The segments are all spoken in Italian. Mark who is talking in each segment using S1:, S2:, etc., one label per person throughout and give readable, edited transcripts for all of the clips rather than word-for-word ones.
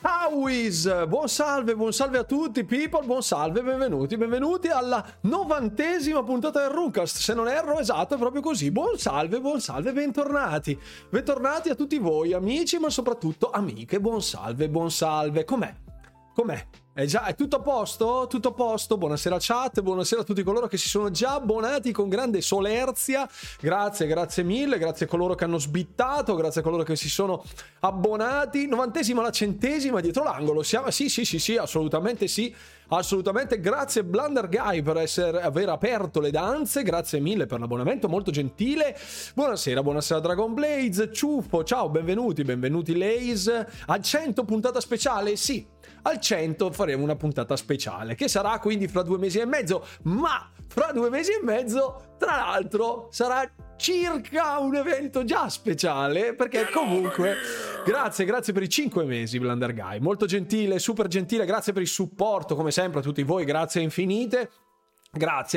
S1: Awis, buon salve a tutti people, buon salve, benvenuti alla 90ª puntata del Roomcast, se non erro, esatto, è proprio così, buon salve, bentornati a tutti voi amici, ma soprattutto amiche, buon salve, com'è? È tutto a posto? Tutto a posto? Buonasera chat, buonasera a tutti coloro che si sono già abbonati con grande solerzia, grazie mille, grazie a coloro che hanno sbittato, grazie a coloro che si sono abbonati, 90ª alla 100ª dietro l'angolo, siamo, sì, assolutamente, grazie Blunder Guy per aver aperto le danze, grazie mille per l'abbonamento, molto gentile, buonasera Dragon Blades, ciuffo, ciao, benvenuti Lays, a 100 puntata speciale, sì, al 100 faremo una puntata speciale che sarà quindi fra 2 mesi e mezzo, ma fra 2 mesi e mezzo tra l'altro sarà circa un evento già speciale, perché comunque grazie per i 5 mesi Blunder Guy, molto gentile, super gentile, grazie per il supporto come sempre a tutti voi, grazie infinite. Grazie.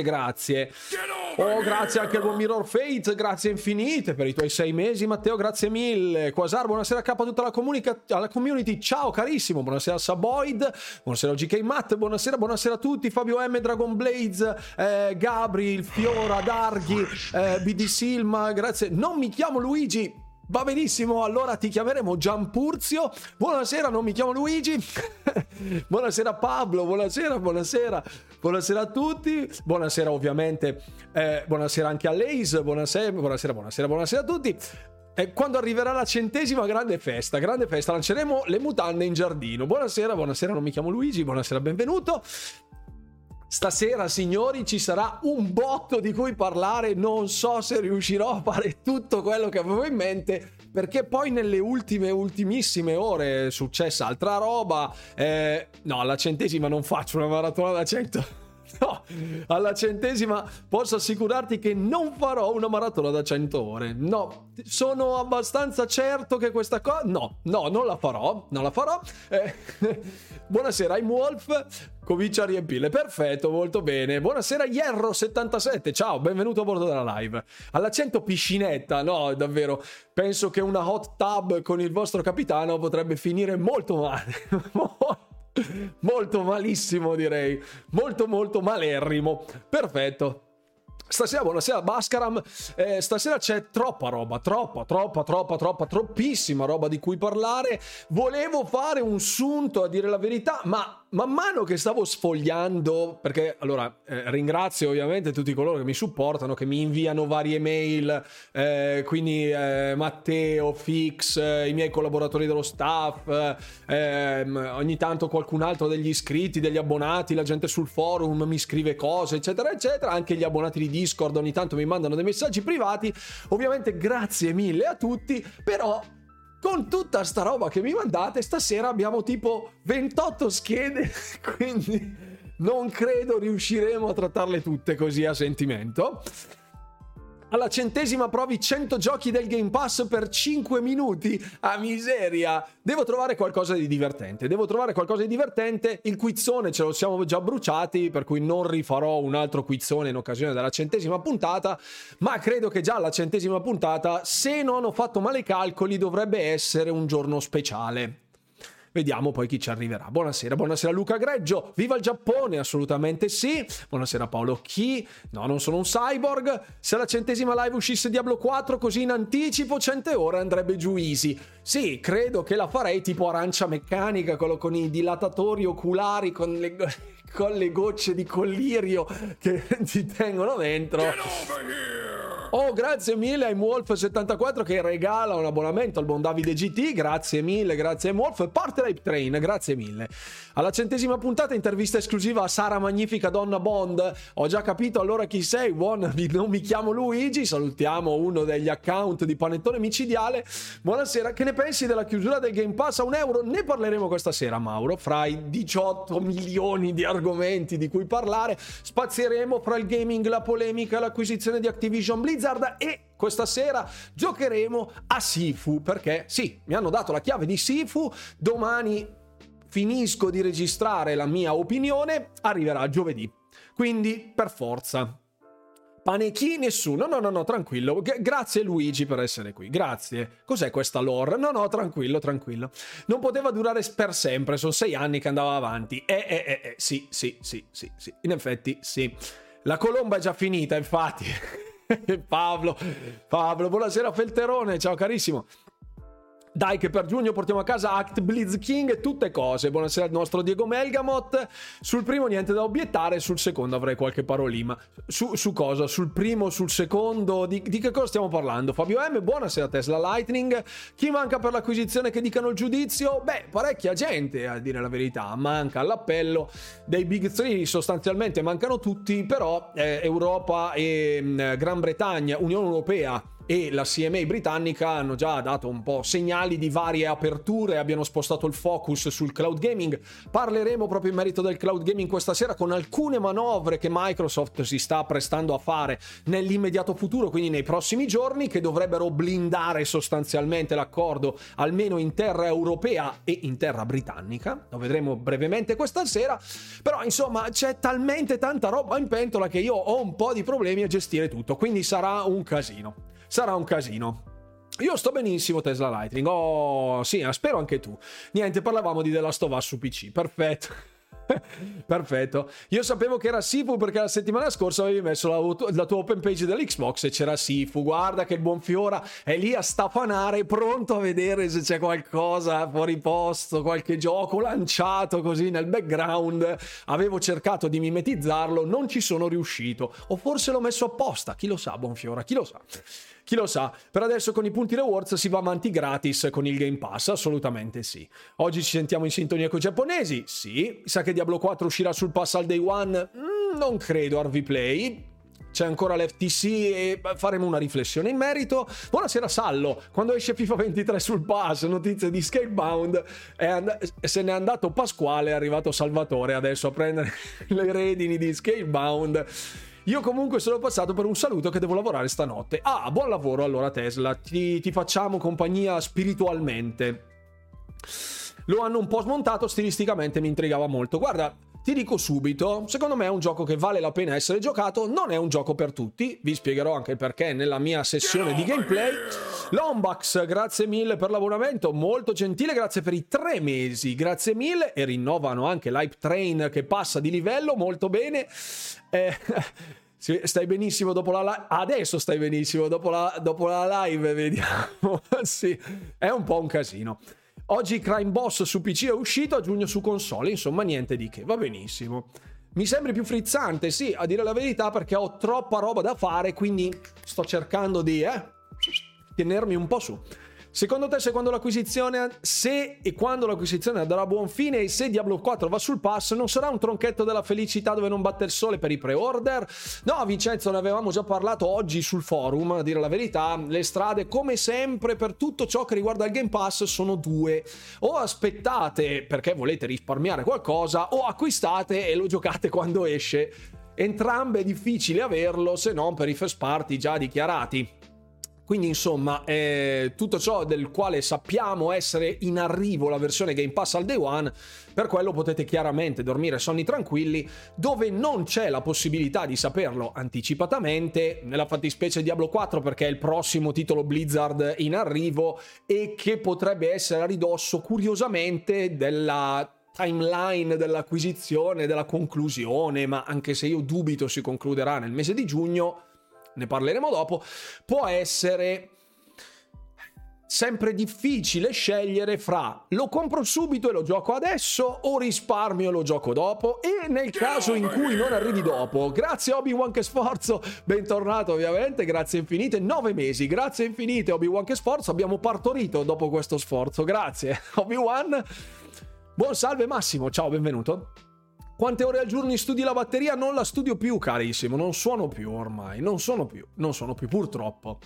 S1: Oh, grazie anche al buon Mirror Fate, grazie infinite per i tuoi 6 mesi, Matteo, grazie mille. Quasar, buonasera a tutta la community, ciao carissimo, buonasera Saboid, buonasera GK Matt, buonasera a tutti, Fabio M, Dragon Blades, Gabri, Fiora, Darghi, BD Silma, grazie, non mi chiamo Luigi. Va benissimo, allora ti chiameremo Gianpurzio. Buonasera, non mi chiamo Luigi. Buonasera Pablo, buonasera a tutti. Buonasera ovviamente, buonasera anche a Lays. Buonasera a tutti. Quando arriverà la 100ª grande festa, lanceremo le mutande in giardino. Buonasera, non mi chiamo Luigi, buonasera, benvenuto. Stasera, signori, ci sarà un botto di cui parlare, non so se riuscirò a fare tutto quello che avevo in mente, perché poi nelle ultimissime ore è successa altra roba, no, alla 100ª non faccio una maratona da 100... No, alla 100ª posso assicurarti che non farò una maratona da 100 ore. No, sono abbastanza certo che questa cosa... No, non la farò. Buonasera, I'm Wolf. Comincia a riempirle. Perfetto, molto bene. Buonasera, Hierro77. Ciao, benvenuto a bordo della live. Alla 100 piscinetta. No, davvero. Penso che una hot tub con il vostro capitano potrebbe finire molto male. Molto malissimo, direi, molto malerrimo. Perfetto. Stasera, buonasera Bascaram, stasera c'è troppa roba, troppissima roba di cui parlare. Volevo fare un sunto, a dire la verità, ma man mano che stavo sfogliando, perché allora ringrazio ovviamente tutti coloro che mi supportano, che mi inviano varie mail, quindi Matteo, Fix, i miei collaboratori dello staff, ogni tanto qualcun altro degli iscritti, degli abbonati, la gente sul forum mi scrive cose, eccetera, anche gli abbonati di Discord ogni tanto mi mandano dei messaggi privati, ovviamente grazie mille a tutti, però con tutta sta roba che mi mandate stasera abbiamo tipo 28 schede, quindi non credo riusciremo a trattarle tutte così a sentimento. Alla 100ª provi 100 giochi del Game Pass per 5 minuti, a miseria. Devo trovare qualcosa di divertente, il quizzone ce lo siamo già bruciati, per cui non rifarò un altro quizzone in occasione della 100ª puntata, ma credo che già alla 100ª puntata, se non ho fatto male i calcoli, dovrebbe essere un giorno speciale. Vediamo poi chi ci arriverà. Buonasera Luca Greggio, viva il Giappone, assolutamente sì. Buonasera Paolo Chi, no, non sono un cyborg. Se alla 100ª live uscisse Diablo 4 così in anticipo, 100 ore andrebbe giù easy. Sì, credo che la farei tipo Arancia Meccanica, quello con i dilatatori oculari, con le gocce di collirio che ti tengono dentro. Oh, grazie mille ai Wolf74 che regala un abbonamento al buon Davide GT, grazie mille, grazie ai Wolf. Parte l'Hype Train, grazie mille. Alla 100ª puntata intervista esclusiva a Sara Magnifica Donna Bond. Ho già capito allora chi sei, non mi chiamo Luigi, salutiamo uno degli account di Panettone Micidiale. Buonasera, che ne pensi della chiusura del Game Pass a €1? Ne parleremo questa sera, Mauro, fra i 18 milioni di argomenti di cui parlare. Spazieremo fra il gaming, la polemica, l'acquisizione di Activision Blizzard e questa sera giocheremo a Sifu, perché sì, mi hanno dato la chiave di Sifu. Domani finisco di registrare la mia opinione, arriverà giovedì, quindi per forza Panechi nessuno, no, tranquillo, grazie Luigi per essere qui, grazie. Cos'è questa lore? No, tranquillo, non poteva durare per sempre, sono 6 anni che andava avanti, sì, in effetti sì, la colomba è già finita infatti. Pablo, buonasera Felterone, ciao carissimo. Dai che per giugno portiamo a casa Act Blitz King e tutte cose. Buonasera al nostro Diego Melgamot. Sul primo niente da obiettare, sul secondo avrei qualche parolina. Su cosa? Sul primo, sul secondo? Di che cosa stiamo parlando? Fabio M, buonasera Tesla Lightning. Chi manca per l'acquisizione che dicano il giudizio? Beh, parecchia gente a dire la verità. Manca all'appello dei Big Three, sostanzialmente mancano tutti, però Europa e Gran Bretagna, Unione Europea e la CMA britannica hanno già dato un po' segnali di varie aperture, abbiano spostato il focus sul cloud gaming. Parleremo proprio in merito del cloud gaming questa sera, con alcune manovre che Microsoft si sta apprestando a fare nell'immediato futuro, quindi nei prossimi giorni, che dovrebbero blindare sostanzialmente l'accordo almeno in terra europea e in terra britannica. Lo vedremo brevemente questa sera, però insomma c'è talmente tanta roba in pentola che io ho un po' di problemi a gestire tutto, quindi sarà un casino. Io sto benissimo Tesla Lightning. Oh sì, spero anche tu. Niente, parlavamo di The Last of Us su PC. Perfetto. Io sapevo che era Sifu perché la settimana scorsa avevi messo la tua open page dell'Xbox e c'era Sifu. Guarda che il buon Fiora è lì a stafanare, pronto a vedere se c'è qualcosa fuori posto, qualche gioco lanciato così nel background. Avevo cercato di mimetizzarlo, non ci sono riuscito, o forse l'ho messo apposta, chi lo sa, buon Fiora, chi lo sa. Per adesso con i punti rewards si va avanti gratis con il Game Pass, assolutamente sì. Oggi ci sentiamo in sintonia con i giapponesi? Sì. Sa che Diablo 4 uscirà sul pass al day one? Non credo, RV Play. C'è ancora l'FTC e faremo una riflessione in merito. Buonasera Sallo, quando esce FIFA 23 sul pass, notizie di Scalebound, se n'è andato Pasquale, è arrivato Salvatore adesso a prendere le redini di Scalebound. Io comunque sono passato per un saluto che devo lavorare stanotte. Buon lavoro allora Tesla, ti facciamo compagnia spiritualmente. Lo hanno un po' smontato, stilisticamente mi intrigava molto. Guarda, ti dico subito, secondo me è un gioco che vale la pena essere giocato, non è un gioco per tutti, vi spiegherò anche il perché nella mia sessione di gameplay. Lombax, grazie mille per l'abbonamento, molto gentile, grazie per i 3 mesi, grazie mille, e rinnovano anche l'Hype Train che passa di livello, molto bene. Stai benissimo dopo la live? Adesso stai benissimo dopo la live, vediamo. Sì, è un po' un casino. Oggi Crime Boss su PC è uscito, a giugno su console, insomma niente di che, va benissimo. Mi sembri più frizzante, sì, a dire la verità, perché ho troppa roba da fare, quindi sto cercando di tenermi un po' su. Secondo te, se quando l'acquisizione andrà a buon fine e se Diablo 4 va sul pass, non sarà un tronchetto della felicità dove non batte il sole per i pre-order? No, Vincenzo, ne avevamo già parlato oggi sul forum, a dire la verità. Le strade, come sempre, per tutto ciò che riguarda il Game Pass sono 2. O aspettate perché volete risparmiare qualcosa, o acquistate e lo giocate quando esce. Entrambe è difficile averlo, se non per i first party già dichiarati. Quindi insomma tutto ciò del quale sappiamo essere in arrivo la versione Game Pass al day one, per quello potete chiaramente dormire sonni tranquilli. Dove non c'è la possibilità di saperlo anticipatamente, nella fattispecie Diablo 4, perché è il prossimo titolo Blizzard in arrivo e che potrebbe essere a ridosso curiosamente della timeline dell'acquisizione, della conclusione, ma anche se io dubito si concluderà nel mese di giugno, ne parleremo dopo. Può essere sempre difficile scegliere fra lo compro subito e lo gioco adesso o risparmio e lo gioco dopo, e nel caso in cui non arrivi dopo, grazie Obi-Wan che sforzo, bentornato ovviamente, grazie infinite, 9 mesi, grazie infinite Obi-Wan che sforzo, abbiamo partorito dopo questo sforzo, grazie Obi-Wan. Buon salve Massimo, ciao, benvenuto. Quante ore al giorno studi la batteria? Non la studio più, carissimo, non suono più ormai, non sono più purtroppo.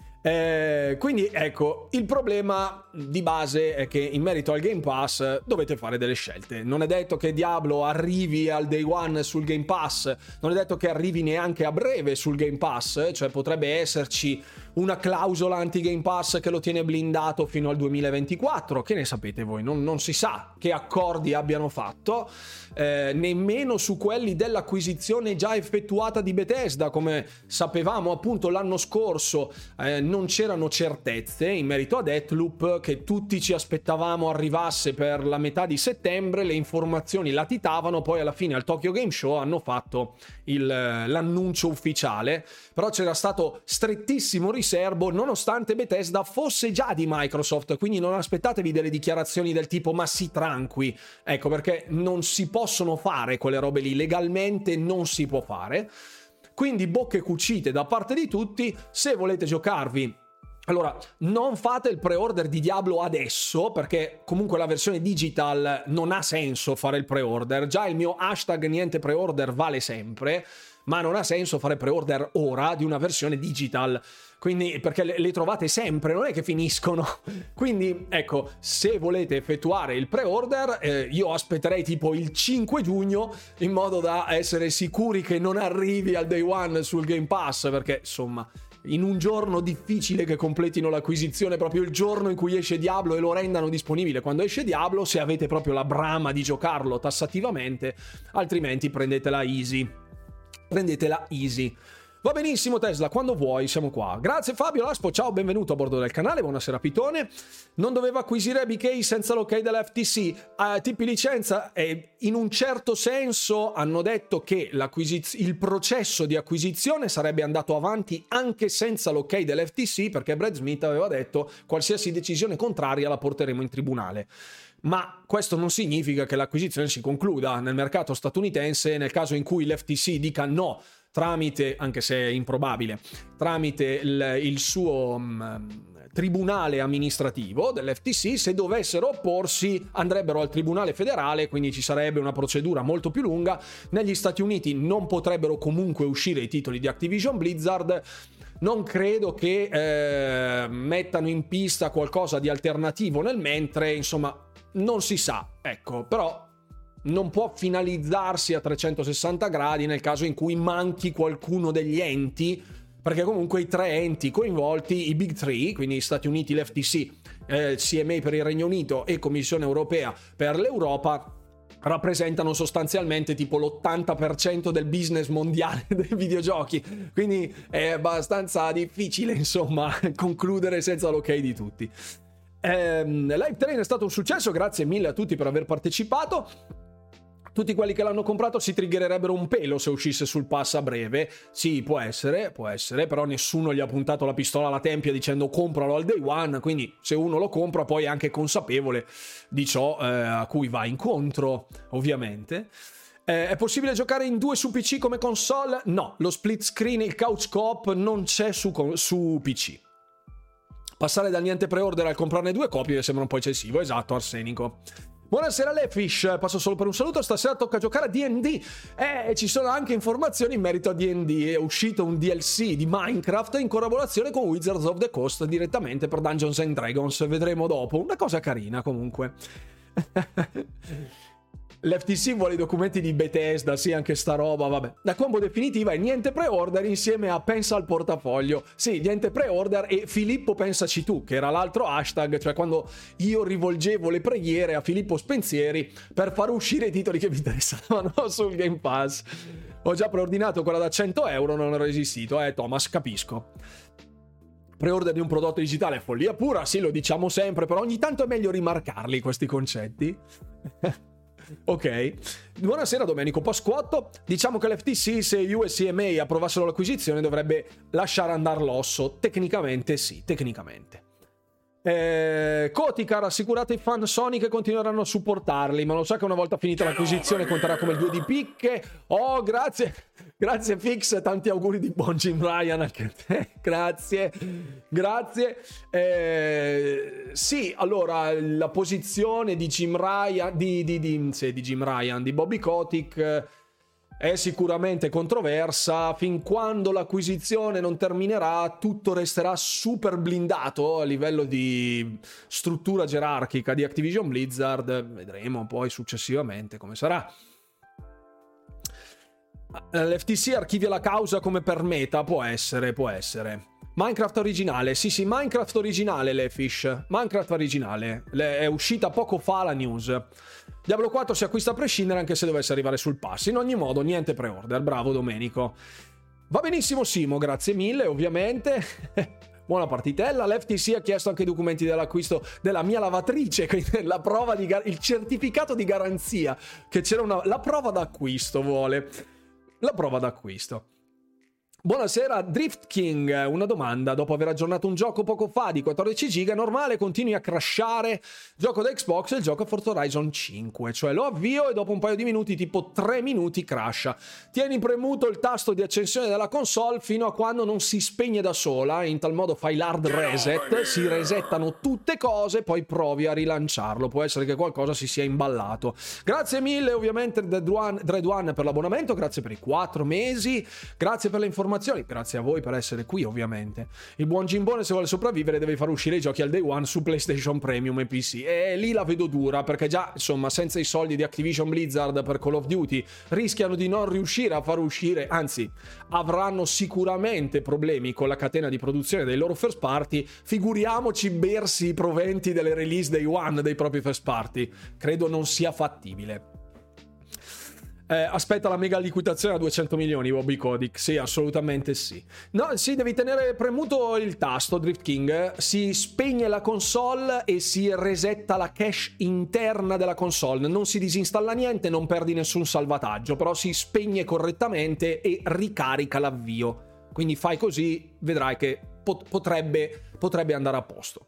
S1: Quindi ecco, il problema di base è che in merito al Game Pass dovete fare delle scelte. Non è detto che Diablo arrivi al day one sul Game Pass, non è detto che arrivi neanche a breve sul Game Pass, cioè potrebbe esserci una clausola anti-Game Pass che lo tiene blindato fino al 2024, che ne sapete voi? Non si sa che accordi abbiano fatto, nemmeno su quelli dell'acquisizione già effettuata di Bethesda. Come sapevamo appunto l'anno scorso, non c'erano certezze in merito a Deathloop, che tutti ci aspettavamo arrivasse per la metà di settembre. Le informazioni latitavano, poi alla fine al Tokyo Game Show hanno fatto l'annuncio ufficiale, però c'era stato strettissimo riservo nonostante Bethesda fosse già di Microsoft, quindi non aspettatevi delle dichiarazioni del tipo ma sì tranqui, ecco, perché non si possono fare quelle robe lì, legalmente non si può fare. Quindi bocche cucite da parte di tutti. Se volete giocarvi, allora non fate il pre-order di Diablo adesso, perché comunque la versione digital non ha senso fare il pre-order. Già il mio hashtag niente pre-order vale sempre, ma non ha senso fare pre-order ora di una versione digital, quindi, perché le trovate sempre, non è che finiscono. Quindi ecco, se volete effettuare il pre-order, io aspetterei tipo il 5 giugno in modo da essere sicuri che non arrivi al day one sul Game Pass, perché insomma in un giorno difficile che completino l'acquisizione proprio il giorno in cui esce Diablo e lo rendano disponibile quando esce Diablo, se avete proprio la brama di giocarlo tassativamente, altrimenti prendetela easy. Va benissimo Tesla, quando vuoi siamo qua. Grazie Fabio Laspo, ciao, benvenuto a bordo del canale, buonasera Pitone. Non doveva acquisire BK senza l'ok dell'FTC, tipi licenza, e in un certo senso hanno detto che il processo di acquisizione sarebbe andato avanti anche senza l'ok dell'FTC, perché Brad Smith aveva detto qualsiasi decisione contraria la porteremo in tribunale. Ma questo non significa che l'acquisizione si concluda nel mercato statunitense. Nel caso in cui l'FTC dica no, tramite, anche se è improbabile, tramite il suo tribunale amministrativo dell'FTC, se dovessero opporsi andrebbero al tribunale federale, quindi ci sarebbe una procedura molto più lunga. Negli Stati Uniti non potrebbero comunque uscire i titoli di Activision Blizzard. Non credo che mettano in pista qualcosa di alternativo nel mentre, insomma non si sa, ecco, però non può finalizzarsi a 360 gradi nel caso in cui manchi qualcuno degli enti, perché comunque i tre enti coinvolti, i Big Three, quindi Stati Uniti, l'FTC, CMA per il Regno Unito e Commissione Europea per l'Europa, rappresentano sostanzialmente tipo l'80% del business mondiale dei videogiochi, quindi è abbastanza difficile insomma concludere senza l'ok di tutti. Live Train è stato un successo, grazie mille a tutti per aver partecipato. Tutti quelli che l'hanno comprato si triggererebbero un pelo se uscisse sul pass a breve. Sì, può essere, però nessuno gli ha puntato la pistola alla tempia dicendo compralo al day one, quindi se uno lo compra poi è anche consapevole di ciò a cui va incontro, ovviamente. È possibile giocare in due su PC come console? No, lo split screen, il couch co-op non c'è su PC. Passare dal niente pre-order al comprarne due copie sembra un po' eccessivo, esatto, Arsenico. Buonasera Lefish, passo solo per un saluto, stasera tocca giocare a D&D e ci sono anche informazioni in merito a D&D. È uscito un DLC di Minecraft in collaborazione con Wizards of the Coast direttamente per Dungeons and Dragons, vedremo dopo, una cosa carina comunque. L'FTC vuole i documenti di Bethesda, sì, anche sta roba, vabbè. La combo definitiva è niente pre-order insieme a pensa al portafoglio. Sì, niente pre-order e Filippo pensaci tu, che era l'altro hashtag, cioè quando io rivolgevo le preghiere a Filippo Spensieri per far uscire i titoli che mi interessavano sul Game Pass. Ho già preordinato quella da 100 euro, non ho resistito, Thomas, capisco. Pre-order di un prodotto digitale è follia pura, sì, lo diciamo sempre, però ogni tanto è meglio rimarcarli questi concetti. Ok, buonasera Domenico Pasquotto. Diciamo che l'FTC, se USCMA approvassero l'acquisizione, dovrebbe lasciare andare l'osso. Tecnicamente sì, tecnicamente. Koticar, assicurate i fan Sony che continueranno a supportarli, ma lo sa che una volta finita l'acquisizione conterà come il 2 di picche. Oh, grazie Fix, tanti auguri di buon Jim Ryan anche a te. Grazie. Sì, allora la posizione di Jim Ryan di Bobby Kotick è sicuramente controversa. Fin quando l'acquisizione non terminerà, tutto resterà super blindato a livello di struttura gerarchica di Activision Blizzard. Vedremo poi successivamente come sarà. L'FTC archivia la causa come per Meta, può essere. Minecraft originale, sì, Minecraft originale, Lefish. Minecraft originale, è uscita poco fa la news. Diablo 4 si acquista a prescindere anche se dovesse arrivare sul pass. In ogni modo, niente pre-order, bravo Domenico. Va benissimo Simo, grazie mille, ovviamente. Buona partitella. L'FTC ha chiesto anche i documenti dell'acquisto della mia lavatrice, la prova il certificato di garanzia, che c'era la prova d'acquisto vuole. La prova d'acquisto. Buonasera Drift King, una domanda: dopo aver aggiornato un gioco poco fa di 14 giga normale continui a crashare gioco da Xbox e il gioco Forza Horizon 5, cioè lo avvio e dopo un paio di minuti, tipo 3 minuti, crasha. Tieni premuto il tasto di accensione della console fino a quando non si spegne da sola, in tal modo fai l'hard reset, si resettano tutte cose, poi provi a rilanciarlo, può essere che qualcosa si sia imballato. Grazie mille ovviamente Dread One per l'abbonamento, grazie per i 4 mesi, grazie per le informazioni, grazie a voi per essere qui ovviamente. Il buon Gimbone, se vuole sopravvivere, deve far uscire i giochi al day one su PlayStation Premium e PC, e lì la vedo dura, perché già insomma senza i soldi di Activision Blizzard per Call of Duty rischiano di non riuscire a far uscire, anzi avranno sicuramente problemi con la catena di produzione dei loro first party, figuriamoci bersi i proventi delle release day one dei propri first party. Credo non sia fattibile. Aspetta la mega liquidazione a 200 milioni, Bobby Kotick. Sì, assolutamente sì. No, sì, devi tenere premuto il tasto, Drift King. Si spegne la console e si resetta la cache interna della console. Non si disinstalla niente, non perdi nessun salvataggio, però si spegne correttamente e ricarica l'avvio. Quindi fai così, vedrai che potrebbe andare a posto.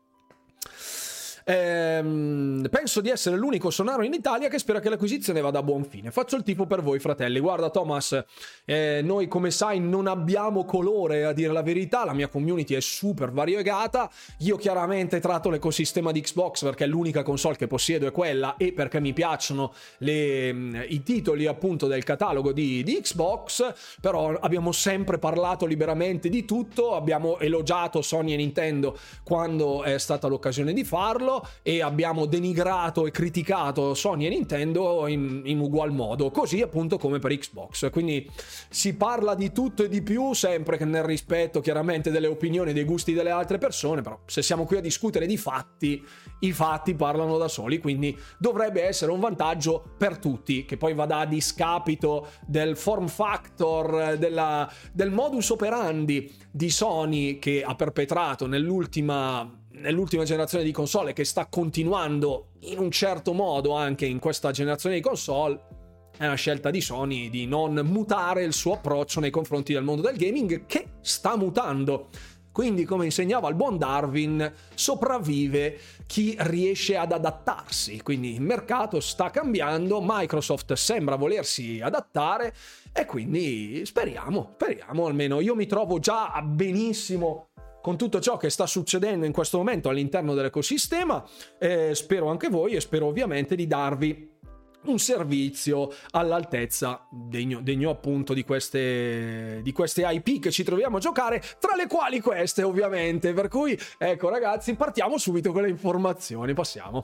S1: Penso di essere l'unico sonaro in Italia che spera che l'acquisizione vada a buon fine. Faccio il tifo per voi, fratelli. Guarda Thomas, noi come sai non abbiamo colore, a dire la verità. La mia community è super variegata. Io chiaramente tratto l'ecosistema di Xbox perché l'unica console che possiedo è quella, e perché mi piacciono i titoli appunto del catalogo di Xbox. Però abbiamo sempre parlato liberamente di tutto, abbiamo elogiato Sony e Nintendo quando è stata l'occasione di farlo, e abbiamo denigrato e criticato Sony e Nintendo in ugual modo, così appunto come per Xbox. Quindi si parla di tutto e di più, sempre che nel rispetto chiaramente delle opinioni e dei gusti delle altre persone, però se siamo qui a discutere di fatti, i fatti parlano da soli, quindi dovrebbe essere un vantaggio per tutti, che poi vada a discapito del form factor, del modus operandi di Sony, che ha perpetrato nell'ultima generazione di console, che sta continuando in un certo modo anche in questa generazione di console. È una scelta di Sony di non mutare il suo approccio nei confronti del mondo del gaming, che sta mutando. Quindi, come insegnava il buon Darwin, sopravvive chi riesce ad adattarsi. Quindi il mercato sta cambiando, Microsoft sembra volersi adattare, e quindi speriamo, almeno io mi trovo già benissimo con tutto ciò che sta succedendo in questo momento all'interno dell'ecosistema. Spero anche voi, e spero ovviamente di darvi un servizio all'altezza degno appunto di queste IP che ci troviamo a giocare, tra le quali queste ovviamente. Per cui ecco ragazzi, partiamo subito con le informazioni, passiamo.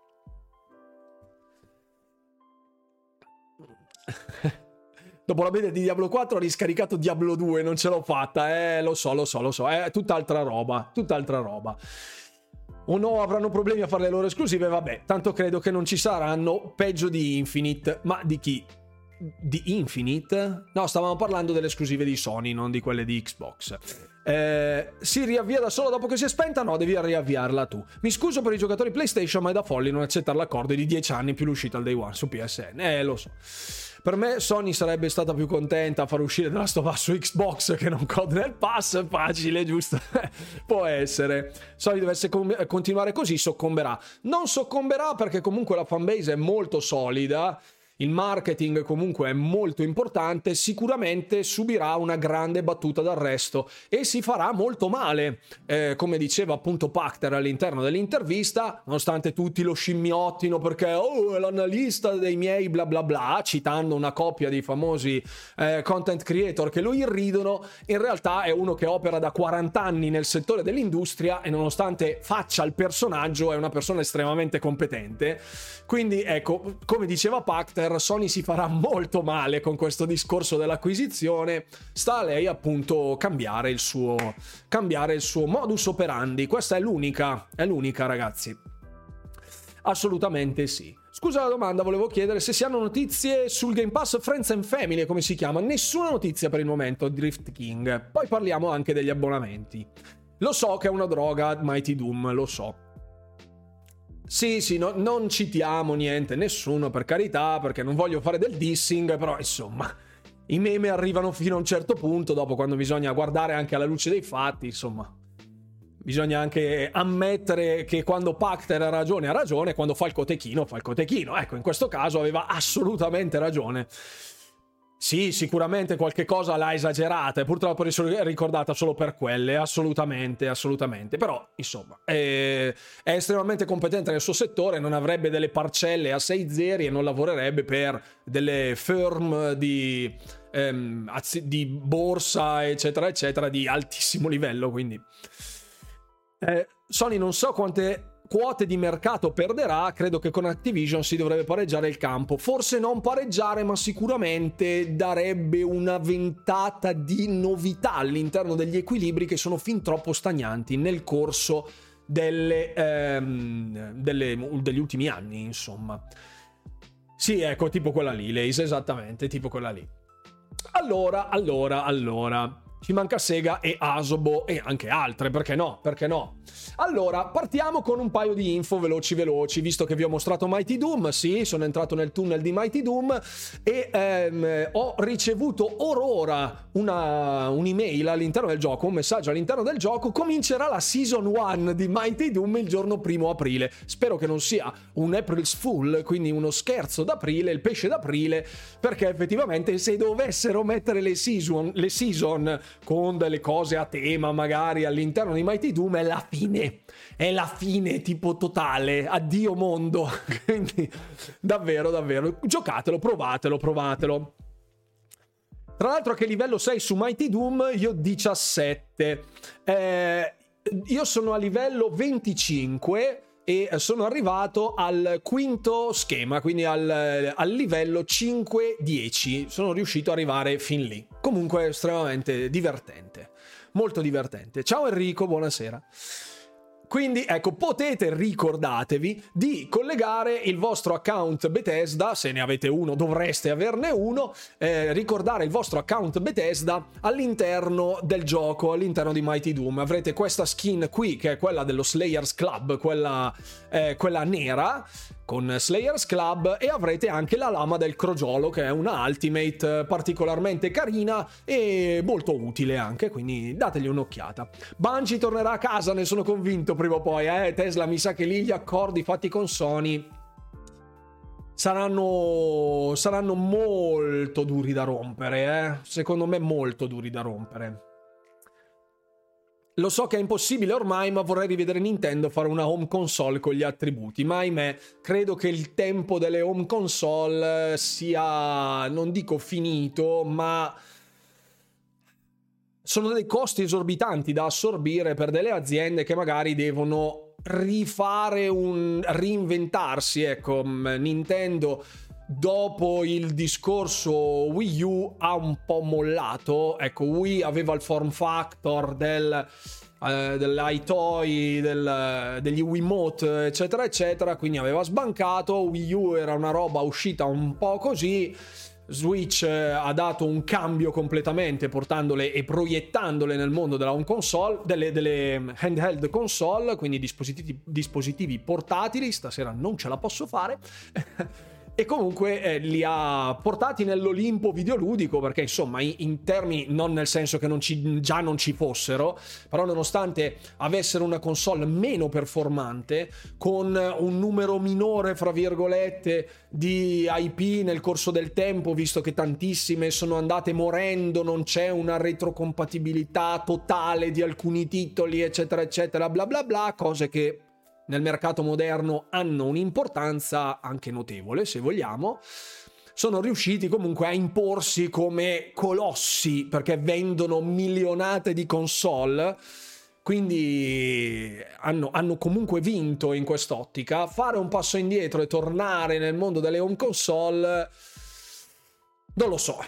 S1: Dopo la beta di Diablo 4 ho riscaricato Diablo 2, non ce l'ho fatta, lo so, è tutt'altra roba. O no, avranno problemi a fare le loro esclusive, vabbè, tanto credo che non ci saranno, peggio di Infinite. Ma di chi? Di Infinite? No, stavamo parlando delle esclusive di Sony, non di quelle di Xbox. Si riavvia da solo dopo che si è spenta? No, devi riavviarla tu. Mi scuso per i giocatori PlayStation, ma è da folli non accettare l'accordo di 10 anni più l'uscita al day one su PSN. Lo so. Per me Sony sarebbe stata più contenta a far uscire The Last of Us su Xbox che non COD nel pass, facile, giusto? Può essere. Sony dovesse continuare così, soccomberà. Non soccomberà perché comunque la fanbase è molto solida, il marketing comunque è molto importante, sicuramente subirà una grande battuta d'arresto e si farà molto male, come diceva appunto Pachter all'interno dell'intervista, nonostante tutti lo scimmiottino perché è l'analista dei miei bla bla bla, citando una coppia di famosi content creator che lo irridono. In realtà è uno che opera da 40 anni nel settore dell'industria e nonostante faccia il personaggio è una persona estremamente competente. Quindi ecco, come diceva Pachter, partner, Sony si farà molto male con questo discorso dell'acquisizione. Sta a lei appunto cambiare il suo modus operandi. Questa è l'unica ragazzi, assolutamente sì. Scusa la domanda, volevo chiedere se si hanno notizie sul Game Pass Friends and Family, come si chiama. Nessuna notizia per il momento, Drift King. Poi parliamo anche degli abbonamenti. Lo so che è una droga Mighty Doom, lo so. Sì, no, non citiamo niente, nessuno, per carità, perché non voglio fare del dissing, però insomma, i meme arrivano fino a un certo punto, dopo quando bisogna guardare anche alla luce dei fatti, insomma. Bisogna anche ammettere che quando Pachter ha ragione, quando fa il cotechino. Ecco, in questo caso aveva assolutamente ragione. Sì, sicuramente qualche cosa l'ha esagerata e purtroppo è ricordata solo per quelle, assolutamente. Però, insomma, è estremamente competente nel suo settore, non avrebbe delle parcelle a 6 zeri e non lavorerebbe per delle firm di borsa, eccetera, eccetera, di altissimo livello, quindi... Sony non so quante quote di mercato perderà, credo che con Activision si dovrebbe pareggiare il campo, forse non pareggiare ma sicuramente darebbe una ventata di novità all'interno degli equilibri che sono fin troppo stagnanti nel corso degli ultimi anni, insomma. Sì, ecco, tipo quella lì, Lace, esattamente, tipo quella lì. Allora ci manca Sega e Asobo e anche altre, perché no? Allora, partiamo con un paio di info veloci, visto che vi ho mostrato Mighty Doom. Sì, sono entrato nel tunnel di Mighty Doom e ho ricevuto ora un'email all'interno del gioco, un messaggio all'interno del gioco. Comincerà la Season 1 di Mighty Doom il giorno 1 aprile. Spero che non sia un April's Fool, quindi uno scherzo d'aprile, il pesce d'aprile, perché effettivamente se dovessero mettere le season con delle cose a tema magari all'interno di Mighty Doom è la fine tipo totale, addio mondo. Quindi davvero giocatelo, provatelo. Tra l'altro a che livello sei su Mighty Doom? Io 17, io sono a livello 25 e sono arrivato al quinto schema, quindi al livello 5-10. Sono riuscito ad arrivare fin lì. Comunque estremamente divertente, molto divertente. Ciao Enrico, buonasera. Quindi ecco, ricordatevi di collegare il vostro account Bethesda, se ne avete uno dovreste averne uno, ricordare il vostro account Bethesda all'interno del gioco, all'interno di Mighty Doom. Avrete questa skin qui che è quella dello Slayers Club, quella nera con Slayers Club, e avrete anche la lama del crogiolo che è una ultimate particolarmente carina e molto utile anche, quindi dategli un'occhiata. Bungie tornerà a casa, ne sono convinto prima o poi, Tesla mi sa che lì gli accordi fatti con Sony saranno molto duri da rompere, secondo me molto duri da rompere. Lo so che è impossibile ormai, ma vorrei rivedere Nintendo fare una home console con gli attributi, ma ahimè, credo che il tempo delle home console sia, non dico finito, ma sono dei costi esorbitanti da assorbire per delle aziende che magari devono reinventarsi. Ecco, Nintendo dopo il discorso Wii U ha un po' mollato. Ecco, Wii aveva il form factor dell'iToy, degli Wiimote, eccetera eccetera, quindi aveva sbancato. Wii U era una roba uscita un po' così. Switch ha dato un cambio completamente, portandole e proiettandole nel mondo della home console, delle handheld console, quindi dispositivi portatili. Stasera non ce la posso fare. E comunque li ha portati nell'Olimpo videoludico, perché insomma in termini, non nel senso che già non ci fossero, però nonostante avessero una console meno performante, con un numero minore fra virgolette di IP nel corso del tempo, visto che tantissime sono andate morendo, non c'è una retrocompatibilità totale di alcuni titoli, eccetera eccetera, bla bla bla, cose che nel mercato moderno hanno un'importanza anche notevole, se vogliamo. Sono riusciti comunque a imporsi come colossi, perché vendono milionate di console, quindi hanno comunque vinto in quest'ottica. Fare un passo indietro e tornare nel mondo delle home console, non lo so,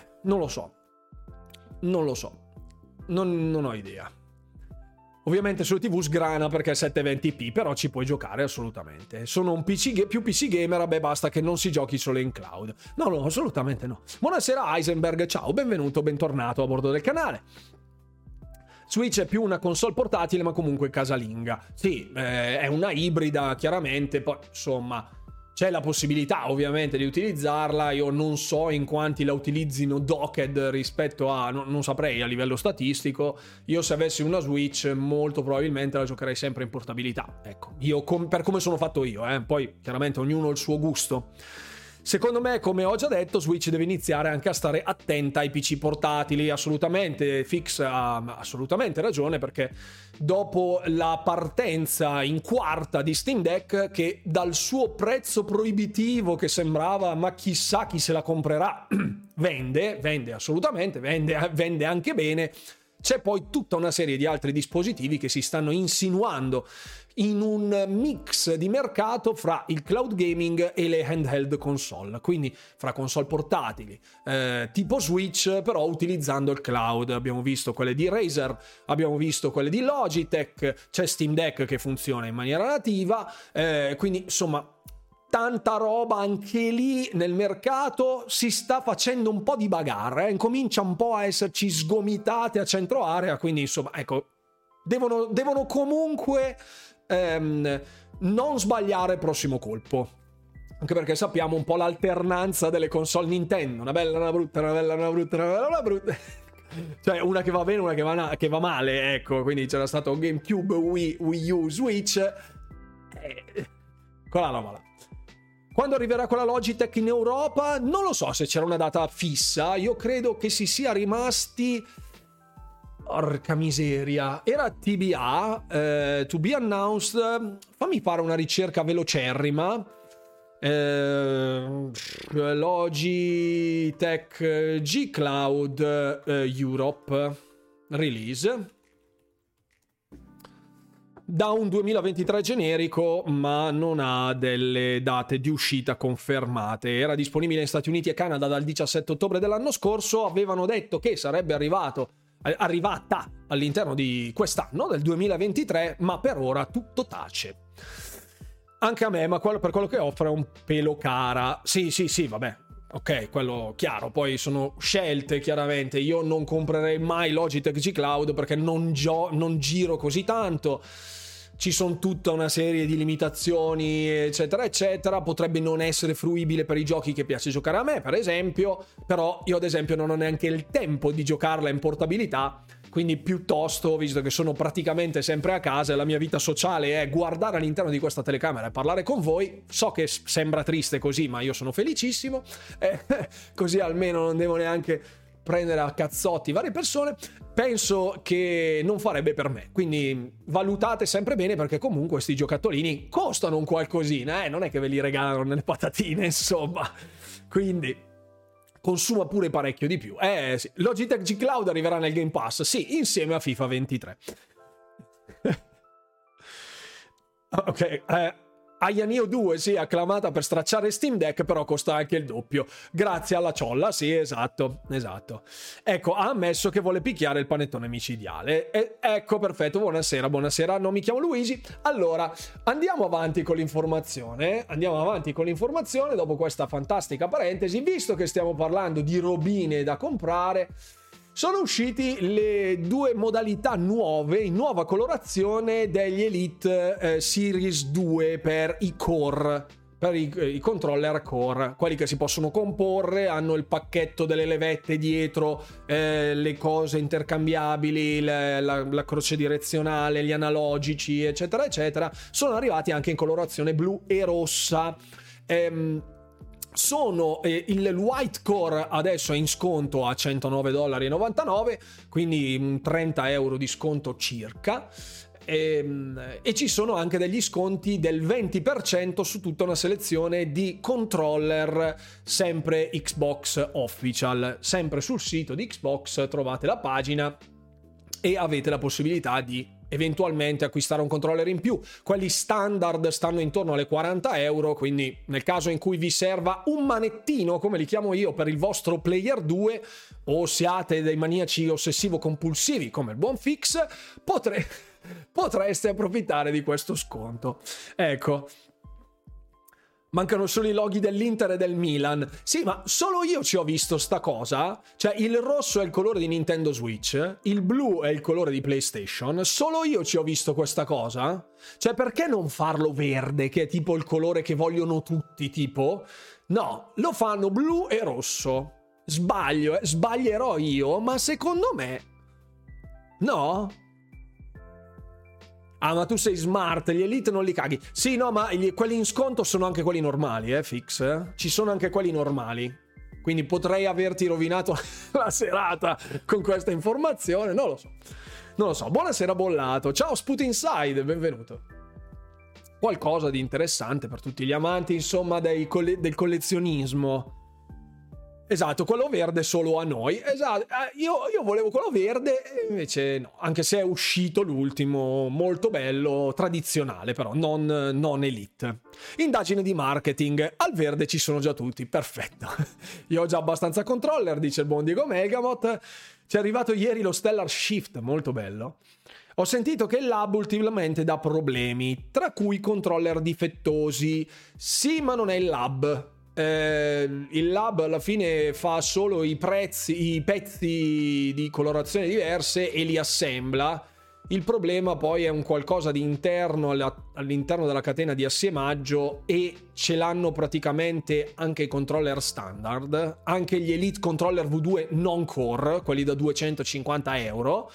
S1: non ho idea. Ovviamente sulle TV sgrana perché è 720p, però ci puoi giocare assolutamente. Sono un più PC gamer, vabbè, basta che non si giochi solo in cloud. No, assolutamente no. Buonasera Heisenberg, ciao, benvenuto, bentornato a bordo del canale. Switch è più una console portatile, ma comunque casalinga. Sì, è una ibrida, chiaramente, poi insomma c'è la possibilità ovviamente di utilizzarla. Io non so in quanti la utilizzino docked rispetto a... non saprei a livello statistico. Io se avessi una Switch molto probabilmente la giocherei sempre in portabilità. Ecco, io per come sono fatto io, poi chiaramente ognuno ha il suo gusto. Secondo me, come ho già detto, Switch deve iniziare anche a stare attenta ai PC portatili. Assolutamente, Fix ha assolutamente ragione, perché dopo la partenza in quarta di Steam Deck, che dal suo prezzo proibitivo che sembrava ma chissà chi se la comprerà, vende assolutamente, vende anche bene, c'è poi tutta una serie di altri dispositivi che si stanno insinuando in un mix di mercato fra il cloud gaming e le handheld console, quindi fra console portatili tipo Switch, però utilizzando il cloud. Abbiamo visto quelle di Razer, abbiamo visto quelle di Logitech, c'è Steam Deck che funziona in maniera nativa, quindi insomma tanta roba anche lì nel mercato. Si sta facendo un po' di bagarre, incomincia un po' a esserci sgomitate a centro area, quindi insomma ecco, devono comunque non sbagliare il prossimo colpo, anche perché sappiamo un po' l'alternanza delle console Nintendo, una bella, una brutta, una bella, una brutta, una bella, una brutta cioè una che va bene, una che va male, ecco. Quindi c'era stato GameCube, Wii U, Switch, quella roba là. Quando arriverà quella Logitech in Europa non lo so se c'era una data fissa. Io credo che si sia rimasti, porca miseria, era TBA, to be announced. Fammi fare una ricerca velocerrima. Logitech G Cloud Europe release da un 2023 generico, ma non ha delle date di uscita confermate. Era disponibile negli Stati Uniti e Canada dal 17 ottobre dell'anno scorso. Avevano detto che sarebbe arrivata all'interno di quest'anno, del 2023, ma per ora tutto tace. Anche a me, ma per quello che offre è un pelo cara. Sì, vabbè. Ok, quello chiaro. Poi sono scelte, chiaramente. Io non comprerei mai Logitech G Cloud perché non giro così tanto. Ci sono tutta una serie di limitazioni, eccetera, eccetera. Potrebbe non essere fruibile per i giochi che piace giocare a me, per esempio. Però io, ad esempio, non ho neanche il tempo di giocarla in portabilità. Quindi piuttosto, visto che sono praticamente sempre a casa e la mia vita sociale è guardare all'interno di questa telecamera e parlare con voi, so che sembra triste così, ma io sono felicissimo, così almeno non devo neanche prendere a cazzotti varie persone. Penso che non farebbe per me, quindi valutate sempre bene, perché comunque questi giocattolini costano un qualcosina, non è che ve li regalano nelle patatine, insomma, quindi consuma pure parecchio di più. Sì. Logitech G Cloud arriverà nel Game Pass, sì, insieme a FIFA 23. Ok, Aya Neo 2, sì, acclamata per stracciare Steam Deck, però costa anche il doppio. Grazie alla ciolla, sì, esatto. Ecco, ha ammesso che vuole picchiare il panettone micidiale. Ecco, perfetto, buonasera, non mi chiamo Luigi. Allora, andiamo avanti con l'informazione, dopo questa fantastica parentesi. Visto che stiamo parlando di robine da comprare, sono usciti le due modalità nuove, in nuova colorazione, degli Elite Series 2 per i core, per i controller core, quelli che si possono comporre, hanno il pacchetto delle levette dietro, le cose intercambiabili, la croce direzionale, gli analogici, eccetera, eccetera. Sono arrivati anche in colorazione blu e rossa. Sono il White Core adesso è in sconto a $109,99, quindi 30 euro di sconto circa, e ci sono anche degli sconti del 20% su tutta una selezione di controller, sempre Xbox Official. Sempre sul sito di Xbox trovate la pagina e avete la possibilità di eventualmente acquistare un controller in più. Quelli standard stanno intorno alle 40 euro, quindi nel caso in cui vi serva un manettino, come li chiamo io, per il vostro Player 2, o siate dei maniaci ossessivo-compulsivi come il buon Fix, potreste approfittare di questo sconto. Ecco. Mancano solo i loghi dell'Inter e del Milan. Sì, ma solo io ci ho visto sta cosa. Cioè, il rosso è il colore di Nintendo Switch, il blu è il colore di PlayStation. Solo io ci ho visto questa cosa. Cioè, perché non farlo verde, che è tipo il colore che vogliono tutti, tipo? No, lo fanno blu e rosso. Sbaglierò io, ma secondo me... No? Ah, ma tu sei smart, gli Elite non li caghi. Sì, no, ma quelli in sconto sono anche quelli normali, Fix. Ci sono anche quelli normali. Quindi potrei averti rovinato la serata con questa informazione. Non lo so. Buonasera, Bollato. Ciao, Sput Inside, benvenuto. Qualcosa di interessante per tutti gli amanti, insomma, del collezionismo. Esatto, quello verde solo a noi. Esatto, io volevo quello verde e invece no, anche se è uscito l'ultimo, molto bello, tradizionale però, non elite. Indagine di marketing, al verde ci sono già tutti, perfetto. Io ho già abbastanza controller, dice il buon Diego Megamot. Ci è arrivato ieri lo Stellar Shift, molto bello. Ho sentito che il lab ultimamente dà problemi, tra cui controller difettosi. Sì, ma non è il lab. Il lab alla fine fa solo i pezzi di colorazione diverse e li assembla. Il problema poi è un qualcosa di interno all'interno della catena di assiemaggio, e ce l'hanno praticamente anche i controller standard, anche gli Elite Controller V2 non core, quelli da 250 euro,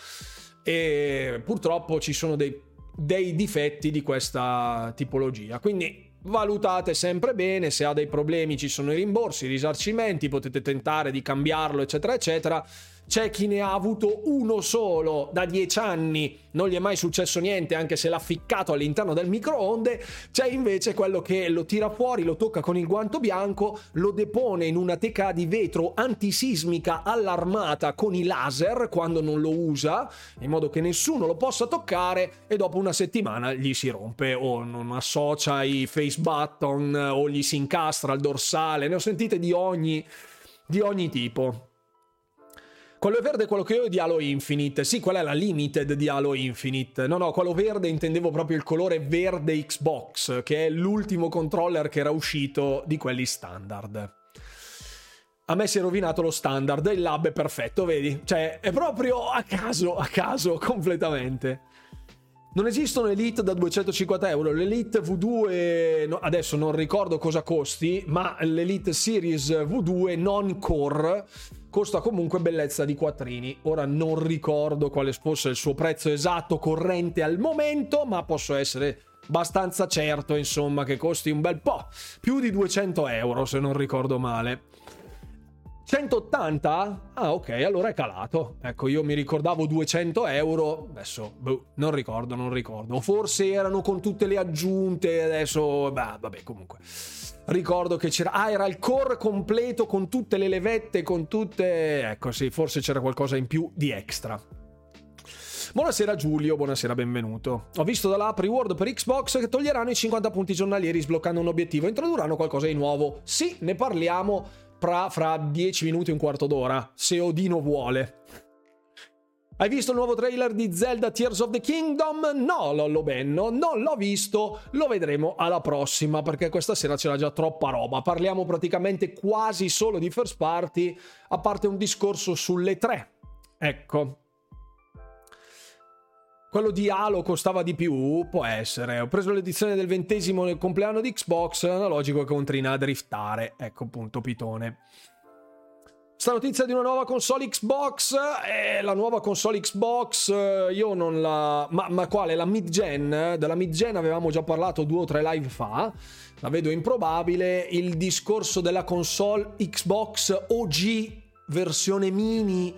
S1: e purtroppo ci sono dei difetti di questa tipologia, quindi valutate sempre bene. Se ha dei problemi ci sono i rimborsi, i risarcimenti, potete tentare di cambiarlo, eccetera eccetera. C'è chi ne ha avuto uno solo da 10 anni, non gli è mai successo niente anche se l'ha ficcato all'interno del microonde. C'è invece quello che lo tira fuori, lo tocca con il guanto bianco, lo depone in una teca di vetro antisismica allarmata con i laser quando non lo usa, in modo che nessuno lo possa toccare, e dopo una settimana gli si rompe o non associa i face button o gli si incastra il dorsale. Ne ho sentite di ogni tipo. Quello verde è quello che ho di Halo Infinite. Sì, quella è la limited di Halo Infinite. No, quello verde intendevo proprio il colore verde Xbox, che è l'ultimo controller che era uscito di quelli standard. A me si è rovinato lo standard, il lab è perfetto, vedi? Cioè, è proprio a caso, completamente. Non esistono Elite da 250 euro. L'Elite V2, no, adesso non ricordo cosa costi, ma l'Elite Series V2 non core costa comunque bellezza di quattrini. Ora non ricordo quale fosse il suo prezzo esatto corrente al momento, ma posso essere abbastanza certo, insomma, che costi un bel po', più di 200 euro se non ricordo male. 180? Ah, ok, allora è calato. Ecco, io mi ricordavo 200 euro, adesso non ricordo. O forse erano con tutte le aggiunte, adesso, vabbè, comunque. Ricordo che c'era, era il core completo con tutte le levette, con tutte... Ecco, sì, forse c'era qualcosa in più di extra. Buonasera Giulio, buonasera, benvenuto. Ho visto dall'app Reward per Xbox che toglieranno i 50 punti giornalieri sbloccando un obiettivo, introdurranno qualcosa di nuovo. Sì, ne parliamo fra 10 minuti e un quarto d'ora, se Odino vuole. Hai visto il nuovo trailer di Zelda Tears of the Kingdom? No, Lollo Benno, non l'ho visto, lo vedremo alla prossima, perché questa sera c'era già troppa roba. Parliamo praticamente quasi solo di first party, a parte un discorso sulle 3. Ecco. Quello di Halo costava di più? Può essere. Ho preso l'edizione del 20° compleanno di Xbox, analogico che continua a driftare. Ecco, appunto, pitone. Sta notizia di una nuova console Xbox, la nuova console Xbox io non la... Ma quale? La mid-gen? Della mid-gen avevamo già parlato 2 o 3 live fa, la vedo improbabile. Il discorso della console Xbox OG versione mini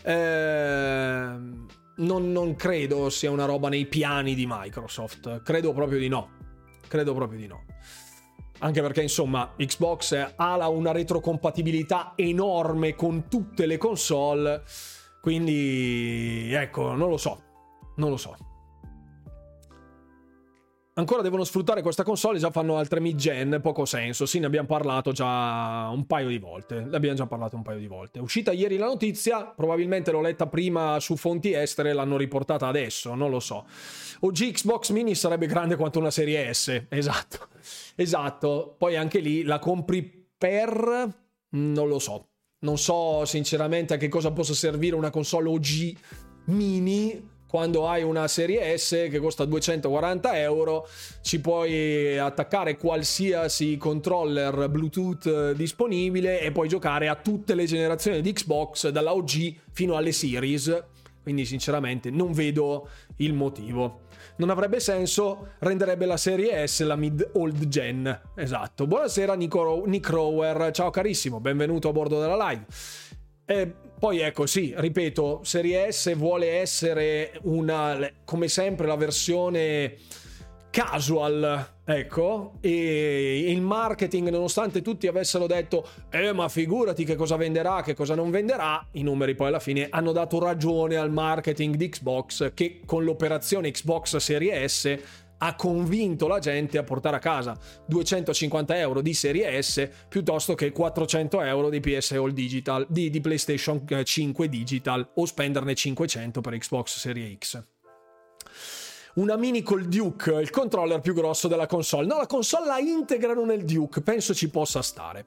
S1: non credo sia una roba nei piani di Microsoft, credo proprio di no. Anche perché, insomma, Xbox ha una retrocompatibilità enorme con tutte le console, quindi ecco, non lo so. ancora devono sfruttare questa console, già fanno altre mid-gen, poco senso. Sì, ne abbiamo parlato già un paio di volte. È uscita ieri la notizia, probabilmente l'ho letta prima su fonti estere, l'hanno riportata adesso, non lo so. OG Xbox Mini sarebbe grande quanto una serie S, esatto. Poi anche lì la compri per... non lo so. Non so sinceramente a che cosa possa servire una console OG Mini quando hai una serie S che costa 240 euro, ci puoi attaccare qualsiasi controller Bluetooth disponibile e puoi giocare a tutte le generazioni di Xbox dalla OG fino alle Series, quindi sinceramente non vedo il motivo. Non avrebbe senso, renderebbe la serie S la mid-old gen. Esatto. Buonasera Nick Rower, ciao carissimo, benvenuto a bordo della live. Poi ecco, sì, ripeto, Serie S vuole essere come sempre la versione casual, ecco, e il marketing, nonostante tutti avessero detto ma figurati che cosa venderà, che cosa non venderà, i numeri poi alla fine hanno dato ragione al marketing di Xbox, che con l'operazione Xbox Serie S ha convinto la gente a portare a casa 250 euro di serie S piuttosto che 400 euro di PS All Digital, di PlayStation 5 Digital, o spenderne 500 per Xbox Series X. Una mini col Duke, il controller più grosso della console. No, la console la integrano nel Duke, penso ci possa stare.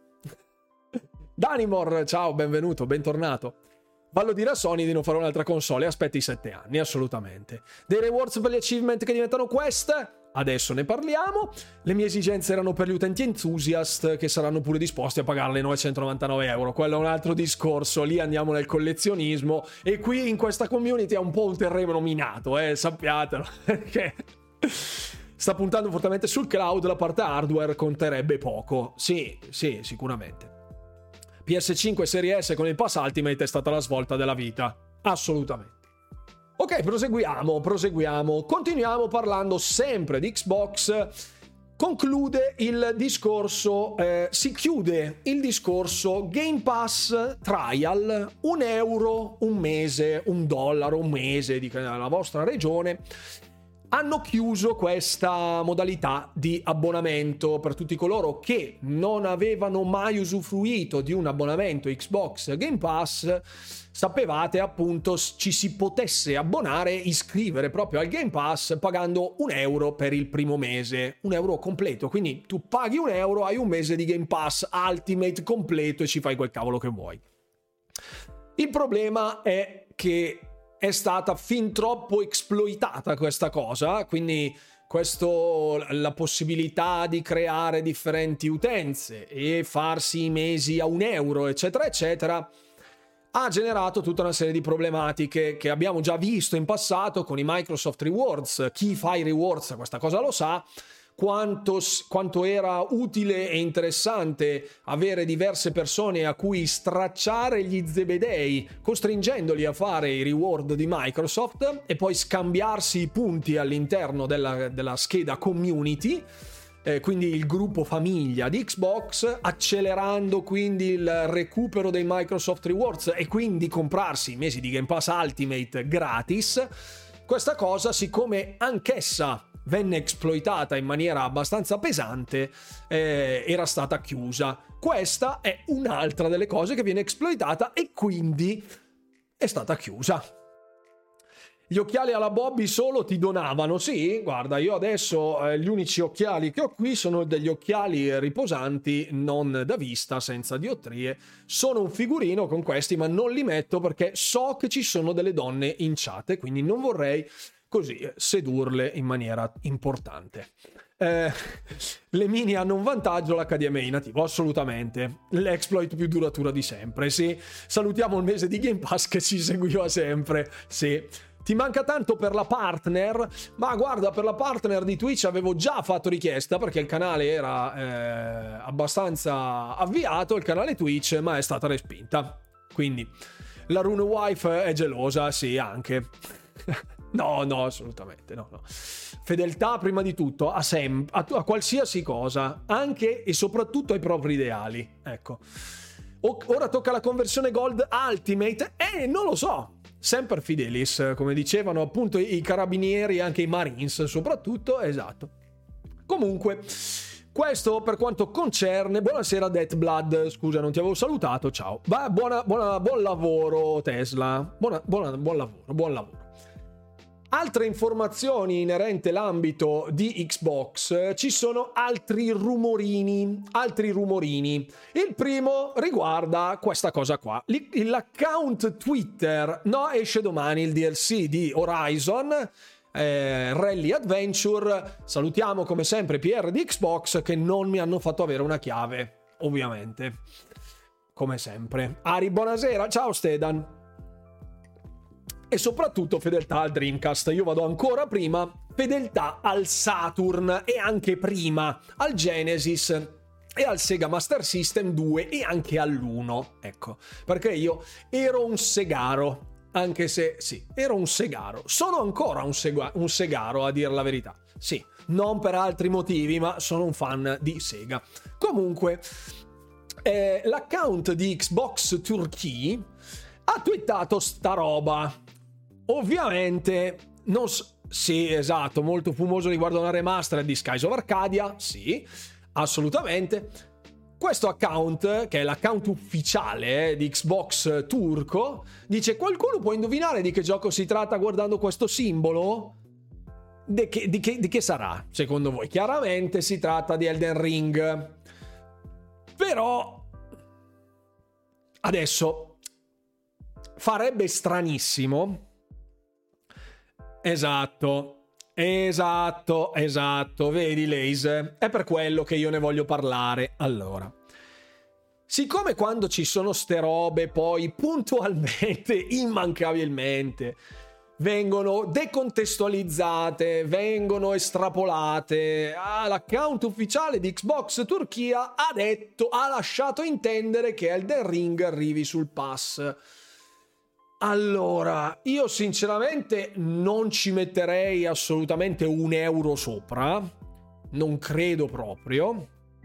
S1: Danimor, ciao, benvenuto, bentornato. Vallo dire a Sony di non fare un'altra console, aspetti 7 anni, assolutamente. Dei rewards per gli achievement che diventano quest? Adesso ne parliamo. Le mie esigenze erano per gli utenti enthusiast, che saranno pure disposti a pagarle 999 euro. Quello è un altro discorso, lì andiamo nel collezionismo, e qui in questa community è un po' un terreno minato, sappiatelo, perché sta puntando fortemente sul cloud, la parte hardware conterebbe poco. Sì, sicuramente. PS5 Serie S con il Pass Ultimate è stata la svolta della vita, assolutamente. Ok, proseguiamo. Continuiamo parlando sempre di Xbox. Conclude il discorso, si chiude il discorso Game Pass Trial, €1 un mese, $1 un mese, la vostra regione. Hanno chiuso questa modalità di abbonamento per tutti coloro che non avevano mai usufruito di un abbonamento Xbox Game Pass. Sapevate appunto ci si potesse abbonare, iscrivere proprio al Game Pass pagando €1 per il primo mese, €1 completo, quindi tu paghi €1, hai un mese di Game Pass Ultimate completo e ci fai quel cavolo che vuoi. Il problema è che è stata fin troppo esploitata questa cosa, quindi la possibilità di creare differenti utenze e farsi i mesi a €1, eccetera, eccetera, ha generato tutta una serie di problematiche che abbiamo già visto in passato con i Microsoft Rewards. Chi fa i rewards questa cosa lo sa, quanto era utile e interessante avere diverse persone a cui stracciare gli zebedei, costringendoli a fare i reward di Microsoft e poi scambiarsi i punti all'interno della scheda community, quindi il gruppo famiglia di Xbox, accelerando quindi il recupero dei Microsoft Rewards e quindi comprarsi i mesi di Game Pass Ultimate gratis. Questa cosa, siccome anch'essa venne esploitata in maniera abbastanza pesante, era stata chiusa. Questa è un'altra delle cose che viene esploitata e quindi è stata chiusa. Gli occhiali alla Bobby solo ti donavano? Sì, guarda, io adesso gli unici occhiali che ho qui sono degli occhiali riposanti, non da vista, senza diottrie. Sono un figurino con questi, ma non li metto perché so che ci sono delle donne inciate, quindi non vorrei così sedurle in maniera importante. Le mini hanno un vantaggio, l'HDMI nativo, assolutamente, l'exploit più duratura di sempre, sì. Salutiamo il mese di Game Pass che ci seguiva sempre, sì. Ti manca tanto per la partner? Ma guarda, per la partner di Twitch avevo già fatto richiesta perché il canale era abbastanza avviato, il canale Twitch, ma è stata respinta. Quindi la Rune Wife è gelosa, sì, anche. No, assolutamente, no. Fedeltà prima di tutto, a qualsiasi cosa, anche e soprattutto ai propri ideali, ecco. Ora tocca la conversione Gold Ultimate, non lo so. Semper Fidelis, come dicevano appunto i carabinieri, anche i Marines soprattutto, esatto. Comunque, questo per quanto concerne... Buonasera Deathblood, scusa non ti avevo salutato, ciao. Buon lavoro Tesla, buon lavoro. Altre informazioni inerente l'ambito di Xbox, ci sono altri rumorini. Il primo riguarda questa cosa qua. L'account Twitter, esce domani il DLC di Horizon Rally Adventure. Salutiamo come sempre PR di Xbox che non mi hanno fatto avere una chiave, ovviamente, come sempre. Ari, buonasera, ciao Stedan. E soprattutto fedeltà al Dreamcast. Io vado ancora prima, fedeltà al Saturn e anche prima al Genesis e al Sega Master System 2 e anche all'1. Ecco, perché io ero un segaro, anche se sì, ero un segaro. Sono ancora un segaro, a dire la verità. Sì, non per altri motivi, ma sono un fan di Sega. Comunque, l'account di Xbox Turkey ha twittato sta roba. Ovviamente sì, esatto, molto fumoso riguardo una remastered di Skies of Arcadia, sì, assolutamente. Questo account, che è l'account ufficiale di Xbox turco, dice: qualcuno può indovinare di che gioco si tratta guardando questo simbolo? Di che sarà, secondo voi? Chiaramente si tratta di Elden Ring. Però adesso farebbe stranissimo. Esatto, vedi Laze, è per quello che io ne voglio parlare. Allora, siccome quando ci sono ste robe poi puntualmente, immancabilmente vengono decontestualizzate, vengono estrapolate, l'account ufficiale di Xbox Turchia ha lasciato intendere che Elden Ring arrivi sul pass. Allora, io sinceramente non ci metterei assolutamente €1 sopra, non credo proprio.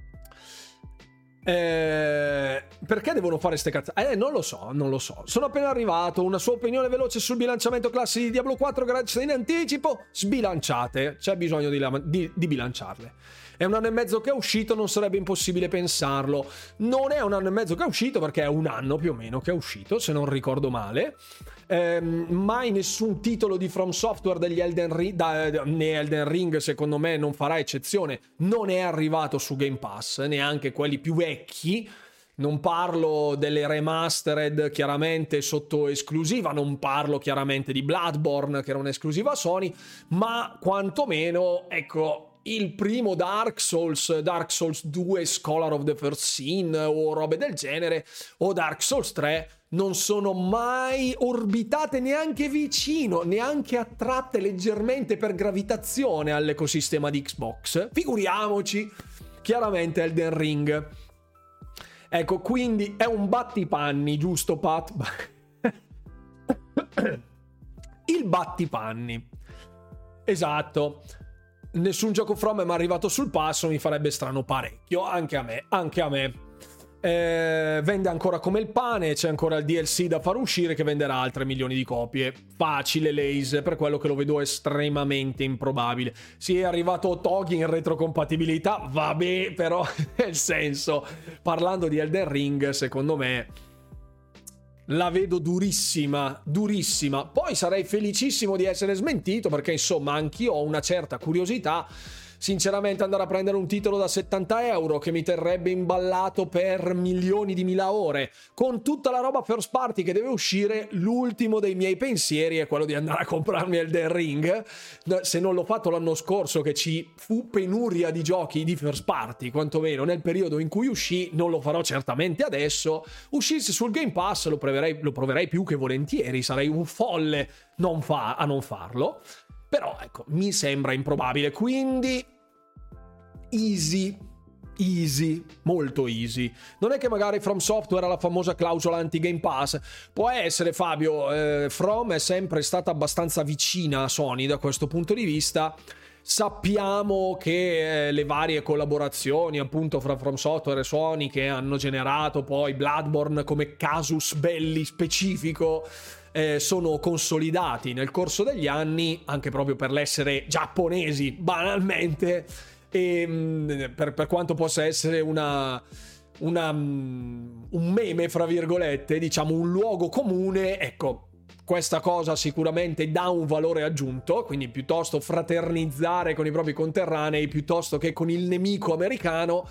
S1: Perché devono fare ste cazzate? Non lo so. Sono appena arrivato, una sua opinione veloce sul bilanciamento classi di Diablo 4 grazie in anticipo, sbilanciate, c'è bisogno di bilanciarle. È 1 anno e mezzo che è uscito, non sarebbe impossibile pensarlo. Non è 1 anno e mezzo che è uscito, perché è 1 anno più o meno che è uscito, se non ricordo male. Mai nessun titolo di From Software degli Elden Ring, secondo me non farà eccezione, non è arrivato su Game Pass, neanche quelli più vecchi. Non parlo delle remastered chiaramente sotto esclusiva, non parlo chiaramente di Bloodborne che era un'esclusiva Sony, ma quantomeno, ecco, il primo Dark Souls 2 Scholar of the First Sin o robe del genere, o Dark Souls 3, non sono mai orbitate neanche vicino, neanche attratte leggermente per gravitazione all'ecosistema di Xbox. Figuriamoci, chiaramente Elden Ring. Ecco, quindi è un battipanni, giusto Pat? Il battipanni. Esatto. Nessun gioco From è mai arrivato sul passo, mi farebbe strano parecchio, anche a me. Vende ancora come il pane, c'è ancora il DLC da far uscire che venderà altre milioni di copie. Facile Laze, per quello che lo vedo estremamente improbabile. Sì, è arrivato Togi in retrocompatibilità, vabbè, però nel senso, parlando di Elden Ring, secondo me la vedo durissima. Poi sarei felicissimo di essere smentito, perché insomma anch'io ho una certa curiosità. Sinceramente andare a prendere un titolo da €70 che mi terrebbe imballato per milioni di mila ore, con tutta la roba first party che deve uscire, l'ultimo dei miei pensieri è quello di andare a comprarmi Elden Ring. Se non l'ho fatto l'anno scorso, che ci fu penuria di giochi di first party, quantomeno nel periodo in cui uscì, non lo farò certamente adesso. Uscisse sul Game Pass lo proverei più che volentieri, sarei un folle a non farlo. Però ecco, mi sembra improbabile, quindi easy, molto easy. Non è che magari From Software ha la famosa clausola anti-Game Pass. Può essere, Fabio, From è sempre stata abbastanza vicina a Sony da questo punto di vista. Sappiamo che le varie collaborazioni appunto fra From Software e Sony, che hanno generato poi Bloodborne come casus belli specifico, sono consolidati nel corso degli anni, anche proprio per l'essere giapponesi banalmente. e per quanto possa essere un meme, fra virgolette, diciamo un luogo comune, ecco, questa cosa sicuramente dà un valore aggiunto, quindi piuttosto fraternizzare con i propri conterranei piuttosto che con il nemico americano.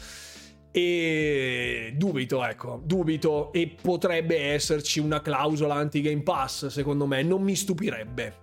S1: E dubito, e potrebbe esserci una clausola anti-Game Pass, secondo me, non mi stupirebbe.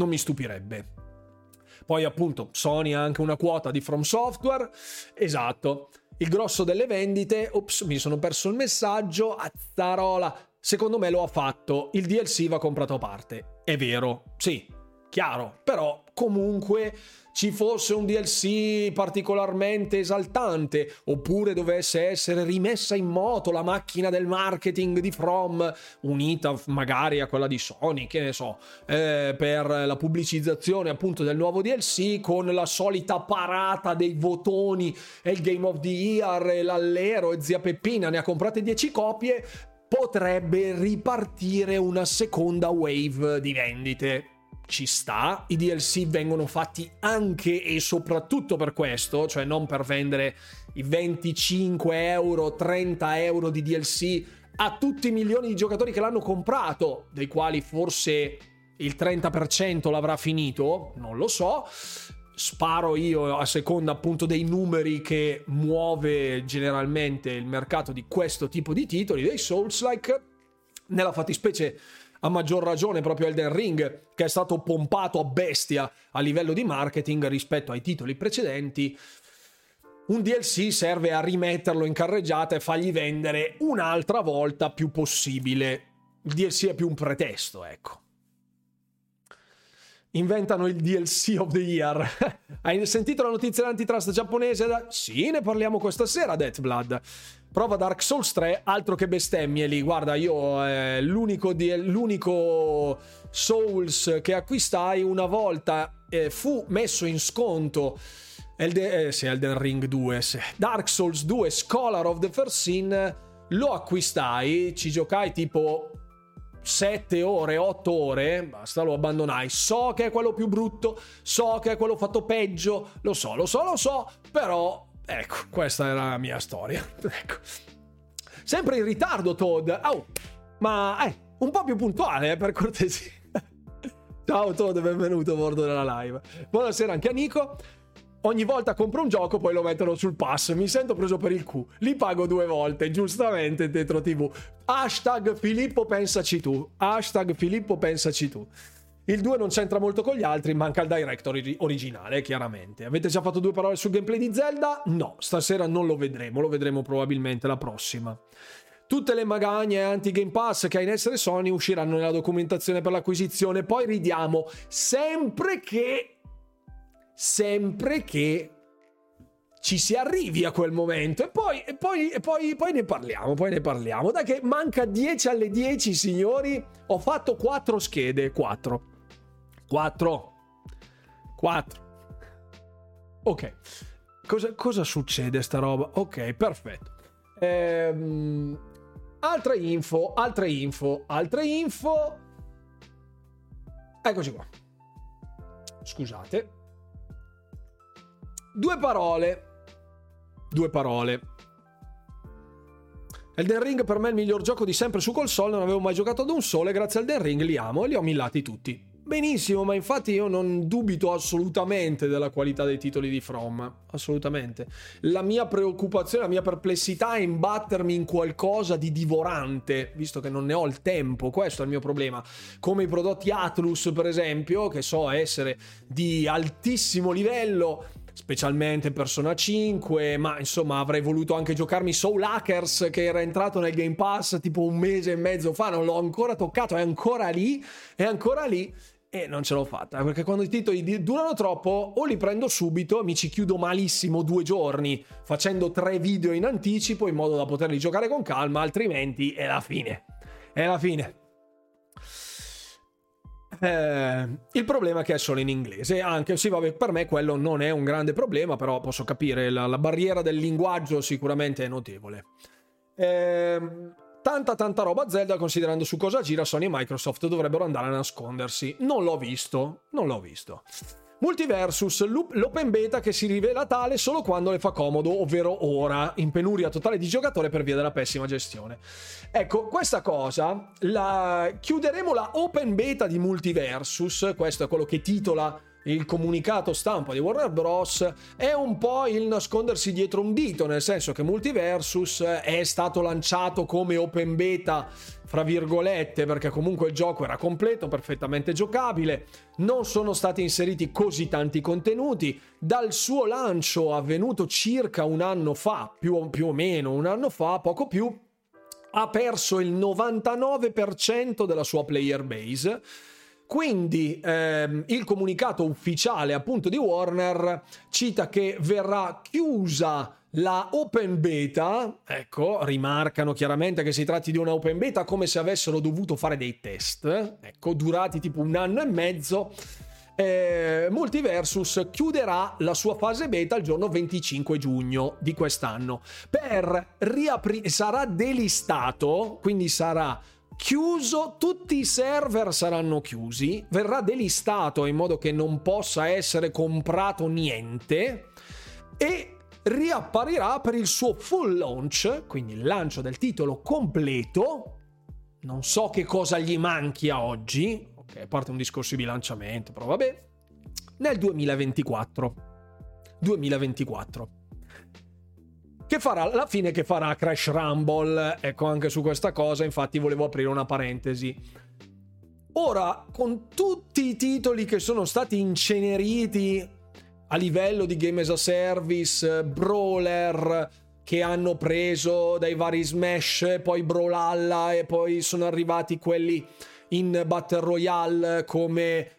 S1: Poi appunto Sony ha anche una quota di From Software, esatto, il grosso delle vendite, mi sono perso il messaggio, azzarola, secondo me lo ha fatto, il DLC va comprato a parte, è vero, sì, chiaro, però comunque ci fosse un DLC particolarmente esaltante, oppure dovesse essere rimessa in moto la macchina del marketing di From, unita magari a quella di Sony, che ne so, per la pubblicizzazione appunto del nuovo DLC, con la solita parata dei votoni e il Game of the Year e l'allero e zia Peppina ne ha comprate 10 copie, potrebbe ripartire una seconda wave di vendite. Ci sta, i DLC vengono fatti anche e soprattutto per questo, cioè non per vendere i 25 euro, 30 euro di DLC a tutti i milioni di giocatori che l'hanno comprato, dei quali forse il 30% l'avrà finito, non lo so, sparo io a seconda appunto dei numeri che muove generalmente il mercato di questo tipo di titoli, dei Souls-like, nella fattispecie a maggior ragione proprio Elden Ring, che è stato pompato a bestia a livello di marketing rispetto ai titoli precedenti. Un DLC serve a rimetterlo in carreggiata e fargli vendere un'altra volta più possibile. Il DLC è più un pretesto, ecco. Inventano il DLC of the Year. Hai sentito la notizia dell'antitrust giapponese? Sì, ne parliamo questa sera, Deathblood. Prova Dark Souls 3, altro che bestemmie lì. Guarda, io l'unico Souls che acquistai una volta fu messo in sconto Elden Ring 2, Dark Souls 2 Scholar of the First Sin, lo acquistai, ci giocai tipo 7 ore, 8 ore, basta, lo abbandonai. So che è quello più brutto, so che è quello fatto peggio, lo so, però ecco, questa era la mia storia. Ecco. Sempre in ritardo, Todd. Oh, ma un po' più puntuale, per cortesia. Ciao Todd, benvenuto a bordo della live. Buonasera anche a Nico. Ogni volta compro un gioco, poi lo mettono sul pass. Mi sento preso per il cu. Li pago 2 volte, giustamente, Tetro TV. Hashtag Filippo pensaci tu. Hashtag Filippo pensaci tu. Il 2 non c'entra molto con gli altri, manca il director originale, chiaramente. Avete già fatto 2 parole sul gameplay di Zelda? No, stasera non lo vedremo probabilmente la prossima. Tutte le magagne anti-Game Pass che ha in essere Sony usciranno nella documentazione per l'acquisizione, poi ridiamo, sempre che ci si arrivi a quel momento e poi ne parliamo. Dai che manca 10 alle 10, signori. Ho fatto 4 schede, 4. Ok. Cosa succede sta roba? Ok, perfetto. Altre info. Eccoci qua. Scusate. 2 parole. Elden Ring per me è il miglior gioco di sempre su console, non avevo mai giocato ad un solo e grazie a Elden Ring li amo e li ho millati tutti. Benissimo, ma infatti io non dubito assolutamente della qualità dei titoli di From, assolutamente. La mia preoccupazione, la mia perplessità è imbattermi in qualcosa di divorante, visto che non ne ho il tempo, questo è il mio problema. Come i prodotti Atlus, per esempio, che so essere di altissimo livello, specialmente Persona 5, ma insomma avrei voluto anche giocarmi Soul Hackers, che era entrato nel Game Pass tipo 1 mese e mezzo fa, non l'ho ancora toccato, è ancora lì e non ce l'ho fatta, perché quando i titoli durano troppo o li prendo subito e mi ci chiudo malissimo 2 giorni facendo 3 video in anticipo in modo da poterli giocare con calma, altrimenti è la fine. Il problema è che è solo in inglese, anche sì, vabbè, per me quello non è un grande problema, però posso capire la barriera del linguaggio sicuramente è notevole. Tanta roba Zelda, considerando su cosa gira Sony e Microsoft dovrebbero andare a nascondersi. Non l'ho visto. Multiversus, l'open beta che si rivela tale solo quando le fa comodo, ovvero ora, in penuria totale di giocatore per via della pessima gestione. Ecco, questa cosa, chiuderemo la open beta di Multiversus, questo è quello che titola il comunicato stampa di Warner Bros. È un po' il nascondersi dietro un dito, nel senso che Multiversus è stato lanciato come open beta, fra virgolette, perché comunque il gioco era completo, perfettamente giocabile, non sono stati inseriti così tanti contenuti. Dal suo lancio avvenuto circa un anno fa, più o meno un anno fa, poco più, ha perso il 99% della sua player base. Quindi il comunicato ufficiale appunto di Warner cita che verrà chiusa la open beta, ecco, rimarcano chiaramente che si tratti di una open beta come se avessero dovuto fare dei test, ecco, durati tipo un anno e mezzo. Multiversus chiuderà la sua fase beta il giorno 25 giugno di quest'anno per riaprire, sarà delistato, quindi sarà chiuso, tutti i server saranno chiusi, verrà delistato in modo che non possa essere comprato niente e riapparirà per il suo full launch, quindi il lancio del titolo completo. Non so che cosa gli manchi a oggi, ok, a parte un discorso di bilanciamento, però vabbè, nel 2024. Che farà alla fine, che farà Crash Rumble. Ecco, anche su questa cosa infatti volevo aprire una parentesi. Ora, con tutti i titoli che sono stati inceneriti a livello di Game as a Service, brawler che hanno preso dai vari Smash, poi Brawlhalla, e poi sono arrivati quelli in Battle Royale come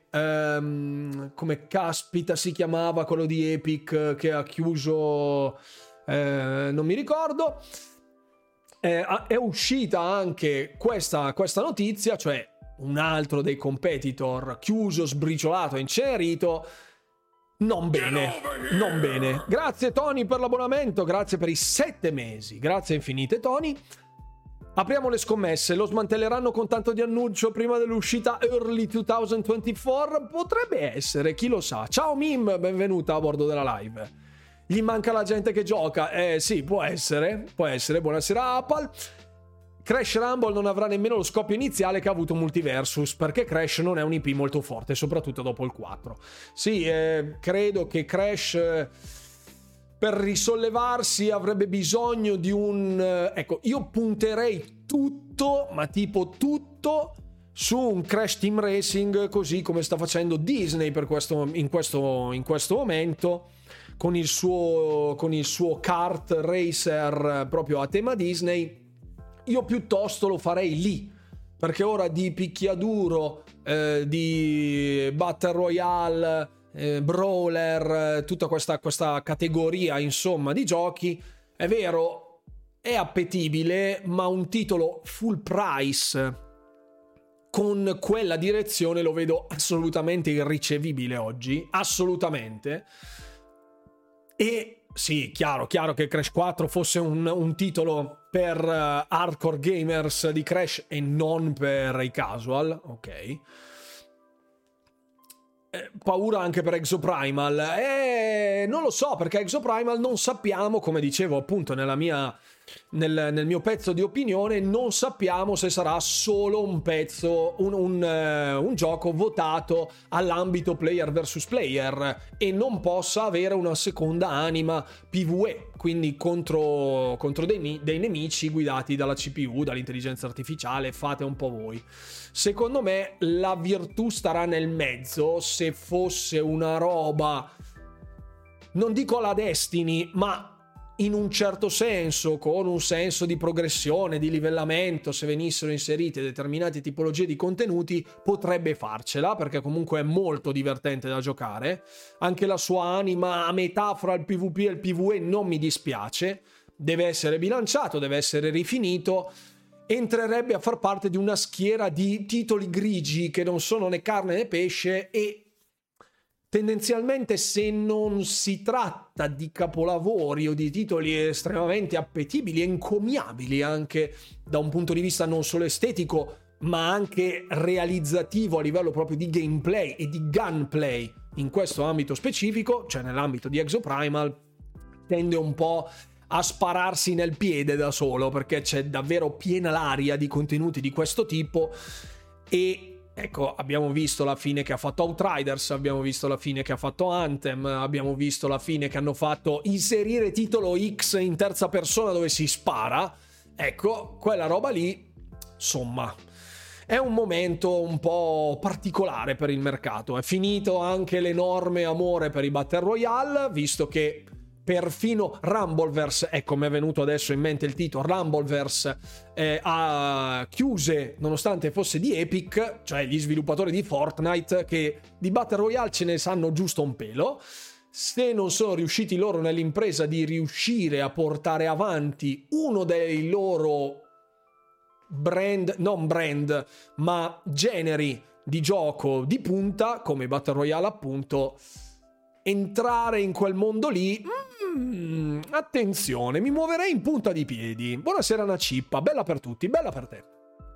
S1: caspita si chiamava quello di Epic che ha chiuso, non mi ricordo. È uscita anche questa notizia, cioè un altro dei competitor chiuso, sbriciolato, incenerito. Non bene. Grazie Tony per l'abbonamento, grazie per i 7 mesi, grazie infinite Tony. Apriamo le scommesse, lo smantelleranno con tanto di annuncio prima dell'uscita early 2024? Potrebbe essere, chi lo sa. Ciao Mim, benvenuta a bordo della live. Gli manca la gente che gioca? Sì, può essere, buonasera Apple. Crash Rumble non avrà nemmeno lo scoppio iniziale che ha avuto Multiversus, perché Crash non è un IP molto forte, soprattutto dopo il 4. Sì, credo che Crash per risollevarsi avrebbe bisogno di un... ecco, io punterei tutto, ma tipo tutto, su un Crash Team Racing, così come sta facendo Disney in questo momento, con il suo kart racer proprio a tema Disney. Io piuttosto lo farei lì, perché ora di picchiaduro, di Battle Royale, brawler, tutta questa categoria insomma di giochi, è vero, è appetibile, ma un titolo full price con quella direzione lo vedo assolutamente irricevibile oggi, assolutamente. E sì, chiaro che Crash 4 fosse un titolo per hardcore gamers di Crash e non per i casual, ok. Paura anche per Exoprimal, non lo so, perché Exoprimal non sappiamo, come dicevo appunto nel mio pezzo di opinione, non sappiamo se sarà solo un pezzo, un gioco votato all'ambito player versus player e non possa avere una seconda anima PvE, quindi contro dei nemici guidati dalla CPU, dall'intelligenza artificiale. Fate un po' voi. Secondo me la virtù starà nel mezzo. Se fosse una roba, non dico alla Destiny, ma in un certo senso, con un senso di progressione, di livellamento, se venissero inserite determinate tipologie di contenuti, potrebbe farcela, perché comunque è molto divertente da giocare. Anche la sua anima a metà fra il PvP e il PvE non mi dispiace. Deve essere bilanciato, deve essere rifinito. Entrerebbe a far parte di una schiera di titoli grigi che non sono né carne né pesce, e tendenzialmente, se non si tratta di capolavori o di titoli estremamente appetibili e encomiabili anche da un punto di vista non solo estetico ma anche realizzativo a livello proprio di gameplay e di gunplay, in questo ambito specifico, cioè nell'ambito di Exoprimal, tende un po' a spararsi nel piede da solo, perché c'è davvero piena l'aria di contenuti di questo tipo. E ecco, abbiamo visto la fine che ha fatto Outriders, abbiamo visto la fine che ha fatto Anthem, abbiamo visto la fine che hanno fatto inserire titolo X in terza persona dove si spara. Ecco, quella roba lì, insomma, è un momento un po' particolare per il mercato. È finito anche l'enorme amore per i Battle Royale, visto che perfino Rumbleverse, ecco, mi è venuto adesso in mente il titolo, Rumbleverse ha chiuse, nonostante fosse di Epic, cioè gli sviluppatori di Fortnite, che di Battle Royale ce ne sanno giusto un pelo. Se non sono riusciti loro nell'impresa di riuscire a portare avanti uno dei loro non brand, ma generi di gioco di punta, come Battle Royale appunto, entrare in quel mondo lì, attenzione, mi muoverei in punta di piedi. Buonasera Nacippa, bella per tutti, bella per te.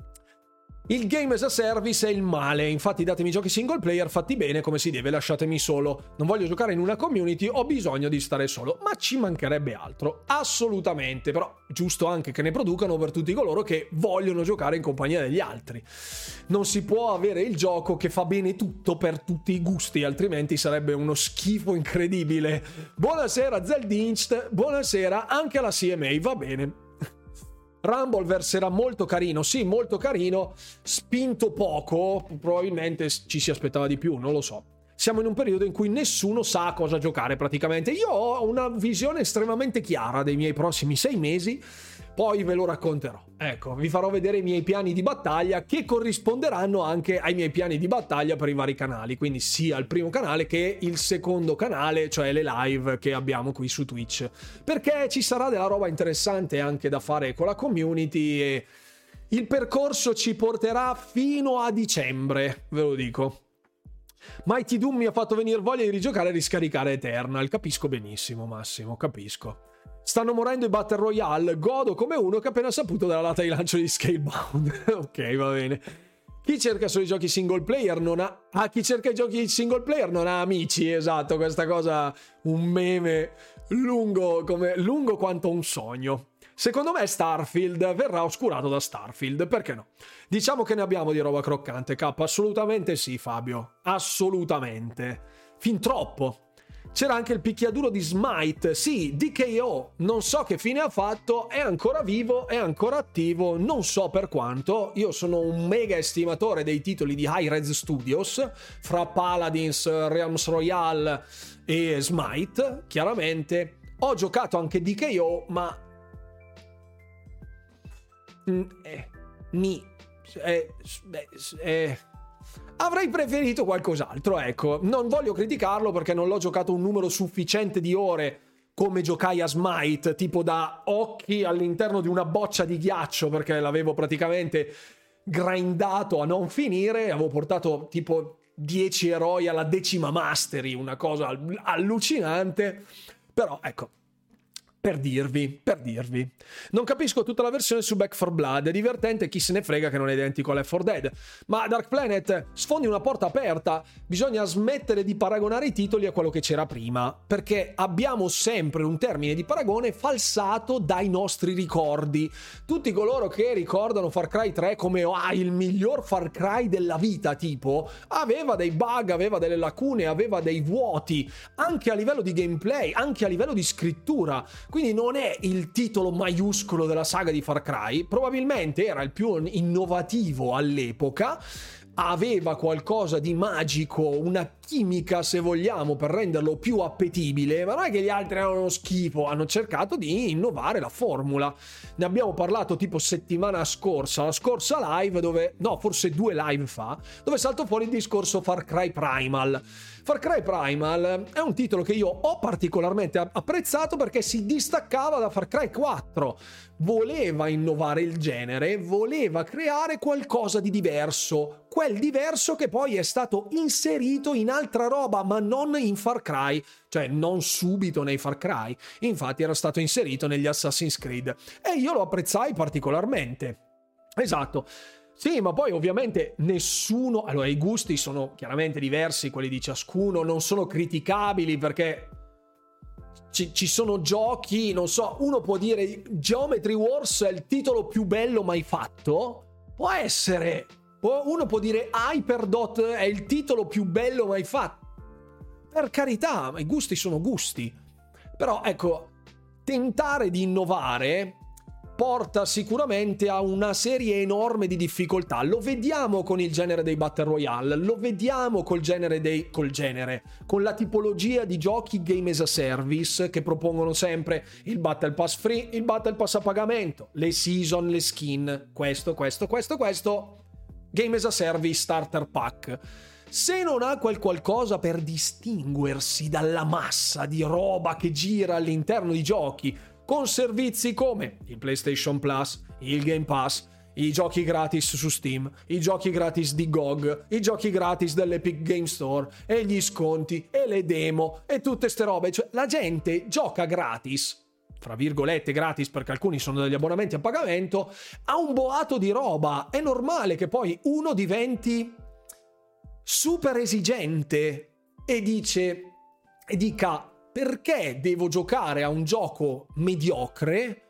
S1: Il game as a service è il male, infatti datemi giochi single player fatti bene come si deve, lasciatemi solo. Non voglio giocare in una community, ho bisogno di stare solo, ma ci mancherebbe altro, assolutamente, però giusto anche che ne producano per tutti coloro che vogliono giocare in compagnia degli altri. Non si può avere il gioco che fa bene tutto per tutti i gusti, altrimenti sarebbe uno schifo incredibile. Buonasera Zeldinst, buonasera anche alla CMA, va bene. Rumbleverse era molto carino, sì, molto carino, spinto poco, probabilmente ci si aspettava di più, non lo so. Siamo in un periodo in cui nessuno sa cosa giocare praticamente. Io ho una visione estremamente chiara dei miei prossimi 6 mesi, poi ve lo racconterò. Ecco, vi farò vedere i miei piani di battaglia che corrisponderanno anche ai miei piani di battaglia per i vari canali, quindi sia il primo canale che il secondo canale, cioè le live che abbiamo qui su Twitch, perché ci sarà della roba interessante anche da fare con la community e il percorso ci porterà fino a dicembre, ve lo dico. Mighty Doom mi ha fatto venire voglia di rigiocare e riscaricare Eternal, capisco benissimo Massimo, capisco. Stanno morendo i Battle Royale, godo come uno che ha appena saputo della data di lancio di Scalebound. Ok, va bene. Chi cerca solo i giochi single player non ha... chi cerca i giochi single player non ha amici, esatto, questa cosa, un meme lungo quanto un sogno. Secondo me Starfield verrà oscurato da Starfield, perché no? Diciamo che ne abbiamo di roba croccante, K, assolutamente sì Fabio, assolutamente. Fin troppo. C'era anche il picchiaduro di Smite, sì, DKO, non so che fine ha fatto, è ancora vivo, è ancora attivo, non so per quanto. Io sono un mega estimatore dei titoli di Hi-Rez Studios, fra Paladins, Realms Royale e Smite, chiaramente. Ho giocato anche DKO, ma... avrei preferito qualcos'altro, ecco. Non voglio criticarlo perché non l'ho giocato un numero sufficiente di ore come giocai a Smite, tipo da occhi all'interno di una boccia di ghiaccio, perché l'avevo praticamente grindato a non finire, avevo portato tipo 10 eroi alla 10ª mastery, una cosa allucinante, però ecco. Per dirvi. Non capisco tutta la versione su Back 4 Blood, è divertente, chi se ne frega che non è identico a Left 4 Dead. Ma Dark Planet, sfondi una porta aperta, bisogna smettere di paragonare i titoli a quello che c'era prima, perché abbiamo sempre un termine di paragone falsato dai nostri ricordi. Tutti coloro che ricordano Far Cry 3 come il miglior Far Cry della vita, tipo, aveva dei bug, aveva delle lacune, aveva dei vuoti, anche a livello di gameplay, anche a livello di scrittura. Quindi non è il titolo maiuscolo della saga di Far Cry, probabilmente era il più innovativo all'epoca, aveva qualcosa di magico, una chimica se vogliamo per renderlo più appetibile, ma non è che gli altri erano uno schifo, hanno cercato di innovare la formula. Ne abbiamo parlato tipo settimana scorsa, la scorsa live dove, no, forse 2 live fa, dove saltò fuori il discorso Far Cry Primal. Far Cry Primal è un titolo che io ho particolarmente apprezzato perché si distaccava da Far Cry 4, voleva innovare il genere, voleva creare qualcosa di diverso, quel diverso che poi è stato inserito in altra roba, ma non in Far Cry, cioè non subito nei Far Cry, infatti era stato inserito negli Assassin's Creed e io lo apprezzai particolarmente. Esatto. Sì, ma poi ovviamente nessuno... Allora, i gusti sono chiaramente diversi, quelli di ciascuno, non sono criticabili perché ci sono giochi, non so, uno può dire Geometry Wars è il titolo più bello mai fatto, può essere. Uno può dire Hyperdot è il titolo più bello mai fatto. Per carità, ma i gusti sono gusti. Però, ecco, tentare di innovare porta sicuramente a una serie enorme di difficoltà. Lo vediamo con il genere dei Battle Royale, lo vediamo con la tipologia di giochi Game as a Service che propongono sempre il Battle Pass free, il Battle Pass a pagamento, le season, le skin, questo, Game as a Service Starter Pack. Se non ha qualcosa per distinguersi dalla massa di roba che gira all'interno di giochi, con servizi come il PlayStation Plus, il Game Pass, i giochi gratis su Steam, i giochi gratis di GOG, i giochi gratis dell'Epic Game Store e gli sconti e le demo e tutte ste robe, cioè la gente gioca gratis, fra virgolette gratis perché alcuni sono degli abbonamenti a pagamento, a un boato di roba. È normale che poi uno diventi super esigente e dica perché devo giocare a un gioco mediocre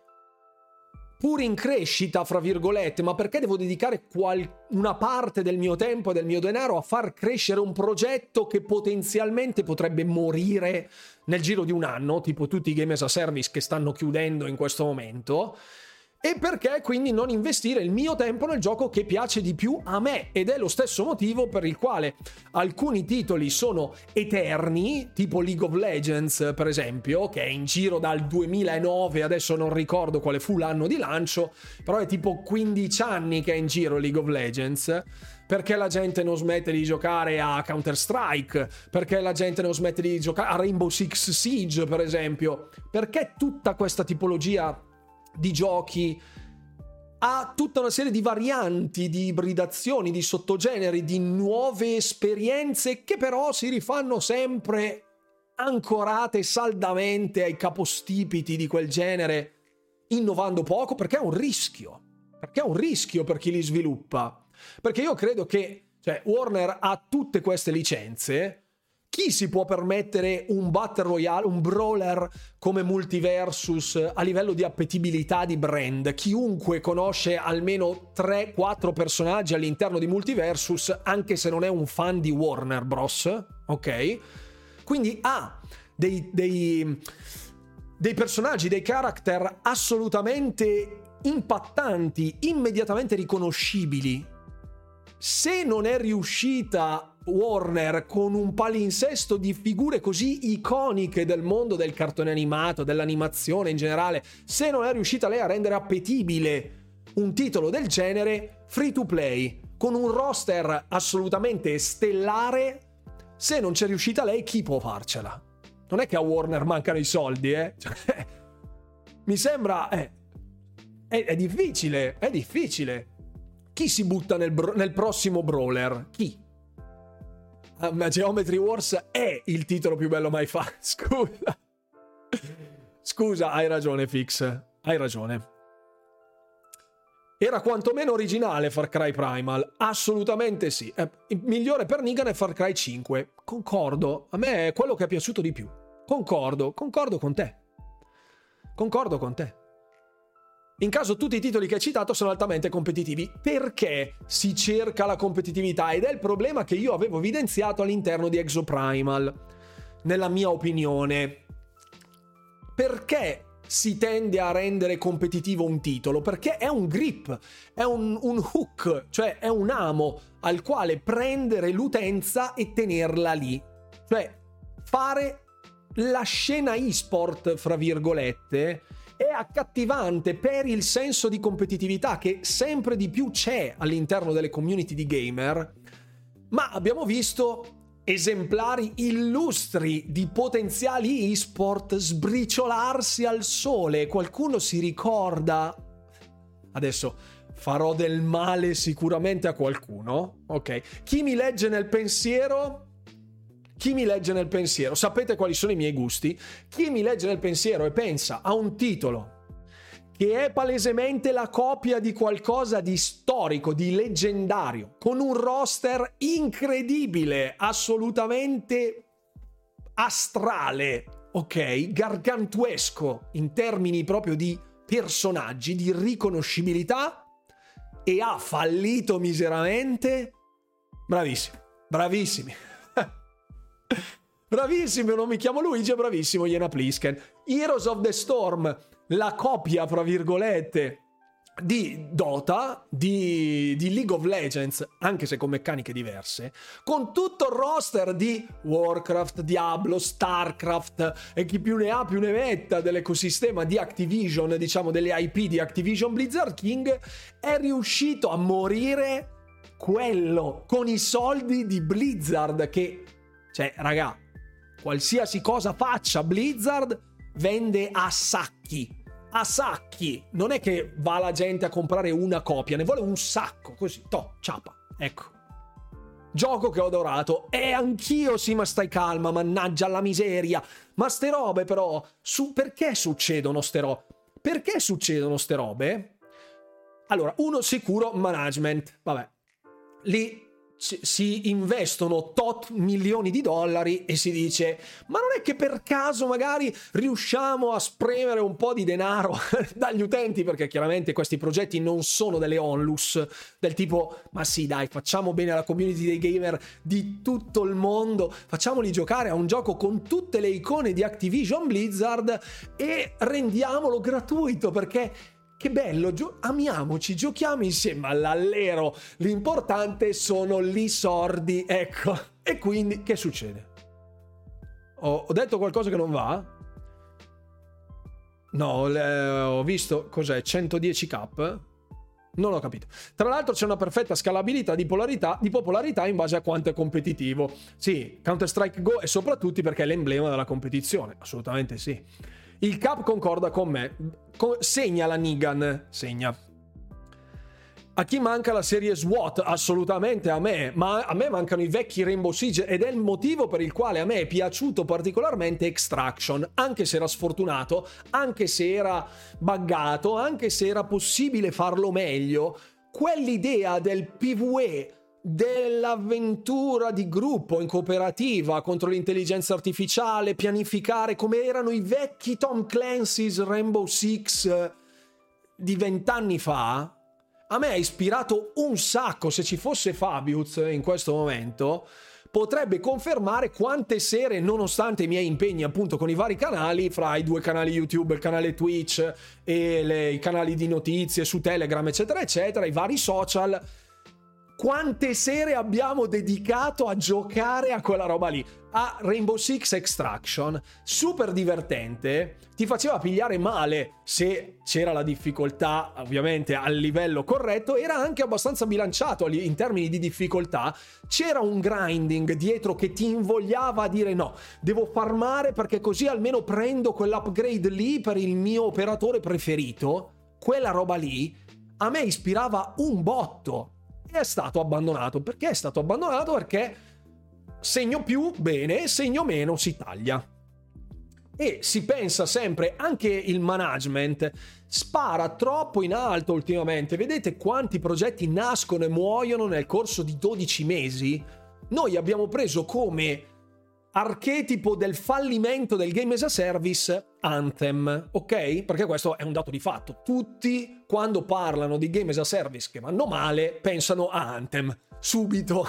S1: pur in crescita fra virgolette, ma perché devo dedicare una parte del mio tempo e del mio denaro a far crescere un progetto che potenzialmente potrebbe morire nel giro di un anno, tipo tutti i Game as a Service che stanno chiudendo in questo momento. E perché quindi non investire il mio tempo nel gioco che piace di più a me? Ed è lo stesso motivo per il quale alcuni titoli sono eterni, tipo League of Legends per esempio, che è in giro dal 2009, adesso non ricordo quale fu l'anno di lancio, però è tipo 15 anni che è in giro League of Legends, perché la gente non smette di giocare a Counter-Strike, perché la gente non smette di giocare a Rainbow Six Siege per esempio, perché tutta questa tipologia di giochi ha tutta una serie di varianti, di ibridazioni, di sottogeneri, di nuove esperienze che però si rifanno sempre ancorate saldamente ai capostipiti di quel genere, innovando poco, perché è un rischio per chi li sviluppa. Perché io credo che, cioè, Warner ha tutte queste licenze. Chi si può permettere un Battle Royale, un brawler come Multiversus a livello di appetibilità di brand? Chiunque conosce almeno 3-4 personaggi all'interno di Multiversus, anche se non è un fan di Warner Bros. Ok? Quindi ha dei personaggi, dei character assolutamente impattanti, immediatamente riconoscibili. Se non è riuscita Warner con un palinsesto di figure così iconiche del mondo del cartone animato, dell'animazione in generale, se non è riuscita lei a rendere appetibile un titolo del genere, free to play, con un roster assolutamente stellare, se non c'è riuscita lei, chi può farcela? Non è che a Warner mancano i soldi, Cioè, mi sembra... È difficile. Chi si butta nel prossimo brawler? Chi? Geometry Wars è il titolo più bello mai fatto. Scusa, hai ragione Fix, hai ragione. Era quantomeno originale Far Cry Primal, assolutamente sì. Il migliore per Negan è Far Cry 5. Concordo, a me è quello che è piaciuto di più. Concordo con te. In caso tutti i titoli che hai citato sono altamente competitivi. Perché si cerca la competitività? Ed è il problema che io avevo evidenziato all'interno di Exoprimal, nella mia opinione. Perché si tende a rendere competitivo un titolo? Perché è un grip, è un hook, cioè è un amo al quale prendere l'utenza e tenerla lì. Cioè fare la scena e-sport, fra virgolette, è accattivante per il senso di competitività che sempre di più c'è all'interno delle community di gamer, ma abbiamo visto esemplari illustri di potenziali e-sport sbriciolarsi al sole. Qualcuno si ricorda? Adesso farò del male sicuramente a qualcuno, ok? Chi mi legge nel pensiero, sapete quali sono i miei gusti? Chi mi legge nel pensiero e pensa a un titolo che è palesemente la copia di qualcosa di storico, di leggendario, con un roster incredibile, assolutamente astrale, ok? Gargantuesco in termini proprio di personaggi, di riconoscibilità, e ha fallito miseramente. Bravissimi. Bravissimo, non mi chiamo Luigi, è bravissimo Jena Plisken. Heroes of the Storm, la copia, fra virgolette, di Dota, di League of Legends, anche se con meccaniche diverse, con tutto il roster di Warcraft, Diablo, Starcraft e chi più ne ha più ne metta dell'ecosistema di Activision, diciamo delle IP di Activision Blizzard King, è riuscito a morire quello con i soldi di Blizzard, che, cioè, raga, qualsiasi cosa faccia Blizzard vende a sacchi, non è che va la gente a comprare una copia, ne vuole un sacco, così, ciapa, ecco. Gioco che ho adorato, e anch'io, sì, ma stai calma, mannaggia la miseria. Ma ste robe però, perché succedono ste robe? Perché succedono ste robe? Allora, uno sicuro, management, vabbè, lì si investono tot milioni di dollari e si dice: ma non è che per caso magari riusciamo a spremere un po' di denaro dagli utenti, perché chiaramente questi progetti non sono delle onlus del tipo: ma sì dai, facciamo bene alla community dei gamer di tutto il mondo, facciamoli giocare a un gioco con tutte le icone di Activision Blizzard e rendiamolo gratuito, perché che bello, amiamoci, giochiamo insieme all'allero, l'importante sono i sordi, ecco. E quindi che succede? Ho detto qualcosa che non va? No, ho visto, cos'è, 110k? Non ho capito. Tra l'altro c'è una perfetta scalabilità di popolarità in base a quanto è competitivo. Sì, Counter-Strike Go, e soprattutto perché è l'emblema della competizione, assolutamente sì. Il Cap concorda con me. Segna la Nigan, segna. A chi manca la serie SWAT? Assolutamente a me, ma a me mancano i vecchi Rainbow Siege, ed è il motivo per il quale a me è piaciuto particolarmente Extraction, anche se era sfortunato, anche se era buggato, anche se era possibile farlo meglio. Quell'idea del PvE, dell'avventura di gruppo in cooperativa contro l'intelligenza artificiale, pianificare come erano i vecchi Tom Clancy's Rainbow Six di 20 anni fa, a me ha ispirato un sacco. Se ci fosse Fabius in questo momento potrebbe confermare quante sere, nonostante i miei impegni appunto con i vari canali, fra i 2 canali YouTube, il canale Twitch e i canali di notizie su Telegram eccetera eccetera, i vari social, quante sere abbiamo dedicato a giocare a quella roba lì, a Rainbow Six Extraction. Super divertente, ti faceva pigliare male se c'era la difficoltà ovviamente al livello corretto, era anche abbastanza bilanciato in termini di difficoltà, c'era un grinding dietro che ti invogliava a dire: no, devo farmare perché così almeno prendo quell'upgrade lì per il mio operatore preferito. Quella roba lì a me ispirava un botto. È stato abbandonato. Perché è stato abbandonato? Perché segno più bene, segno meno si taglia. E si pensa sempre, anche il management spara troppo in alto ultimamente. Vedete quanti progetti nascono e muoiono nel corso di 12 mesi? Noi abbiamo preso come archetipo del fallimento del game as a service Anthem, ok? Perché questo è un dato di fatto. Tutti, quando parlano di game as a service che vanno male, pensano a Anthem. Subito.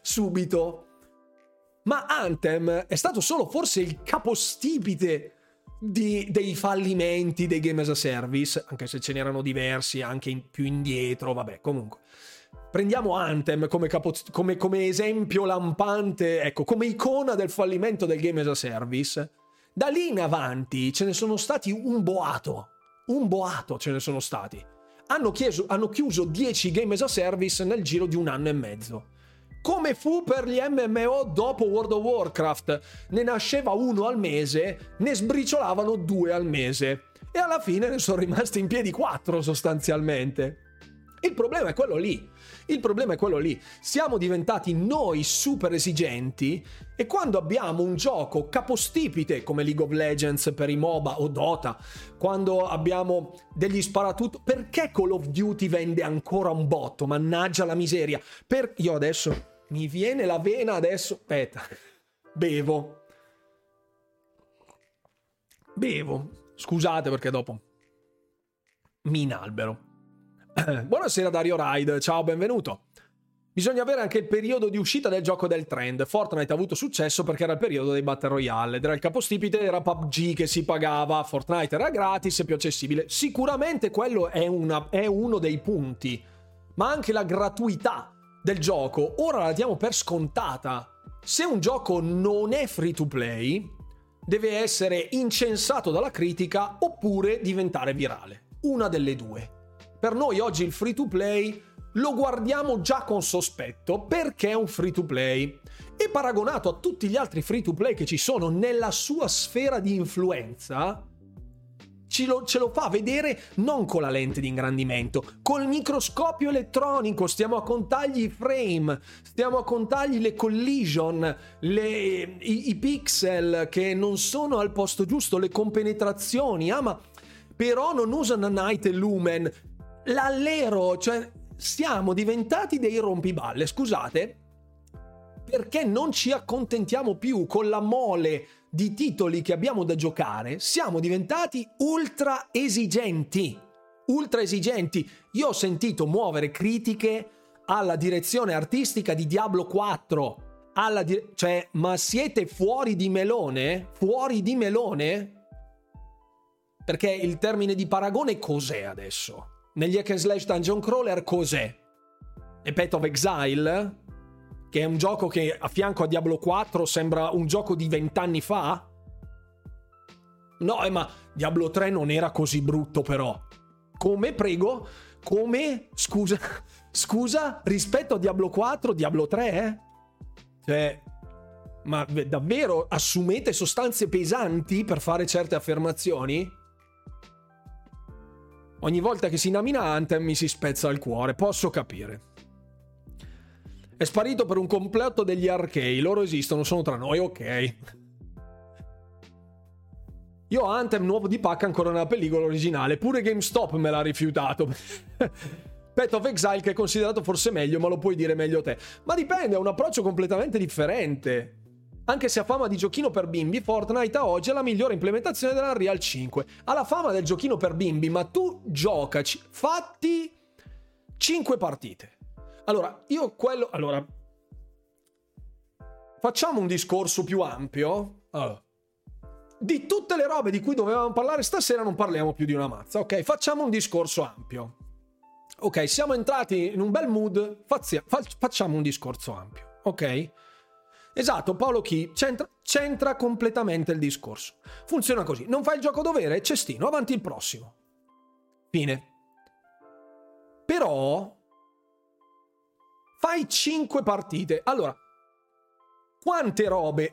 S1: Ma Anthem è stato solo forse il capostipite dei fallimenti dei game as a service, anche se ce n'erano diversi anche più indietro, vabbè, comunque. Prendiamo Anthem come esempio lampante, ecco, come icona del fallimento del game as a service. Da lì in avanti ce ne sono stati un boato ce ne sono stati. Hanno chiuso 10 game as a service nel giro di 1 anno e mezzo. Come fu per gli MMO dopo World of Warcraft. Ne nasceva 1 al mese, ne sbriciolavano 2 al mese. E alla fine ne sono rimasti in piedi 4 sostanzialmente. Il problema è quello lì. Il problema è quello lì. Siamo diventati noi super esigenti e quando abbiamo un gioco capostipite come League of Legends per i MOBA o Dota, quando abbiamo degli sparatutto, perché Call of Duty vende ancora un botto? Mannaggia la miseria. Io adesso mi viene la vena adesso. Aspetta. Bevo. Scusate perché dopo mi inalbero. Buonasera Dario Ride, ciao, benvenuto. Bisogna avere anche il periodo di uscita del gioco del trend. Fortnite ha avuto successo perché era il periodo dei Battle Royale. Era il capostipite, era PUBG che si pagava, Fortnite era gratis e più accessibile. Sicuramente quello è uno dei punti. Ma anche la gratuità del gioco, ora la diamo per scontata. Se un gioco non è free to play, deve essere incensato dalla critica oppure diventare virale. Una delle due. Per noi oggi il free to play lo guardiamo già con sospetto perché è un free to play e paragonato a tutti gli altri free to play che ci sono nella sua sfera di influenza ce lo fa vedere non con la lente di ingrandimento, col microscopio elettronico. Stiamo a contargli i frame, stiamo a contargli le collision, i pixel che non sono al posto giusto, le compenetrazioni. Ma però non usano Night e Lumen, l'allero, cioè siamo diventati dei rompiballe, scusate, perché non ci accontentiamo più con la mole di titoli che abbiamo da giocare, siamo diventati ultra esigenti. Io ho sentito muovere critiche alla direzione artistica di Diablo 4, cioè, ma siete fuori di melone? Perché il termine di paragone cos'è adesso? Negli hack and slash dungeon crawler cos'è? È Path of Exile? Che è un gioco che a fianco a Diablo 4 sembra un gioco di 20 anni fa? No, ma Diablo 3 non era così brutto però. Come, prego? Come? Scusa? Rispetto a Diablo 4, Diablo 3? Cioè, ma davvero assumete sostanze pesanti per fare certe affermazioni? Ogni volta che si nomina Anthem mi si spezza il cuore, posso capire. È sparito per un complotto degli arcade, loro esistono, sono tra noi, ok. Io Anthem nuovo di pacca ancora nella pellicola originale, pure GameStop me l'ha rifiutato. Path of Exile che è considerato forse meglio, ma lo puoi dire meglio te. Ma dipende, è un approccio completamente differente. Anche se ha fama di giochino per bimbi, Fortnite a oggi è la migliore implementazione della Unreal 5. Ha la fama del giochino per bimbi, ma tu giocaci, fatti 5 partite. Allora, facciamo un discorso più ampio. Allora, di tutte le robe di cui dovevamo parlare stasera non parliamo più di una mazza, ok? Facciamo un discorso ampio. Ok, siamo entrati in un bel mood, facciamo un discorso ampio, ok? Esatto, Paolo Chi c'entra completamente il discorso. Funziona così, non fai il gioco dovere, cestino, avanti il prossimo. Fine. Però fai 5 partite. Allora, quante robe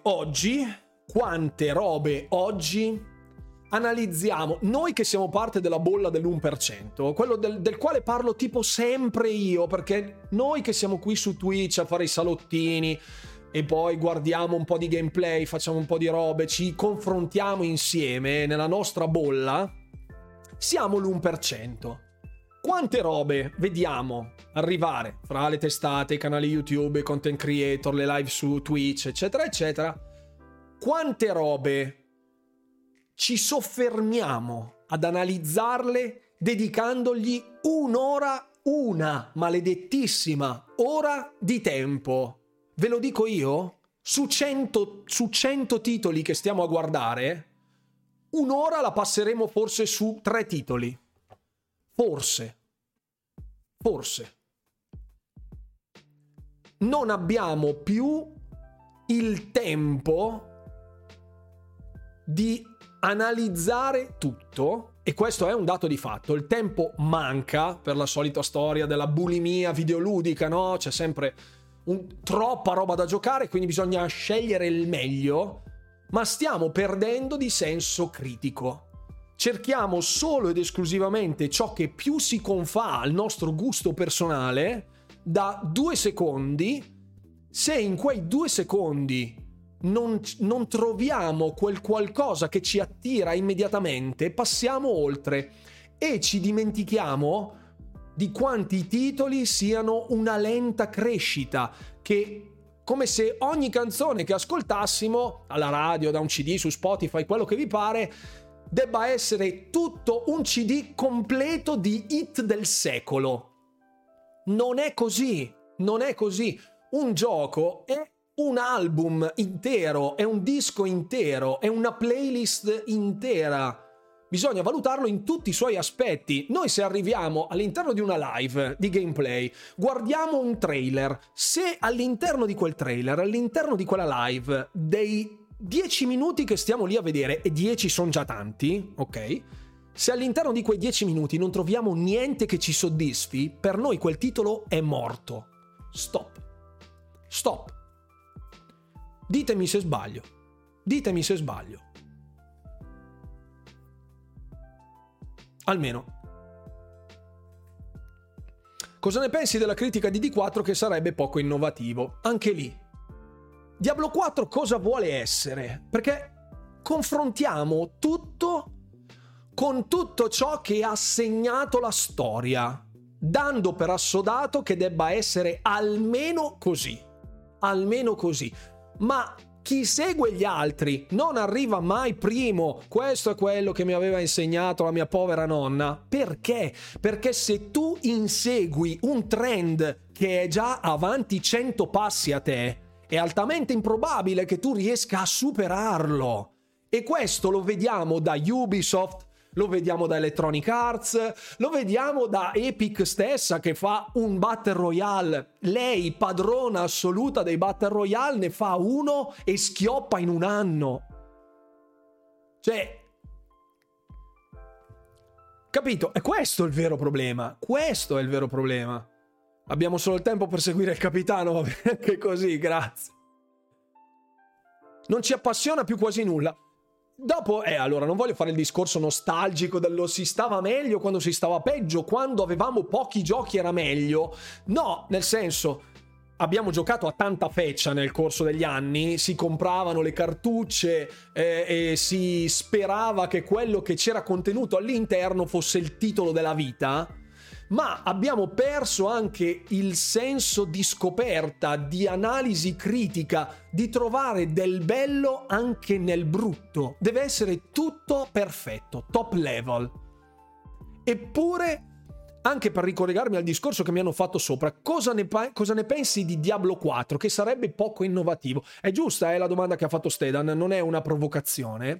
S1: oggi analizziamo, noi che siamo parte della bolla dell'1%, quello del quale parlo tipo sempre io, perché noi che siamo qui su Twitch a fare i salottini e poi guardiamo un po' di gameplay, facciamo un po' di robe, ci confrontiamo insieme nella nostra bolla, siamo l'1%. Quante robe vediamo arrivare fra le testate, i canali YouTube, i content creator, le live su Twitch, eccetera, eccetera? Quante robe ci soffermiamo ad analizzarle dedicandogli una maledettissima ora di tempo? Ve lo dico io? Su 100 titoli che stiamo a guardare, un'ora la passeremo forse su 3 titoli. Forse. Non abbiamo più il tempo di analizzare tutto, e questo è un dato di fatto. Il tempo manca per la solita storia della bulimia videoludica, no? C'è sempre troppa roba da giocare, quindi bisogna scegliere il meglio, ma stiamo perdendo di senso critico. cerchiamo solo ed esclusivamente ciò che più si confà al nostro gusto personale da 2 secondi. Se in quei 2 secondi non troviamo quel qualcosa che ci attira immediatamente, passiamo oltre e ci dimentichiamo di quanti i titoli siano una lenta crescita, che come se ogni canzone che ascoltassimo alla radio, da un CD, su Spotify, quello che vi pare, debba essere tutto un CD completo di hit del secolo. Non è così, non è così. Un gioco è un album intero, è un disco intero, è una playlist intera. Bisogna valutarlo in tutti i suoi aspetti. Noi, se arriviamo all'interno di una live di gameplay, guardiamo un trailer, se all'interno di quel trailer, all'interno di quella live, dei 10 minuti che stiamo lì a vedere, e 10 sono già tanti, ok? Se all'interno di quei 10 minuti non troviamo niente che ci soddisfi, per noi quel titolo è morto. Stop. Ditemi se sbaglio. Almeno. Cosa ne pensi della critica di D4 che sarebbe poco innovativo? Anche lì. Diablo 4 cosa vuole essere? Perché confrontiamo tutto con tutto ciò che ha segnato la storia, dando per assodato che debba essere almeno così. Ma chi segue gli altri non arriva mai primo. Questo è quello che mi aveva insegnato la mia povera nonna. Perché? Perché se tu insegui un trend che è già avanti 100 passi a te, è altamente improbabile che tu riesca a superarlo. E questo lo vediamo da Ubisoft, lo vediamo da Electronic Arts, lo vediamo da Epic stessa, che fa un Battle Royale. Lei, padrona assoluta dei Battle Royale, ne fa uno e schioppa in un anno. Cioè, capito? E questo è il vero problema. Abbiamo solo il tempo per seguire il capitano, va bene anche così, grazie. Non ci appassiona più quasi nulla. Dopo, allora, non voglio fare il discorso nostalgico dello si stava meglio quando si stava peggio, quando avevamo pochi giochi era meglio. No, nel senso, abbiamo giocato a tanta feccia nel corso degli anni, si compravano le cartucce e si sperava che quello che c'era contenuto all'interno fosse il titolo della vita, ma abbiamo perso anche il senso di scoperta, di analisi critica, di trovare del bello anche nel brutto. Deve essere tutto perfetto, top level. Eppure, anche per ricollegarmi al discorso che mi hanno fatto sopra, cosa ne pensi di Diablo 4, che sarebbe poco innovativo? È giusta, la domanda che ha fatto Stedan, non è una provocazione,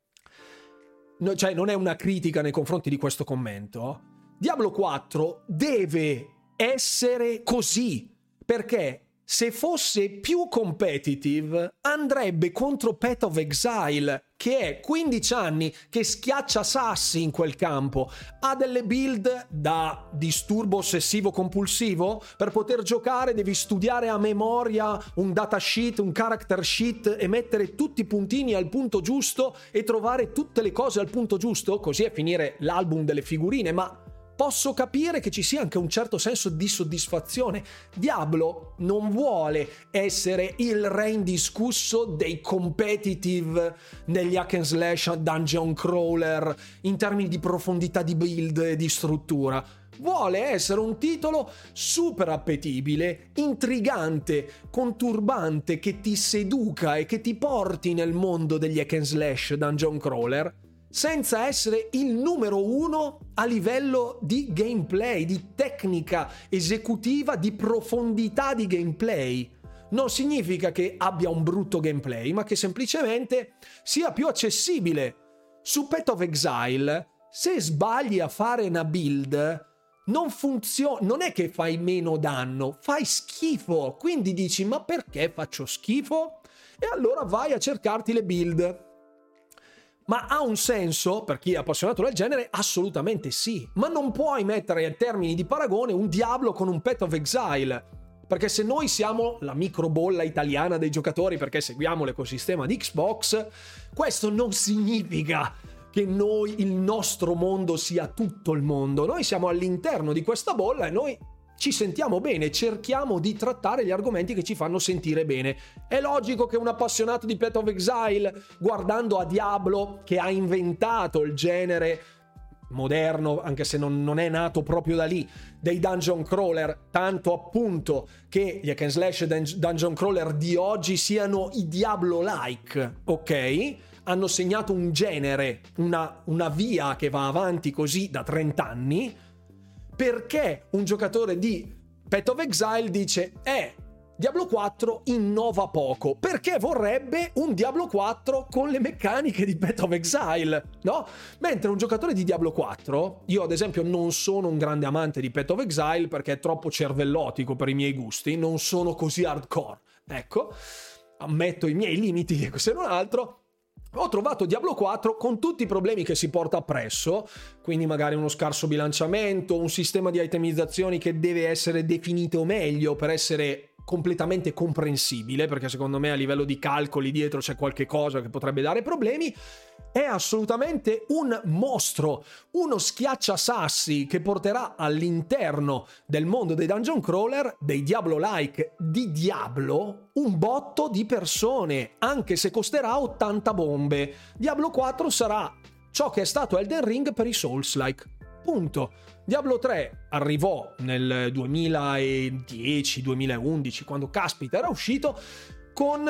S1: cioè non è una critica nei confronti di questo commento. Diablo 4 deve essere così, perché se fosse più competitive andrebbe contro Path of Exile, che è 15 anni che schiaccia sassi in quel campo, ha delle build da disturbo ossessivo compulsivo. Per poter giocare devi studiare a memoria un datasheet, un character sheet e mettere tutti i puntini al punto giusto e trovare tutte le cose al punto giusto, così è finire l'album delle figurine. Ma posso capire che ci sia anche un certo senso di soddisfazione. Diablo non vuole essere il re indiscusso dei competitive negli hack and slash dungeon crawler in termini di profondità di build e di struttura. Vuole essere un titolo super appetibile, intrigante, conturbante, che ti seduca e che ti porti nel mondo degli hack and slash dungeon crawler, senza essere il numero uno a livello di gameplay, di tecnica esecutiva, di profondità di gameplay. Non significa che abbia un brutto gameplay, ma che semplicemente sia più accessibile. Su Path of Exile, se sbagli a fare una build, non funziona, non è che fai meno danno, fai schifo. Quindi dici, ma perché faccio schifo? E allora vai a cercarti le build. Ma ha un senso per chi è appassionato del genere? Assolutamente sì, ma non puoi mettere a termini di paragone un Diablo con un Path of Exile, perché se noi siamo la microbolla italiana dei giocatori perché seguiamo l'ecosistema di Xbox, questo non significa che il nostro mondo sia tutto il mondo. Noi siamo all'interno di questa bolla e noi ci sentiamo bene, cerchiamo di trattare gli argomenti che ci fanno sentire bene. È logico che un appassionato di Path of Exile, guardando a Diablo, che ha inventato il genere moderno, anche se non è nato proprio da lì, dei dungeon crawler, tanto appunto che gli hack and slash dungeon crawler di oggi siano i Diablo-like, ok? Hanno segnato un genere, una via che va avanti così da 30 anni. Perché un giocatore di Path of Exile dice Diablo 4 innova poco, perché vorrebbe un Diablo 4 con le meccaniche di Path of Exile, no? Mentre un giocatore di Diablo 4, io ad esempio non sono un grande amante di Path of Exile perché è troppo cervellotico per i miei gusti, non sono così hardcore, ecco, ammetto i miei limiti se non altro. Ho trovato Diablo 4 con tutti i problemi che si porta appresso, quindi magari uno scarso bilanciamento, un sistema di itemizzazioni che deve essere definito meglio per essere completamente comprensibile, perché secondo me a livello di calcoli dietro c'è qualche cosa che potrebbe dare problemi. È assolutamente un mostro, uno schiacciasassi che porterà all'interno del mondo dei dungeon crawler, dei Diablo-like di Diablo, un botto di persone, anche se costerà 80 bombe. Diablo 4 sarà ciò che è stato Elden Ring per i Souls-like. Punto. Diablo 3 arrivò nel 2010-2011, quando caspita era uscito, con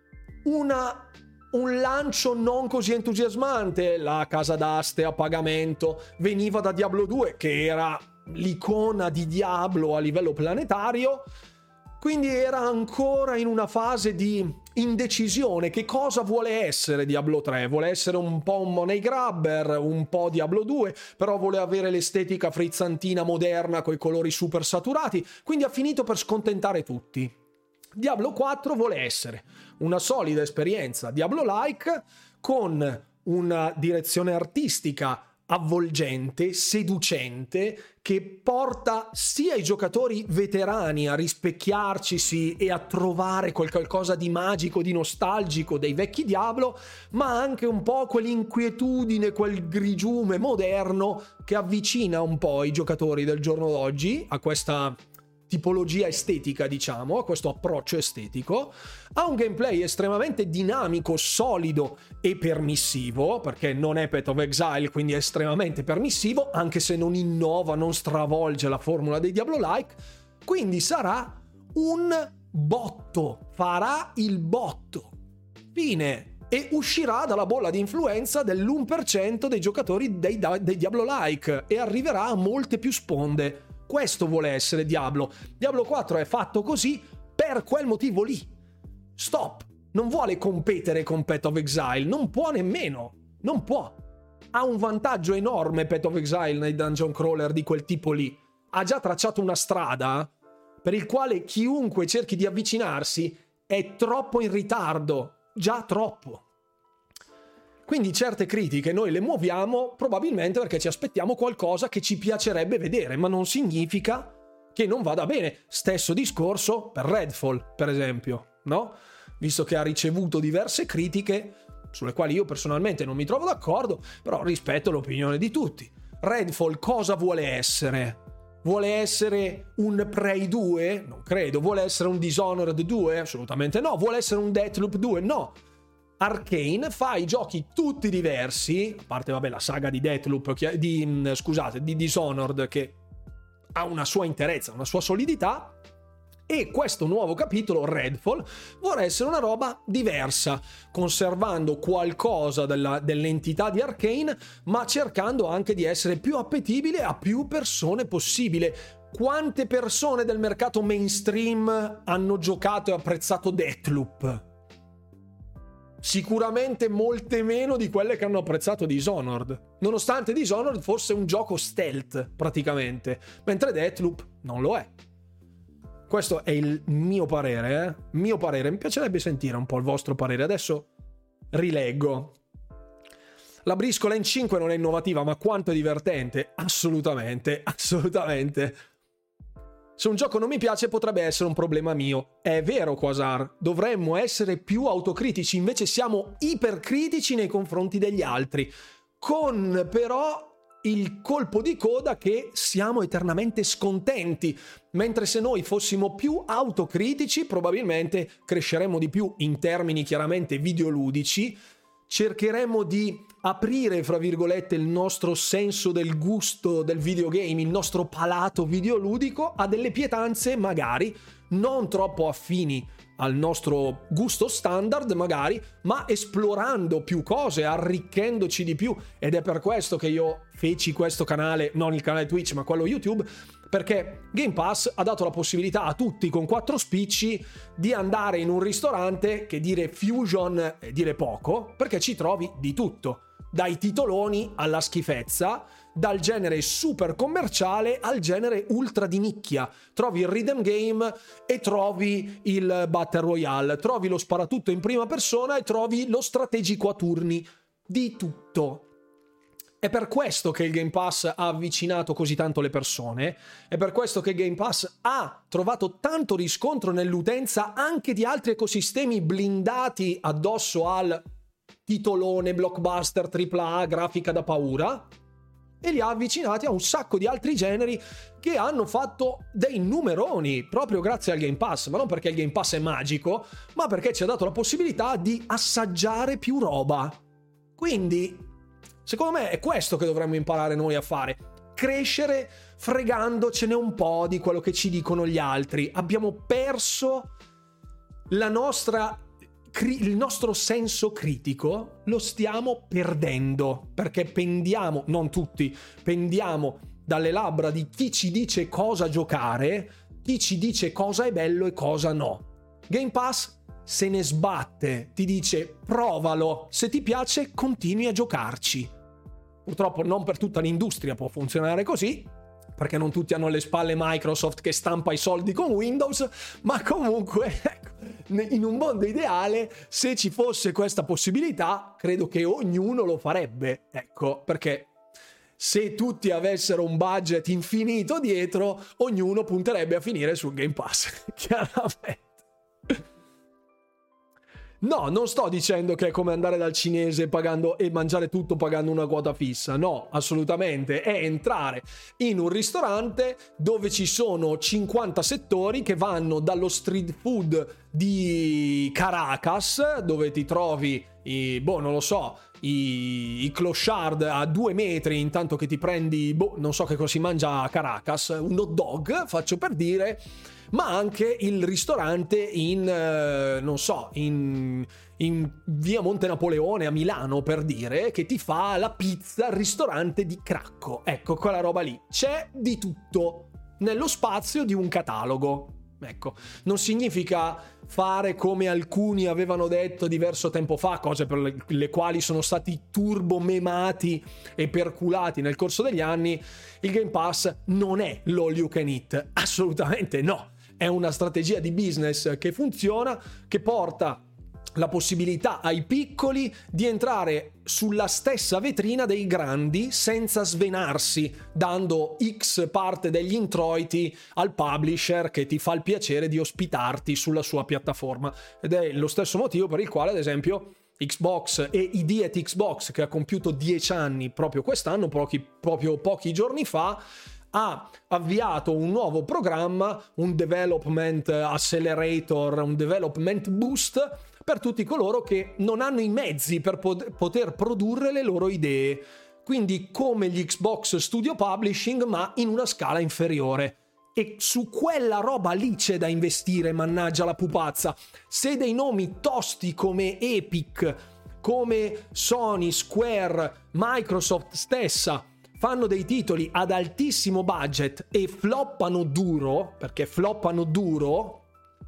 S1: un lancio non così entusiasmante. La casa d'aste a pagamento veniva da Diablo 2, che era l'icona di Diablo a livello planetario, quindi era ancora in una fase di indecisione. Che cosa vuole essere Diablo 3? Vuole essere un po' un money grabber, un po' Diablo 2, però vuole avere l'estetica frizzantina moderna coi colori super saturati, quindi ha finito per scontentare tutti. Diablo 4 vuole essere una solida esperienza Diablo-like con una direzione artistica avvolgente, seducente, che porta sia i giocatori veterani a rispecchiarcisi e a trovare qualcosa di magico, di nostalgico dei vecchi Diablo, ma anche un po' quell'inquietudine, quel grigiume moderno che avvicina un po' i giocatori del giorno d'oggi a questa tipologia estetica, diciamo, a questo approccio estetico. Ha un gameplay estremamente dinamico, solido e permissivo, perché non è Path of Exile, quindi è estremamente permissivo, anche se non innova, non stravolge la formula dei Diablo-like, quindi sarà un botto, farà il botto, fine, e uscirà dalla bolla di influenza dell'1% dei giocatori dei Diablo-like e arriverà a molte più sponde. Questo vuole essere Diablo. Diablo 4 è fatto così per quel motivo lì. Stop. Non vuole competere con Path of Exile. Non può nemmeno. Non può. Ha un vantaggio enorme Path of Exile nei dungeon crawler di quel tipo lì. Ha già tracciato una strada per il quale chiunque cerchi di avvicinarsi è troppo in ritardo. Già troppo. Quindi certe critiche noi le muoviamo probabilmente perché ci aspettiamo qualcosa che ci piacerebbe vedere, ma non significa che non vada bene. Stesso discorso per Redfall, per esempio, no? Visto che ha ricevuto diverse critiche, sulle quali io personalmente non mi trovo d'accordo, però rispetto l'opinione di tutti. Redfall cosa vuole essere? Vuole essere un Prey 2? Non credo. Vuole essere un Dishonored 2? Assolutamente no. Vuole essere un Deathloop 2? No. Arcane fa i giochi tutti diversi, a parte vabbè la saga di Deathloop, di Dishonored, che ha una sua interezza, una sua solidità, e questo nuovo capitolo, Redfall, vorrà essere una roba diversa, conservando qualcosa dell'entità di Arcane, ma cercando anche di essere più appetibile a più persone possibile. Quante persone del mercato mainstream hanno giocato e apprezzato Deathloop? Sicuramente molte meno di quelle che hanno apprezzato Dishonored, nonostante Dishonored fosse un gioco stealth praticamente, mentre Deathloop non lo è. Questo è il mio parere, Mio parere. Mi piacerebbe sentire un po' il vostro parere. Adesso rileggo. La briscola in 5 non è innovativa, ma quanto è divertente? Assolutamente. Se un gioco non mi piace potrebbe essere un problema mio. È vero, Quasar, dovremmo essere più autocritici, invece siamo ipercritici nei confronti degli altri. con però il colpo di coda che siamo eternamente scontenti, mentre se noi fossimo più autocritici probabilmente cresceremmo di più in termini chiaramente videoludici, cercheremo di aprire, fra virgolette, il nostro senso del gusto del videogame, il nostro palato videoludico a delle pietanze magari non troppo affini al nostro gusto standard magari, ma esplorando più cose, arricchendoci di più. Ed è per questo che io feci questo canale, non il canale Twitch ma quello YouTube, perché Game Pass ha dato la possibilità a tutti con 4 spicci di andare in un ristorante, che dire fusion è dire poco, perché ci trovi di tutto, dai titoloni alla schifezza, dal genere super commerciale al genere ultra di nicchia. Trovi il rhythm game e trovi il battle royale, trovi lo sparatutto in prima persona e trovi lo strategico a turni, di tutto. È per questo che il Game Pass ha avvicinato così tanto le persone, è per questo che il Game Pass ha trovato tanto riscontro nell'utenza anche di altri ecosistemi blindati addosso al titolone blockbuster AAA grafica da paura, e li ha avvicinati a un sacco di altri generi che hanno fatto dei numeroni proprio grazie al Game Pass, ma non perché il Game Pass è magico, ma perché ci ha dato la possibilità di assaggiare più roba. Quindi, secondo me, è questo che dovremmo imparare noi a fare: crescere fregandocene un po' di quello che ci dicono gli altri. Abbiamo perso il nostro senso critico, lo stiamo perdendo, perché pendiamo, non tutti, pendiamo dalle labbra di chi ci dice cosa giocare, chi ci dice cosa è bello e cosa no. Game Pass se ne sbatte, ti dice provalo, se ti piace continui a giocarci. Purtroppo non per tutta l'industria può funzionare così, perché non tutti hanno alle spalle Microsoft che stampa i soldi con Windows, ma comunque, ecco, in un mondo ideale, se ci fosse questa possibilità, credo che ognuno lo farebbe, ecco, perché se tutti avessero un budget infinito dietro, ognuno punterebbe a finire sul Game Pass, chiaramente. No, non sto dicendo che è come andare dal cinese pagando e mangiare tutto pagando una quota fissa, no, assolutamente. È entrare in un ristorante dove ci sono 50 settori che vanno dallo street food di Caracas, dove ti trovi i clochard a 2 metri intanto che ti prendi, non so che cosa si mangia a Caracas, un hot dog, faccio per dire, ma anche il ristorante in via Monte Napoleone a Milano, per dire, che ti fa la pizza al ristorante di Cracco. Ecco, quella roba lì. C'è di tutto nello spazio di un catalogo. Ecco, non significa fare come alcuni avevano detto diverso tempo fa, cose per le quali sono stati turbo memati e perculati nel corso degli anni. Il Game Pass non è l'all you can eat, assolutamente no. È una strategia di business che funziona, che porta la possibilità ai piccoli di entrare sulla stessa vetrina dei grandi senza svenarsi, dando X parte degli introiti al publisher che ti fa il piacere di ospitarti sulla sua piattaforma. Ed è lo stesso motivo per il quale, ad esempio, Xbox e ID at Xbox, che ha compiuto 10 anni proprio quest'anno, proprio pochi giorni fa, ha avviato un nuovo programma, un development accelerator, un development boost per tutti coloro che non hanno i mezzi per poter produrre le loro idee. Quindi come gli Xbox Studio Publishing, ma in una scala inferiore. E su quella roba lì c'è da investire, mannaggia la pupazza. Se dei nomi tosti come Epic, come Sony, Square, Microsoft stessa fanno dei titoli ad altissimo budget e floppano duro, perché floppano duro,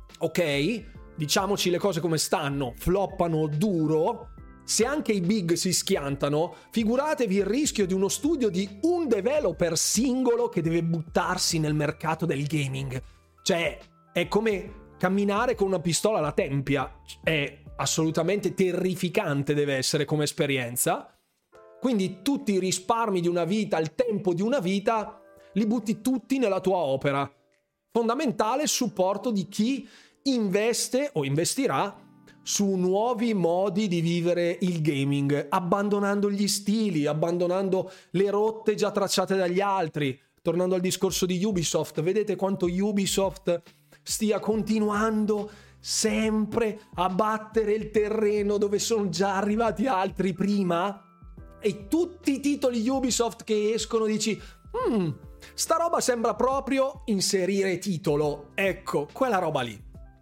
S1: ok? Diciamoci le cose come stanno, floppano duro. Se anche i big si schiantano, figuratevi il rischio di uno studio di un developer singolo che deve buttarsi nel mercato del gaming. Cioè, è come camminare con una pistola alla tempia. È assolutamente terrificante, deve essere come esperienza. Quindi tutti i risparmi di una vita, il tempo di una vita, li butti tutti nella tua opera. Fondamentale il supporto di chi investe o investirà su nuovi modi di vivere il gaming, abbandonando gli stili, abbandonando le rotte già tracciate dagli altri. Tornando al discorso di Ubisoft, vedete quanto Ubisoft stia continuando sempre a battere il terreno dove sono già arrivati altri prima? E tutti i titoli Ubisoft che escono dici sta roba sembra proprio inserire titolo. Ecco, quella roba lì.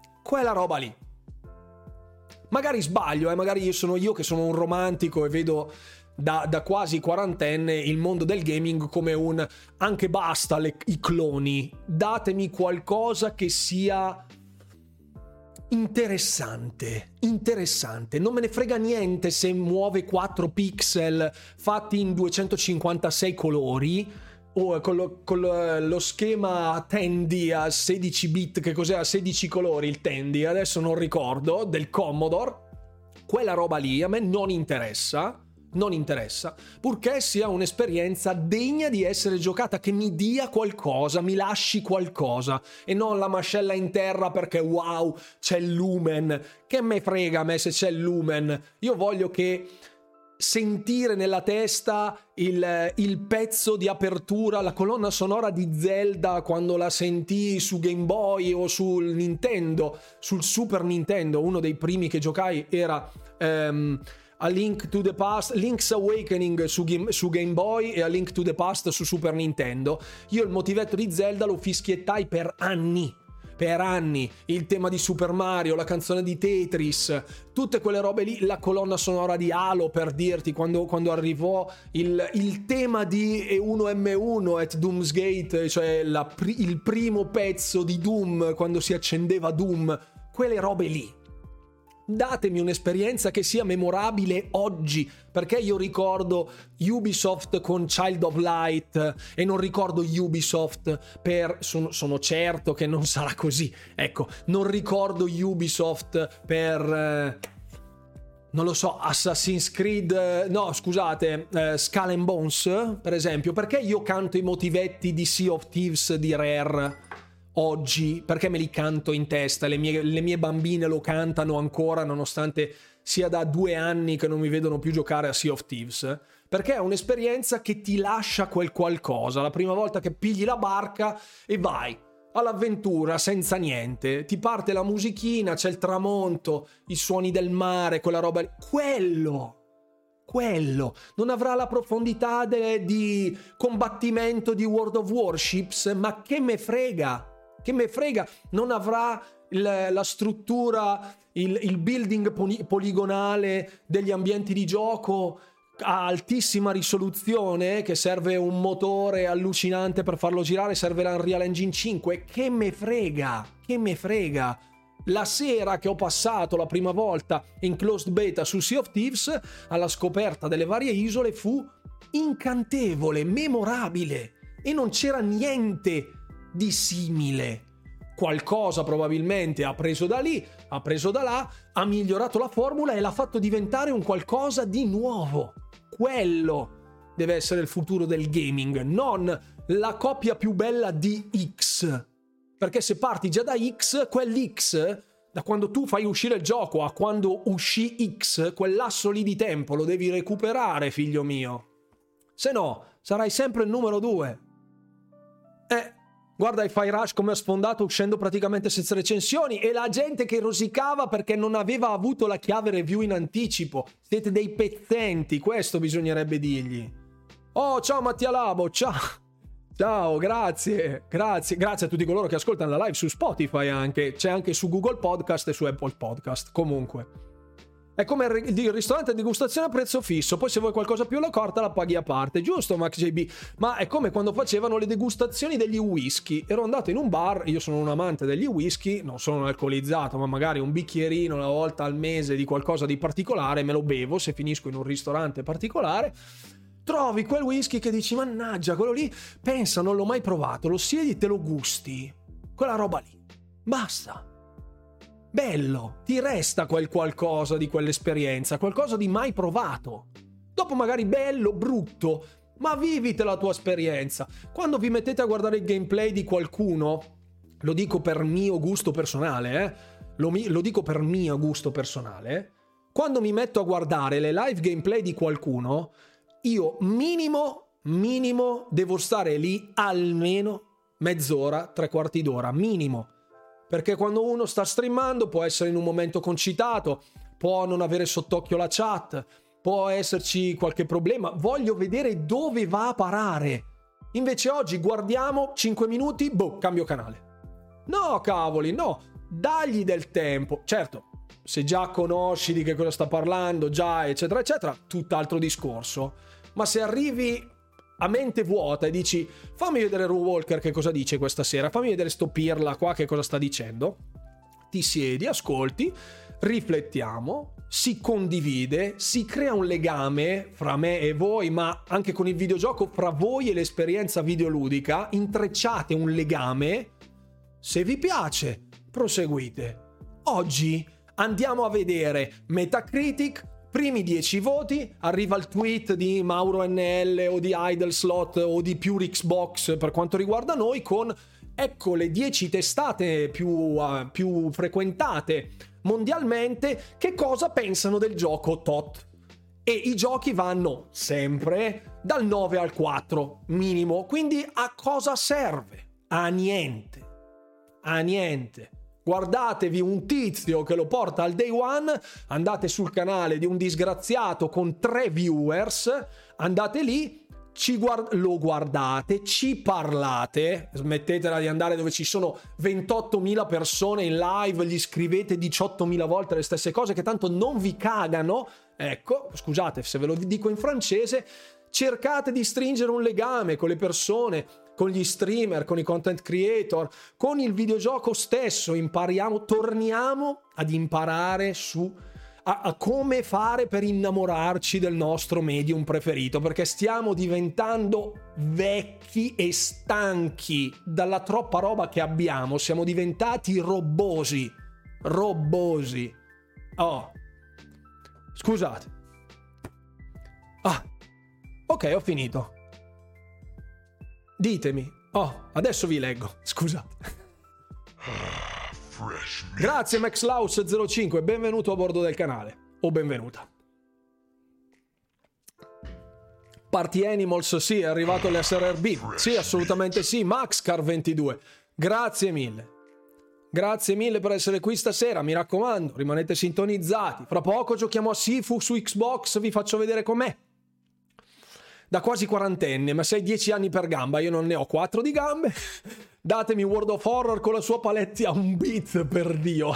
S1: Magari sbaglio, magari sono io che sono un romantico e vedo da quasi quarantenne il mondo del gaming come un anche basta i cloni, datemi qualcosa che sia interessante, non me ne frega niente se muove 4 pixel fatti in 256 colori o con lo schema Tandy a 16 bit, che cos'era, 16 colori il Tandy, adesso non ricordo, del Commodore. Quella roba lì a me non interessa, purché sia un'esperienza degna di essere giocata, che mi dia qualcosa, mi lasci qualcosa, e non la mascella in terra perché wow, c'è il lumen. Che me frega a me se c'è il lumen? Io voglio che sentire nella testa il pezzo di apertura, la colonna sonora di Zelda quando la sentii su Game Boy o sul Nintendo, sul Super Nintendo. Uno dei primi che giocai era A Link to the Past, Link's Awakening su Game Boy e A Link to the Past su Super Nintendo. Io il motivetto di Zelda lo fischiettai per anni, il tema di Super Mario, la canzone di Tetris, tutte quelle robe lì, la colonna sonora di Halo, per dirti, quando arrivò il tema di E1M1 at Doomsgate, cioè il primo pezzo di Doom, quando si accendeva Doom, quelle robe lì. Datemi un'esperienza che sia memorabile oggi, perché io ricordo Ubisoft con Child of Light e non ricordo Ubisoft sono certo che non sarà così, ecco, non ricordo Ubisoft per non lo so, Assassin's Creed, no scusate, Skull and Bones per esempio. Perché io canto i motivetti di Sea of Thieves di Rare oggi? Perché me li canto in testa, le mie bambine lo cantano ancora nonostante sia da 2 anni che non mi vedono più giocare a Sea of Thieves, perché è un'esperienza che ti lascia quel qualcosa. La prima volta che pigli la barca e vai all'avventura senza niente, ti parte la musichina, c'è il tramonto, i suoni del mare, quella roba, quello non avrà la profondità di combattimento di World of Warships, ma che me frega, non avrà la struttura, il building poligonale degli ambienti di gioco a altissima risoluzione, che serve un motore allucinante per farlo girare, serve l'Unreal Engine 5, che me frega. La sera che ho passato la prima volta in closed beta su Sea of Thieves, alla scoperta delle varie isole, fu incantevole, memorabile, e non c'era niente di simile. Qualcosa probabilmente ha preso da lì, ha preso da là, ha migliorato la formula e l'ha fatto diventare un qualcosa di nuovo. Quello deve essere il futuro del gaming, non la copia più bella di X. Perché se parti già da X, quell'X, da quando tu fai uscire il gioco a quando uscì X, quel lasso lì di tempo lo devi recuperare, figlio mio. Se no, sarai sempre il numero 2. Guarda Hi-Fi Rush come ha sfondato, uscendo praticamente senza recensioni, e la gente che rosicava perché non aveva avuto la chiave review in anticipo. Siete dei pezzenti, questo bisognerebbe dirgli. Oh, ciao Mattia Labo, ciao, grazie a tutti coloro che ascoltano la live su Spotify, c'è anche su Google Podcast e su Apple Podcast. Comunque è come il ristorante degustazione a prezzo fisso, poi se vuoi qualcosa più alla corta la paghi a parte, giusto Max JB? Ma è come quando facevano le degustazioni degli whisky. Ero andato in un bar, io sono un amante degli whisky, non sono un alcolizzato, ma magari un bicchierino una volta al mese di qualcosa di particolare me lo bevo se finisco in un ristorante particolare. Trovi quel whisky che dici mannaggia, quello lì, pensa, non l'ho mai provato, lo siedi, te lo gusti, quella roba lì, basta. Bello, ti resta quel qualcosa di quell'esperienza, qualcosa di mai provato. Dopo magari bello, brutto, ma vivite la tua esperienza. Quando vi mettete a guardare il gameplay di qualcuno, lo dico per mio gusto personale, lo dico per mio gusto personale, quando mi metto a guardare le live gameplay di qualcuno, io minimo devo stare lì almeno mezz'ora, 3/4 d'ora, minimo. Perché quando uno sta streamando può essere in un momento concitato, può non avere sott'occhio la chat, può esserci qualche problema, voglio vedere dove va a parare. Invece oggi guardiamo 5 minuti, cambio canale. No, cavoli, no, dagli del tempo. Certo, se già conosci di che cosa sta parlando, già eccetera eccetera, tutt'altro discorso. Ma se arrivi a mente vuota e dici fammi vedere Ru Walker che cosa dice questa sera, fammi vedere sto pirla qua che cosa sta dicendo, ti siedi, ascolti, riflettiamo, si condivide, si crea un legame fra me e voi, ma anche con il videogioco fra voi e l'esperienza videoludica, intrecciate un legame. Se vi piace, proseguite. Oggi andiamo a vedere Metacritic, primi 10 voti, arriva il tweet di Mauro NL o di Idleslot o di Pure Xbox per quanto riguarda noi, con ecco le 10 testate più frequentate mondialmente che cosa pensano del gioco tot. E i giochi vanno sempre dal 9 al 4 minimo, quindi a cosa serve? A niente. Guardatevi un tizio che lo porta al day one, andate sul canale di un disgraziato con 3 viewers, andate lì, lo guardate, ci parlate, smettetela di andare dove ci sono 28.000 persone in live, gli scrivete 18.000 volte le stesse cose che tanto non vi cagano. Ecco, scusate se ve lo dico in francese, cercate di stringere un legame con le persone, con gli streamer, con i content creator, con il videogioco stesso. Torniamo ad imparare a come fare per innamorarci del nostro medium preferito, perché stiamo diventando vecchi e stanchi dalla troppa roba che abbiamo, siamo diventati robbosi. Oh, scusate. Ok, ho finito. Ditemi. Adesso vi leggo. Scusate. Grazie MaxLaus05, benvenuto a bordo del canale. O benvenuta. Party Animals, sì, è arrivato l'SRB. Sì, assolutamente sì. MaxCar22, grazie mille. Grazie mille per essere qui stasera, mi raccomando, rimanete sintonizzati. Fra poco giochiamo a Sifu su Xbox, vi faccio vedere com'è. Da quasi quarantenne, ma sei 10 anni per gamba, io non ne ho 4 di gambe. Datemi World of Horror con la sua palette a un bit, per Dio.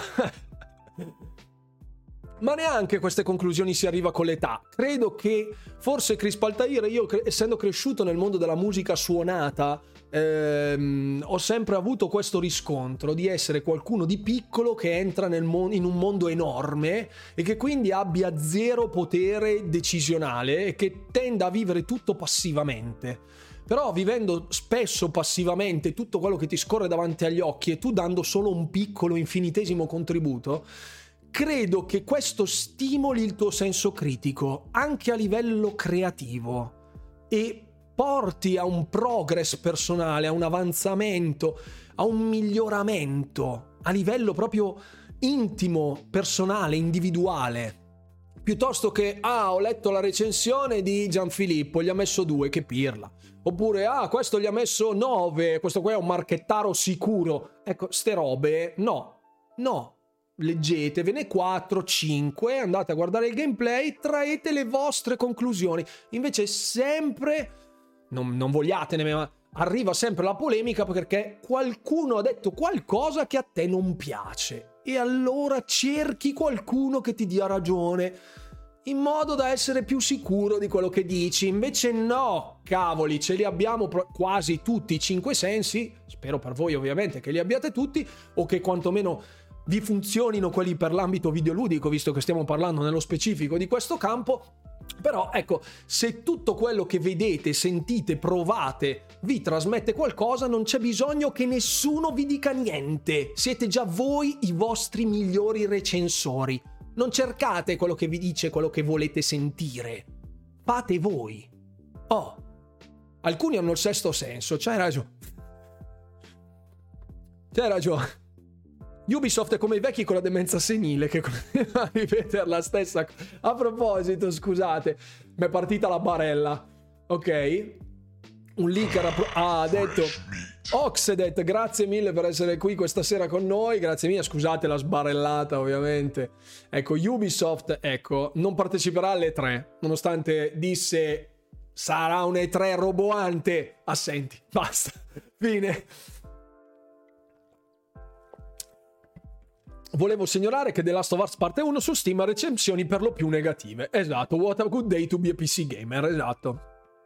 S1: Ma neanche a queste conclusioni si arriva con l'età. Credo che forse Chris Altair, io essendo cresciuto nel mondo della musica suonata, ho sempre avuto questo riscontro di essere qualcuno di piccolo che entra in un mondo enorme e che quindi abbia zero potere decisionale e che tenda a vivere tutto passivamente. Però vivendo spesso passivamente tutto quello che ti scorre davanti agli occhi e tu dando solo un piccolo infinitesimo contributo, credo che questo stimoli il tuo senso critico anche a livello creativo e porti a un progress personale, a un avanzamento, a un miglioramento a livello proprio intimo, personale, individuale, piuttosto che ho letto la recensione di Gianfilippo, gli ha messo 2, che pirla, oppure questo gli ha messo 9, questo qua è un marchettaro sicuro. Ecco, ste robe no, leggetevene 4, 5, andate a guardare il gameplay, traete le vostre conclusioni. Invece sempre non vogliatene, ma arriva sempre la polemica perché qualcuno ha detto qualcosa che a te non piace e allora cerchi qualcuno che ti dia ragione in modo da essere più sicuro di quello che dici. Invece no, cavoli, ce li abbiamo quasi tutti i 5 sensi, spero per voi ovviamente che li abbiate tutti, o che quantomeno vi funzionino quelli per l'ambito videoludico, visto che stiamo parlando nello specifico di questo campo. Però ecco, se tutto quello che vedete, sentite, provate vi trasmette qualcosa, non c'è bisogno che nessuno vi dica niente. Siete già voi i vostri migliori recensori. Non cercate quello che vi dice quello che volete sentire. Fate voi. Alcuni hanno il sesto senso, c'hai ragione. Ubisoft è come i vecchi con la demenza senile che continua a ripetere la stessa. A proposito, scusate, mi è partita la barella. Ok, un leaker ha detto Oxedet, grazie mille per essere qui questa sera con noi, grazie mille, scusate la sbarellata ovviamente. Ecco, Ubisoft, ecco, non parteciperà alle 3, nonostante disse sarà un E3 roboante. Assenti, basta, fine. Volevo segnalare che The Last of Us Parte 1 su Steam ha recensioni per lo più negative. Esatto, what a good day to be a PC gamer, esatto.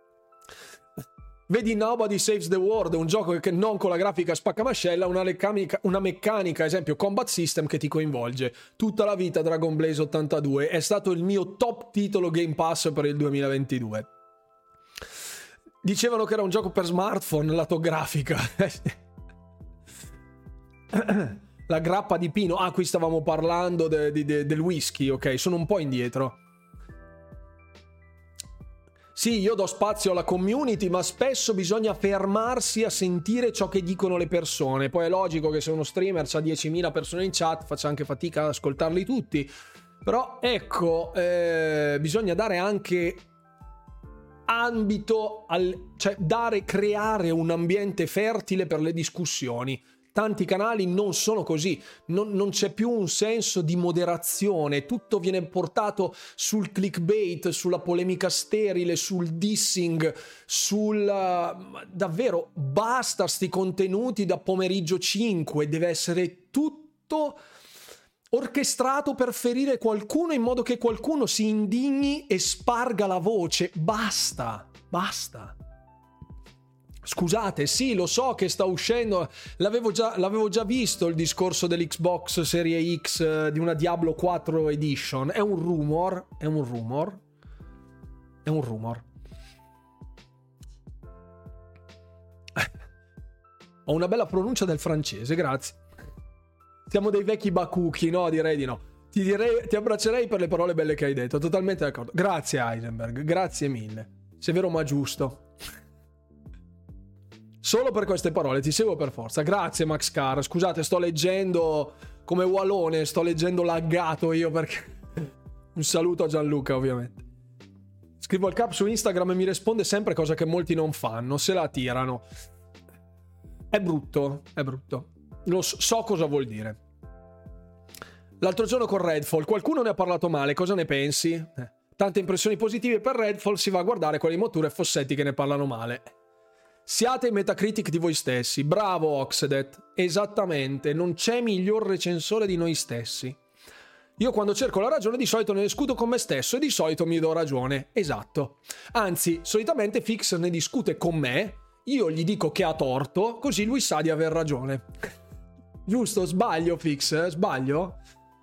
S1: Vedi Nobody Saves the World, un gioco che non con la grafica spaccamascella, una meccanica, esempio combat system che ti coinvolge. Tutta la vita Dragon Blaze 82, è stato il mio top titolo Game Pass per il 2022. Dicevano che era un gioco per smartphone, lato grafica. La grappa di Pino. Ah, qui stavamo parlando del whisky, ok, sono un po' indietro. Sì, io do spazio alla community, ma spesso bisogna fermarsi a sentire ciò che dicono le persone. Poi è logico che se uno streamer ha 10.000 persone in chat faccia anche fatica ad ascoltarli tutti. Però ecco, bisogna dare anche ambito, cioè creare un ambiente fertile per le discussioni. Tanti canali non sono così, non c'è più un senso di moderazione, tutto viene portato sul clickbait, sulla polemica sterile, sul dissing, davvero basta sti contenuti da pomeriggio 5, deve essere tutto orchestrato per ferire qualcuno in modo che qualcuno si indigni e sparga la voce. Basta. Scusate, sì, lo so che sta uscendo, l'avevo già visto il discorso dell'Xbox Serie X di una Diablo 4 Edition. È un rumor. Ho una bella pronuncia del francese, grazie. Siamo dei vecchi bakuchi, no? Direi di no. Ti abbraccerei per le parole belle che hai detto, totalmente d'accordo. Grazie Heisenberg, grazie mille. Severo ma giusto. Solo per queste parole ti seguo per forza. Grazie Max Car. Scusate, sto leggendo come Walone, sto leggendo laggato io perché... Un saluto a Gianluca ovviamente. Scrivo al cap su Instagram e mi risponde sempre, cosa che molti non fanno, se la tirano. È brutto. So cosa vuol dire. L'altro giorno con Redfall qualcuno ne ha parlato male, cosa ne pensi? Tante impressioni positive per Redfall, si va a guardare quali Moture e Fossetti che ne parlano male. Siate i Metacritic di voi stessi. Bravo Oxedet, esattamente, non c'è miglior recensore di noi stessi. Io quando cerco la ragione di solito ne discuto con me stesso e di solito mi do ragione. Esatto. Anzi, solitamente Fix ne discute con me, io gli dico che ha torto, così lui sa di aver ragione. Giusto? Sbaglio Fix? Sbaglio?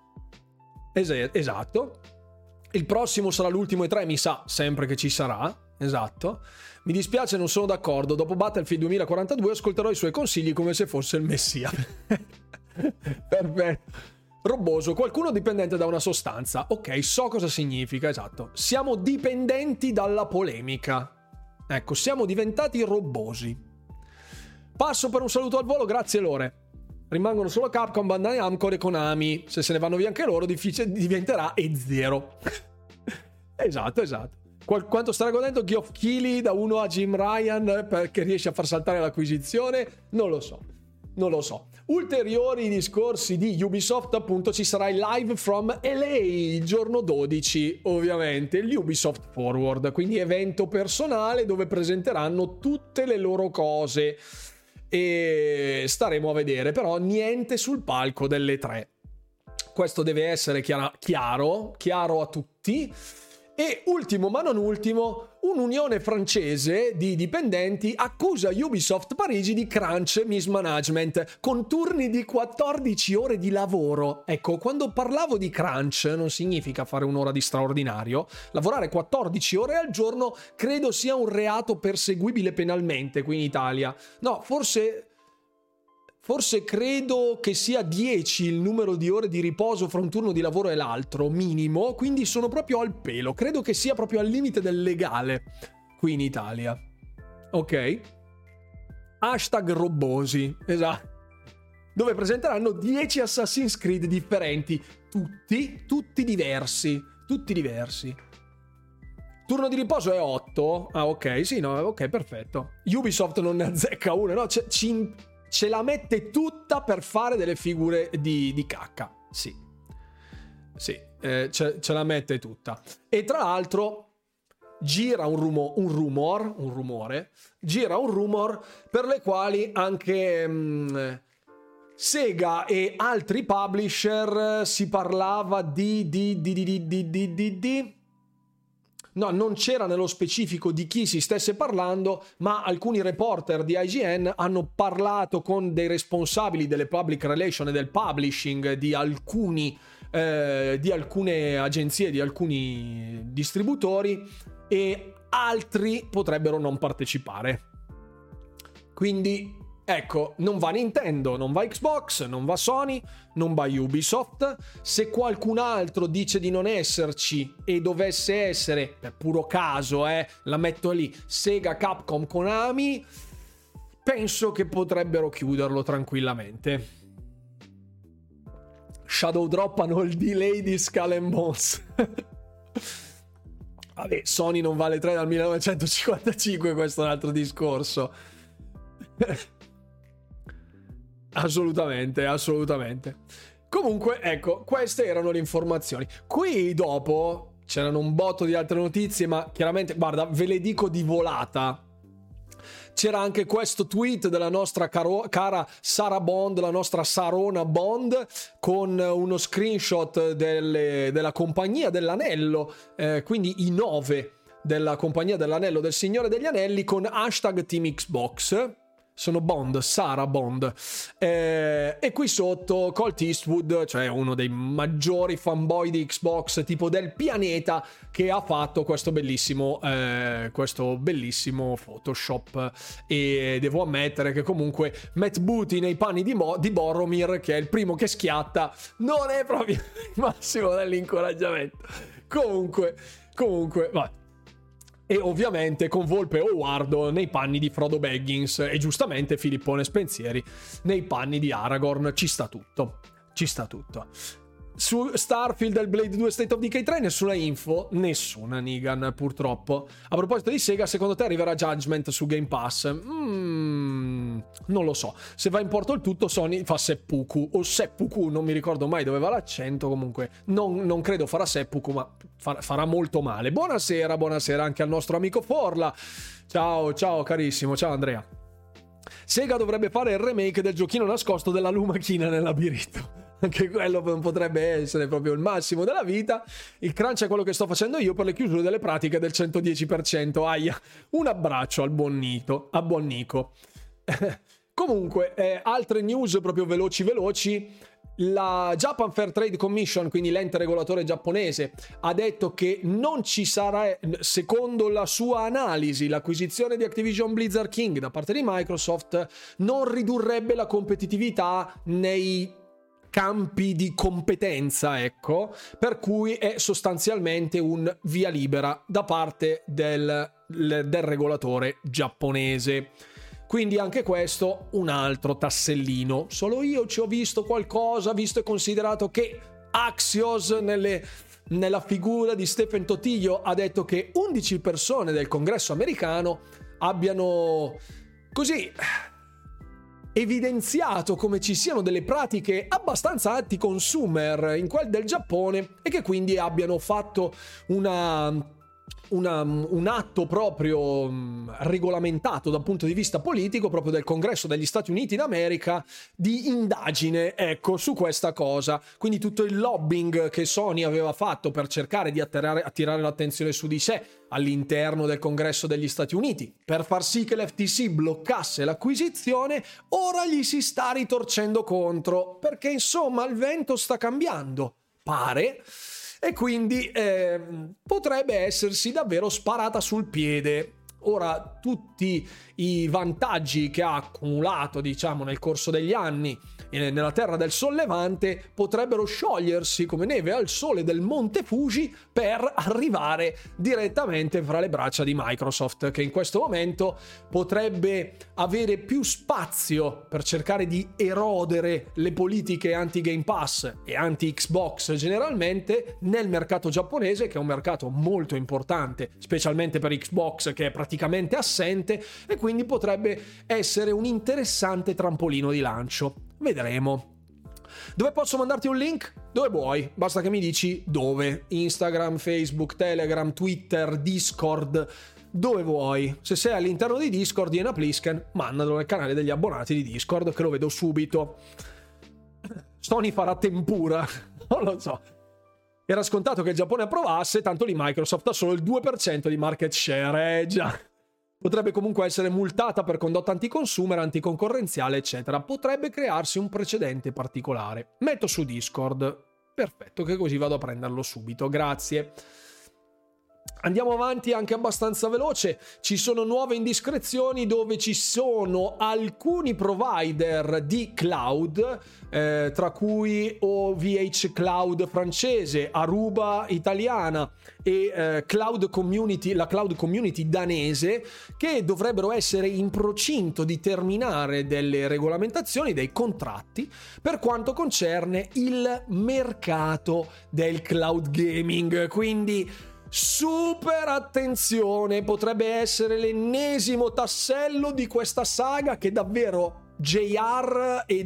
S1: Esatto. Il prossimo sarà l'ultimo E3, mi sa sempre che ci sarà. Esatto. Mi dispiace, non sono d'accordo. Dopo Battlefield 2042 ascolterò i suoi consigli come se fosse il messia. Perfetto. Roboso, qualcuno dipendente da una sostanza. Ok, so cosa significa, esatto. Siamo dipendenti dalla polemica. Ecco, siamo diventati robosi. Passo per un saluto al volo, grazie Lore. Rimangono solo Capcom, Bandai Namco e Konami. Se se ne vanno via anche loro, difficile diventerà E0. Esatto. Quanto starà godendo Geoff Keighley da 1 a Jim Ryan perché riesce a far saltare l'acquisizione? Non lo so. Ulteriori discorsi di Ubisoft, appunto ci sarà il live from LA giorno 12, ovviamente l'Ubisoft Forward, quindi evento personale dove presenteranno tutte le loro cose e staremo a vedere, però niente sul palco delle 3. Questo deve essere chiaro a tutti. E ultimo ma non ultimo, un'unione francese di dipendenti accusa Ubisoft Parigi di crunch mismanagement con turni di 14 ore di lavoro. Ecco, quando parlavo di crunch non significa fare un'ora di straordinario. Lavorare 14 ore al giorno credo sia un reato perseguibile penalmente qui in Italia. No, forse credo che sia 10 il numero di ore di riposo fra un turno di lavoro e l'altro, minimo, quindi sono proprio al pelo. Credo che sia proprio al limite del legale qui in Italia. Ok? Hashtag robosi, esatto. dove presenteranno 10 Assassin's Creed differenti, tutti diversi. Turno di riposo è 8. Ah, ok, sì, no, ok, perfetto. Ubisoft non ne azzecca una, no? Ce la mette tutta per fare delle figure di cacca. Sì, ce la mette tutta. E tra l'altro gira un rumore per le quali anche Sega e altri publisher si parlava no, non c'era nello specifico di chi si stesse parlando, ma alcuni reporter di IGN hanno parlato con dei responsabili delle public relations e del publishing di alcune agenzie, di alcuni distributori, e altri potrebbero non partecipare. Quindi ecco, non va Nintendo, non va Xbox, non va Sony, non va Ubisoft. Se qualcun altro dice di non esserci e dovesse essere, per puro caso, la metto lì, Sega, Capcom, Konami, penso che potrebbero chiuderlo tranquillamente. Shadow droppano il delay di Skull and Bones. Vabbè, Sony non vale 3 dal 1955, questo è un altro discorso. Assolutamente. Comunque, ecco, queste erano le informazioni. Qui dopo c'erano un botto di altre notizie, ma chiaramente, guarda, ve le dico di volata. C'era anche questo tweet della nostra cara Sara Bond, la nostra Sarona Bond, con uno screenshot della compagnia dell'anello, quindi i 9 della compagnia dell'anello del Signore degli Anelli, con hashtag Team Xbox. Sono Bond, Sara Bond, e qui sotto Colt Eastwood, cioè uno dei maggiori fanboy di Xbox tipo del pianeta, che ha fatto questo bellissimo Photoshop. E devo ammettere che comunque Matt Booty nei panni di Boromir, che è il primo che schiatta, non è proprio il massimo dell'incoraggiamento. Comunque va. E ovviamente con Volpe e Owardo nei panni di Frodo Baggins, e giustamente Filippone Spensieri nei panni di Aragorn. Ci sta tutto. Su Starfield e il Blade 2 State of Decay 3 nessuna info, nessuna, Nigan, purtroppo. A proposito di Sega, secondo te arriverà Judgment su Game Pass? Non lo so. Se va in porto il tutto, Sony fa seppuku o seppuku, non mi ricordo mai dove va l'accento. Comunque non credo farà seppuku, ma farà molto male. Buonasera anche al nostro amico Forla. Ciao carissimo, ciao Andrea. Sega dovrebbe fare il remake del giochino nascosto della lumachina nel labirinto. Anche quello potrebbe essere proprio il massimo della vita. Il crunch è quello che sto facendo io per le chiusure delle pratiche del 110%. Aia, un abbraccio al buon Nico. Comunque, altre news proprio veloci. La Japan Fair Trade Commission, quindi l'ente regolatore giapponese, ha detto che non ci sarà, secondo la sua analisi, l'acquisizione di Activision Blizzard King da parte di Microsoft non ridurrebbe la competitività nei campi di competenza, ecco, per cui è sostanzialmente un via libera da parte del regolatore giapponese. Quindi anche questo un altro tassellino. Solo io ci ho visto qualcosa, visto e considerato che Axios nella figura di Stephen Totiglio ha detto che 11 persone del congresso americano abbiano così evidenziato come ci siano delle pratiche abbastanza anti-consumer in quel del Giappone, e che quindi abbiano fatto un atto proprio regolamentato dal punto di vista politico, proprio del Congresso degli Stati Uniti d'America, di indagine, ecco, su questa cosa. Quindi tutto il lobbying che Sony aveva fatto per cercare di attirare l'attenzione su di sé all'interno del Congresso degli Stati Uniti, per far sì che l'FTC bloccasse l'acquisizione, ora gli si sta ritorcendo contro, perché insomma il vento sta cambiando, pare. E quindi potrebbe essersi davvero sparata sul piede Ora, tutti i vantaggi che ha accumulato, diciamo, nel corso degli anni nella terra del sollevante potrebbero sciogliersi come neve al sole del Monte Fuji per arrivare direttamente fra le braccia di Microsoft, che in questo momento potrebbe avere più spazio per cercare di erodere le politiche anti-Game Pass e anti-Xbox generalmente nel mercato giapponese, che è un mercato molto importante, specialmente per Xbox, che è praticamente assente, e quindi potrebbe essere un interessante trampolino di lancio. Vedremo. Dove posso mandarti un link? Dove vuoi, basta che mi dici dove. Instagram, Facebook, Telegram, Twitter, Discord, dove vuoi. Se sei all'interno di Discord di Enaplisken, mandalo nel canale degli abbonati di Discord, che lo vedo subito. Sony farà tempura, non lo so. Era scontato che il Giappone approvasse, tanto lì Microsoft ha solo il 2% di market share, già. Potrebbe comunque essere multata per condotta anticonsumer, anticoncorrenziale, eccetera. Potrebbe crearsi un precedente particolare. Metto su Discord. Perfetto, che così vado a prenderlo subito. Grazie. Andiamo avanti anche abbastanza veloce. Ci sono nuove indiscrezioni dove ci sono alcuni provider di cloud, tra cui OVH Cloud francese, Aruba italiana e Cloud Community, la Cloud Community danese, che dovrebbero essere in procinto di terminare delle regolamentazioni, dei contratti per quanto concerne il mercato del cloud gaming. Quindi super attenzione, potrebbe essere l'ennesimo tassello di questa saga che davvero JR e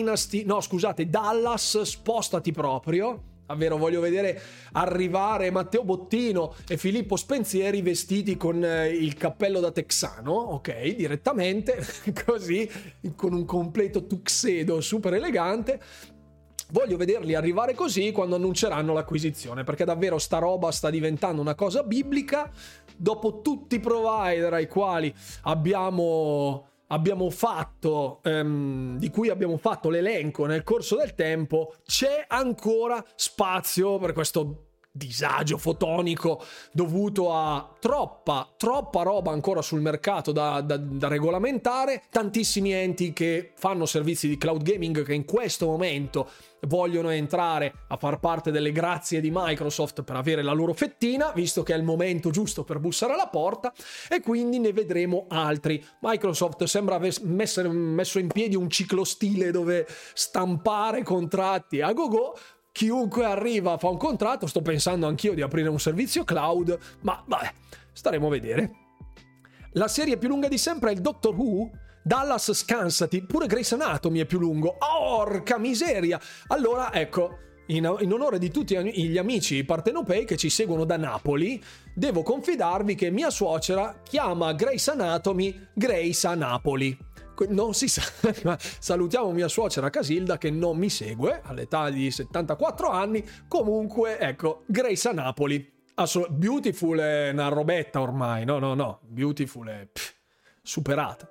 S1: Dallas, spostati proprio. Davvero voglio vedere arrivare Matteo Bottino e Filippo Spensieri vestiti con il cappello da texano, ok, direttamente, così, con un completo tuxedo super elegante. Voglio vederli arrivare così quando annunceranno l'acquisizione, perché davvero sta roba sta diventando una cosa biblica. Dopo tutti i provider ai quali abbiamo fatto, di cui abbiamo fatto l'elenco nel corso del tempo, c'è ancora spazio per questo disagio fotonico dovuto a troppa roba ancora sul mercato da regolamentare, tantissimi enti che fanno servizi di cloud gaming che in questo momento vogliono entrare a far parte delle grazie di Microsoft per avere la loro fettina, visto che è il momento giusto per bussare alla porta, e quindi ne vedremo altri. Microsoft sembra aver messo in piedi un ciclostile dove stampare contratti a go-go. Chiunque arriva fa un contratto. Sto pensando anch'io di aprire un servizio cloud, ma vabbè, staremo a vedere. La serie più lunga di sempre è il Doctor Who. Dallas, scansati, pure Grey's Anatomy è più lungo. Orca miseria! Allora, ecco, in onore di tutti gli amici partenopei che ci seguono da Napoli, devo confidarvi che mia suocera chiama Grey's Anatomy Grey's a Napoli. Non si sa, ma salutiamo mia suocera Casilda che non mi segue all'età di 74 anni. Comunque, ecco, Grey's a Napoli. Beautiful è una robetta ormai, no, Beautiful è superata.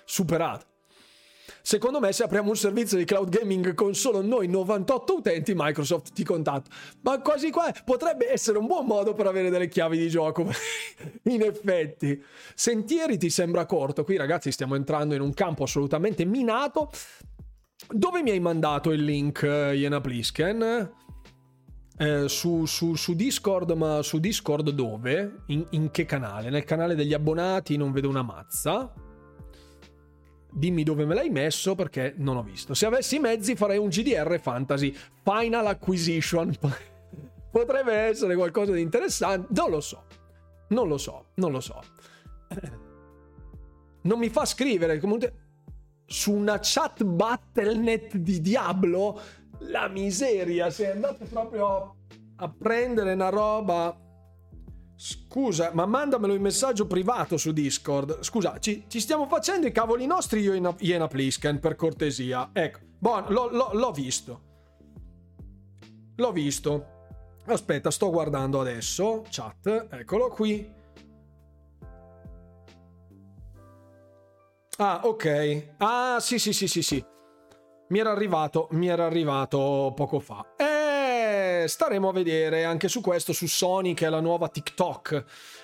S1: Secondo me, se apriamo un servizio di cloud gaming con solo noi 98 utenti, Microsoft ti contatta. Ma quasi qua potrebbe essere un buon modo per avere delle chiavi di gioco. In effetti. Sentieri ti sembra corto? Qui, ragazzi, stiamo entrando in un campo assolutamente minato. Dove mi hai mandato il link, Jena Plisken? Su Discord, ma su Discord dove? In che canale? Nel canale degli abbonati non vedo una mazza. Dimmi dove me l'hai messo, perché non ho visto. Se avessi i mezzi farei un GDR Fantasy Final Acquisition. Potrebbe essere qualcosa di interessante. Non lo so. Non mi fa scrivere comunque su una chat Battle.net di Diablo. La miseria, sei andato proprio a prendere una roba. Scusa, ma mandamelo in messaggio privato su Discord. Scusa, ci stiamo facendo i cavoli nostri io e Jena Plisken, per cortesia. Ecco, buono, l'ho visto. Aspetta, sto guardando adesso. Chat, eccolo qui. Ah, ok. Ah, sì. Mi era arrivato poco fa. staremo a vedere anche su questo, su Sony, che è la nuova TikTok,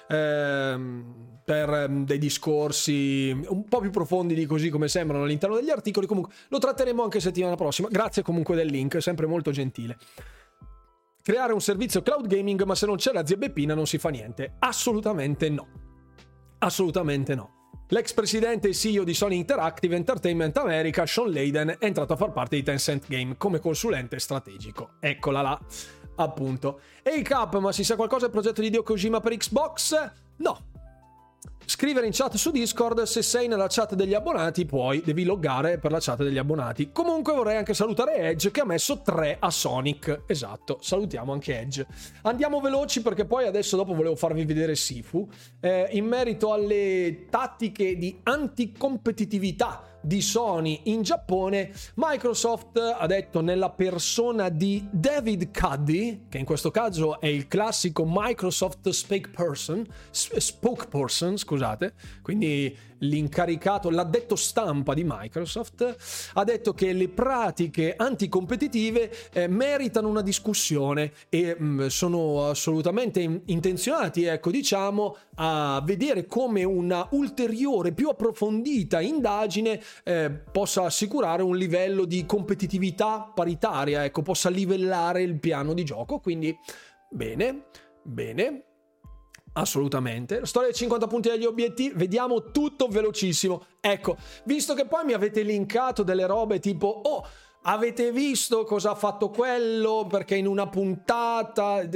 S1: per dei discorsi un po' più profondi di così come sembrano all'interno degli articoli. Comunque lo tratteremo anche settimana prossima. Grazie comunque del link, sempre molto gentile. Creare un servizio cloud gaming, ma se non c'è la zia Beppina non si fa niente. Assolutamente no. Assolutamente no. L'ex presidente e CEO di Sony Interactive Entertainment America, Sean Layden, è entrato a far parte di Tencent Game come consulente strategico. Eccola là, appunto. Ehi Cap, ma si sa qualcosa del progetto di Hideo Kojima per Xbox? No. Scrivere in chat su Discord, se sei nella chat degli abbonati poi devi loggare per la chat degli abbonati. Comunque vorrei anche salutare Edge che ha messo 3 a Sonic. Esatto, salutiamo anche Edge. Andiamo veloci perché poi adesso dopo volevo farvi vedere Sifu in merito alle tattiche di anticompetitività di Sony in Giappone. Microsoft ha detto, nella persona di David Cuddy, che in questo caso è il classico Microsoft spokesperson, scusate, quindi l'incaricato, l'addetto stampa di Microsoft, ha detto che le pratiche anticompetitive meritano una discussione e sono assolutamente intenzionati, ecco, diciamo, a vedere come una ulteriore, più approfondita indagine possa assicurare un livello di competitività paritaria, ecco, possa livellare il piano di gioco. Quindi bene, assolutamente. La storia dei 50 punti degli obiettivi, vediamo tutto velocissimo. Ecco, visto che poi mi avete linkato delle robe tipo, oh, avete visto cosa ha fatto quello perché in una puntata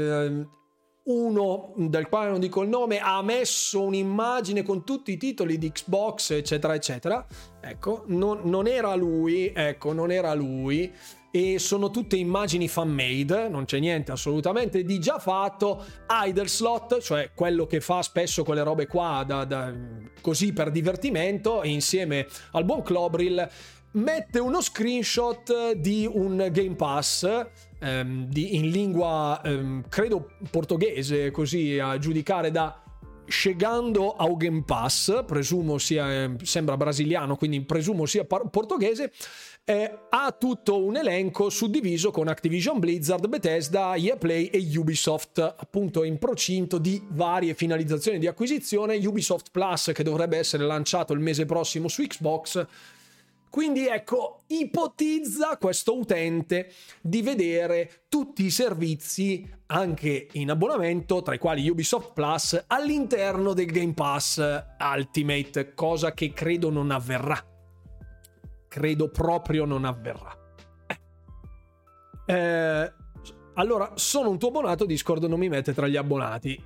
S1: uno del quale non dico il nome ha messo un'immagine con tutti i titoli di Xbox eccetera eccetera. Ecco, non era lui, ecco, non era lui, e sono tutte immagini fan made, non c'è niente assolutamente di già fatto. Idle Slot, cioè quello che fa spesso quelle robe qua così per divertimento, e insieme al buon Clobril mette uno screenshot di un Game Pass in lingua credo portoghese, così a giudicare da Chegando ao Game Pass, presumo sia, sembra brasiliano, quindi presumo sia portoghese. Ha tutto un elenco suddiviso con Activision Blizzard, Bethesda, EA Play e Ubisoft, appunto in procinto di varie finalizzazioni di acquisizione. Ubisoft Plus che dovrebbe essere lanciato il mese prossimo su Xbox. Quindi ecco, ipotizza questo utente di vedere tutti i servizi anche in abbonamento, tra i quali Ubisoft Plus, all'interno del Game Pass Ultimate, cosa che credo non avverrà. Credo proprio non avverrà. Allora, sono un tuo abbonato, Discord non mi mette tra gli abbonati.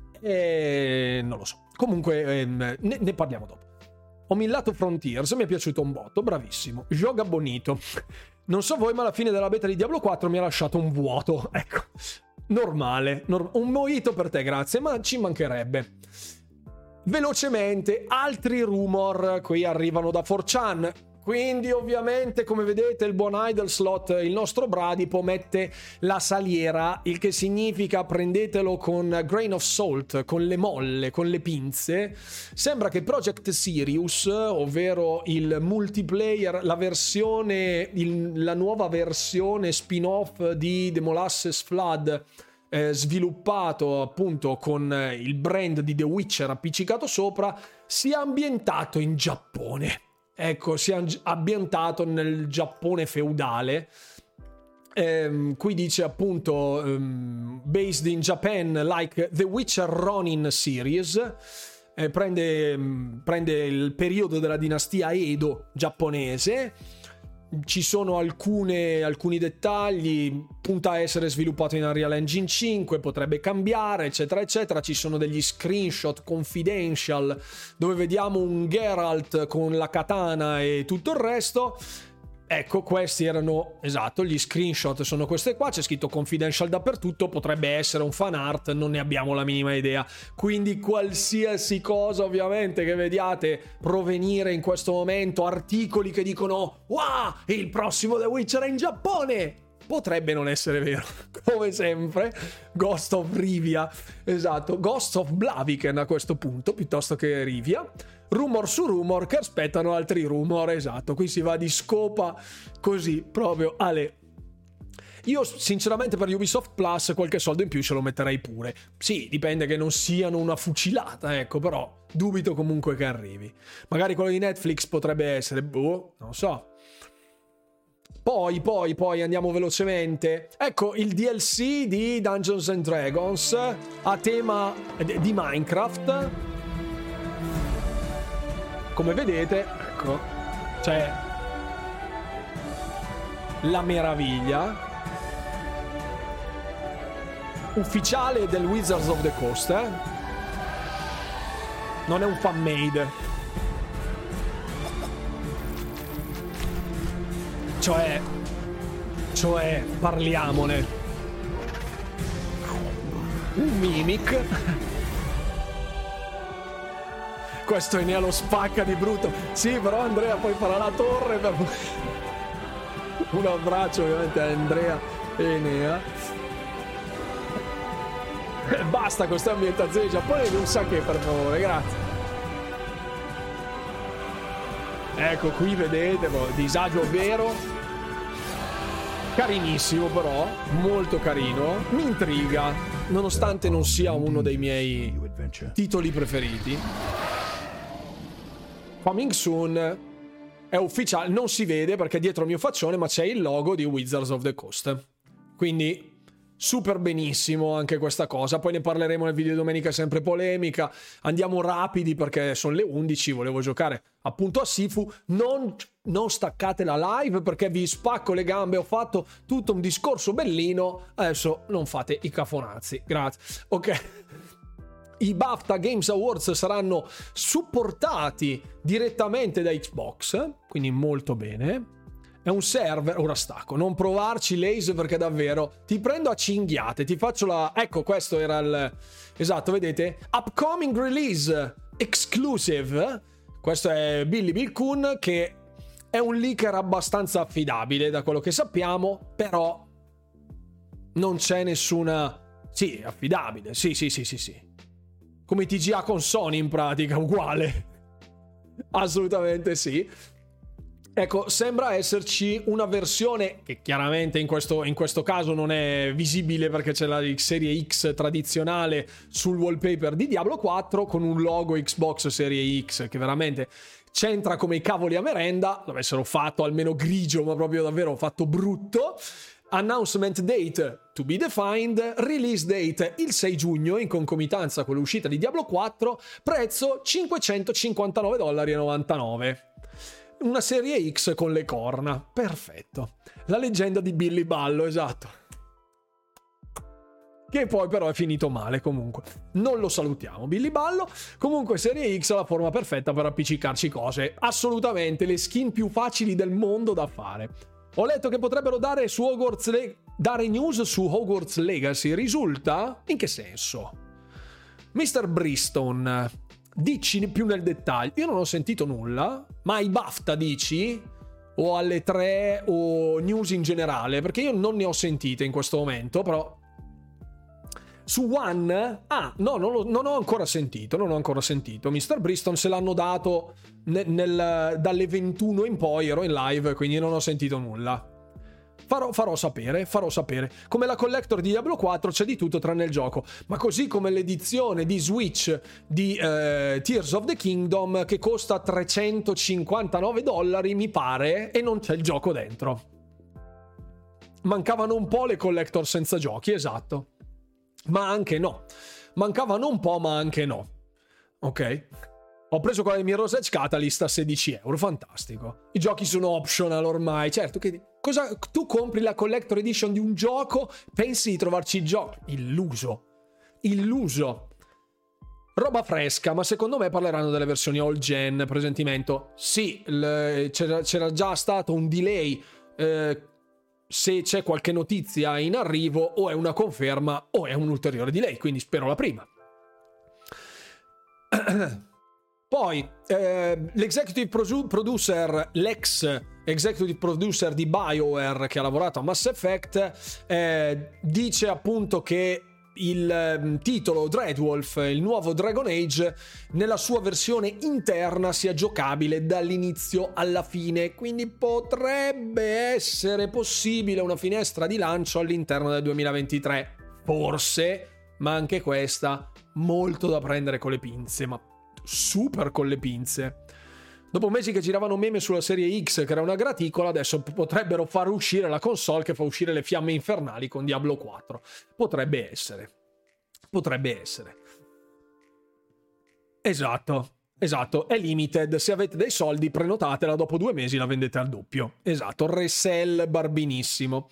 S1: Non lo so. Comunque ne parliamo dopo. Ho millato Frontiers, mi è piaciuto un botto, bravissimo. Gioca bonito. Non so voi, ma alla fine della beta di Diablo 4 mi ha lasciato un vuoto. Ecco, normale. Un mojito per te, grazie, ma ci mancherebbe. Velocemente, altri rumor qui arrivano da 4chan. Quindi ovviamente, come vedete, il buon Idle Slot, il nostro bradipo, mette la saliera, il che significa prendetelo con grain of salt, con le molle, con le pinze. Sembra che Project Sirius, ovvero il multiplayer, la nuova versione spin-off di The Molasses Flood, sviluppato appunto con il brand di The Witcher appiccicato sopra, sia ambientato in Giappone. Ecco, si è ambientato nel Giappone feudale. Qui dice appunto based in Japan like The Witcher Ronin series. Prende il periodo della dinastia Edo giapponese. Ci sono alcuni dettagli, punta a essere sviluppato in Unreal Engine 5, potrebbe cambiare, eccetera eccetera. Ci sono degli screenshot confidential dove vediamo un Geralt con la katana e tutto il resto. Ecco, questi erano, esatto, gli screenshot sono queste qua, c'è scritto confidential dappertutto, potrebbe essere un fan art, non ne abbiamo la minima idea. Quindi qualsiasi cosa ovviamente che vediate provenire in questo momento, articoli che dicono wow, il prossimo The Witcher è in Giappone, potrebbe non essere vero. Come sempre, Ghost of Rivia, esatto, Ghost of Blaviken a questo punto, piuttosto che Rivia. Rumor su rumor che aspettano altri rumor, esatto, qui si va di scopa così proprio alle. Io sinceramente per Ubisoft Plus qualche soldo in più ce lo metterei pure. Sì, dipende che non siano una fucilata, ecco, però dubito comunque che arrivi. Magari quello di Netflix potrebbe essere, non so. Poi andiamo velocemente. Ecco il DLC di Dungeons and Dragons a tema di Minecraft. Come vedete, ecco, c'è la meraviglia ufficiale del Wizards of the Coast, non è un fan made. Cioè, parliamone. Un Mimic. Questo Enea lo spacca di brutto. Sì, però Andrea poi farà la torre per... Un abbraccio ovviamente a Andrea e Enea. Basta con questa ambientazione giapponese, un sake per favore, grazie. Ecco, qui vedete, disagio vero, carinissimo però, molto carino, mi intriga, nonostante non sia uno dei miei titoli preferiti. Coming soon, è ufficiale, non si vede perché dietro il mio faccione, ma c'è il logo di Wizards of the Coast, quindi... super benissimo anche questa cosa. Poi ne parleremo nel video domenica, sempre polemica. Andiamo rapidi perché sono le 11, volevo giocare appunto a Sifu. Non staccate la live perché vi spacco le gambe, ho fatto tutto un discorso bellino, adesso non fate i cafonazzi, grazie. Ok, i BAFTA Games Awards saranno supportati direttamente da Xbox, quindi molto bene. È un server, ora stacco, non provarci Lace perché davvero ti prendo a cinghiate, ti faccio la... Ecco, questo era il... Esatto, vedete? Upcoming release exclusive. Questo è Billy Bilkun, che è un leaker abbastanza affidabile da quello che sappiamo, però non c'è nessuna... Sì, affidabile, sì. Come TGA con Sony in pratica, uguale. Assolutamente sì. Ecco, sembra esserci una versione che chiaramente in questo caso non è visibile perché c'è la serie X tradizionale sul wallpaper di Diablo 4 con un logo Xbox Serie X che veramente c'entra come i cavoli a merenda. L'avessero fatto almeno grigio, ma proprio davvero fatto brutto. Announcement date to be defined, release date il 6 giugno in concomitanza con l'uscita di Diablo 4, prezzo $559,99. Una serie X con le corna, perfetto. La leggenda di Billy Ballo, esatto. Che poi però è finito male comunque. Non lo salutiamo, Billy Ballo. Comunque serie X ha la forma perfetta per appiccicarci cose. Assolutamente, le skin più facili del mondo da fare. Ho letto che potrebbero dare news su Hogwarts Legacy. Risulta? In che senso? Mr. Briston... Dici più nel dettaglio. Io non ho sentito nulla, ma ai BAFTA dici? O alle 3 o news in generale? Perché io non ne ho sentite in questo momento, però... Su One? Ah, no, non ho ancora sentito. Mr. Briston se l'hanno dato dalle 21 in poi, ero in live, quindi non ho sentito nulla. Farò sapere. Come la collector di Diablo 4 c'è di tutto tranne il gioco, ma così come l'edizione di Switch di Tears of the Kingdom che costa $359 mi pare e non c'è il gioco dentro. Mancavano un po' le collector senza giochi, esatto, ma anche no. Mancavano un po' ma anche no. Ok, ho preso quella di Mirror's Edge Catalyst a €16, fantastico. I giochi sono optional ormai, certo che... tu compri la collector edition di un gioco, pensi di trovarci il gioco? Illuso. Roba fresca, ma secondo me parleranno delle versioni all gen, presentimento. Sì, c'era già stato un delay, se c'è qualche notizia in arrivo o è una conferma o è un ulteriore delay, quindi spero la prima. Poi l'executive producer, l'ex executive producer di BioWare che ha lavorato a Mass Effect, dice appunto che il titolo Dreadwolf, il nuovo Dragon Age, nella sua versione interna sia giocabile dall'inizio alla fine, quindi potrebbe essere possibile una finestra di lancio all'interno del 2023, forse, ma anche questa molto da prendere con le pinze, ma super con le pinze. Dopo mesi che giravano meme sulla serie X che era una graticola, adesso potrebbero far uscire la console che fa uscire le fiamme infernali con Diablo 4. Potrebbe essere. Esatto, è limited, se avete dei soldi prenotatela, dopo 2 mesi la vendete al doppio. Esatto, resell barbinissimo.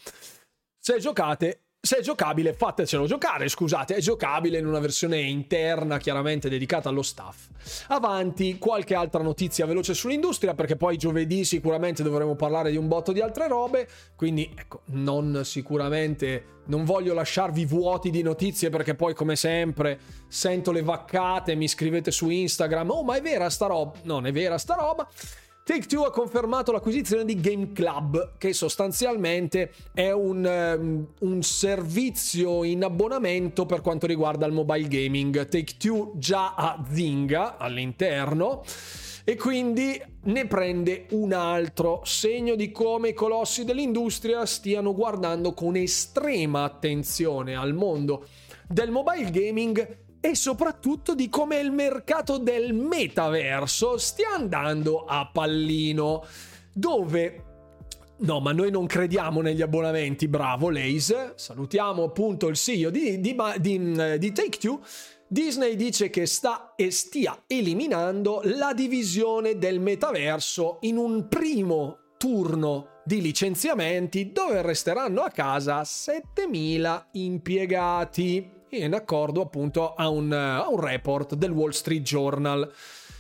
S1: Se è giocabile, fatecelo giocare, scusate, è giocabile in una versione interna chiaramente dedicata allo staff. Avanti, qualche altra notizia veloce sull'industria, perché poi giovedì sicuramente dovremo parlare di un botto di altre robe, quindi ecco, non voglio lasciarvi vuoti di notizie, perché poi come sempre sento le vaccate, mi scrivete su Instagram, oh ma è vera sta roba? Non è vera sta roba. Take-Two ha confermato l'acquisizione di Game Club, che sostanzialmente è un servizio in abbonamento per quanto riguarda il mobile gaming. Take-Two già ha Zynga all'interno e quindi ne prende un altro, segno di come i colossi dell'industria stiano guardando con estrema attenzione al mondo del mobile gaming e soprattutto di come il mercato del metaverso stia andando a pallino, dove no, ma noi non crediamo negli abbonamenti. Bravo Lays, salutiamo appunto il CEO di Take-Two. Disney dice che stia eliminando la divisione del metaverso in un primo turno di licenziamenti, dove resteranno a casa 7.000 impiegati, in accordo appunto a un report del Wall Street Journal.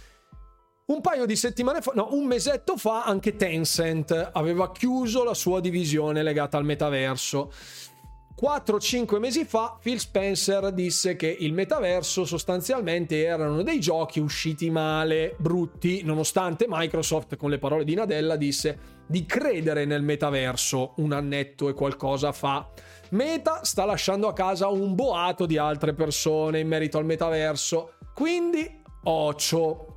S1: Un paio di settimane fa, un mesetto fa, anche Tencent aveva chiuso la sua divisione legata al metaverso. 4-5 mesi fa Phil Spencer disse che il metaverso sostanzialmente erano dei giochi usciti male, brutti, nonostante Microsoft, con le parole di Nadella, disse di credere nel metaverso un annetto e qualcosa fa. Meta sta lasciando a casa un boato di altre persone in merito al metaverso, quindi occhio,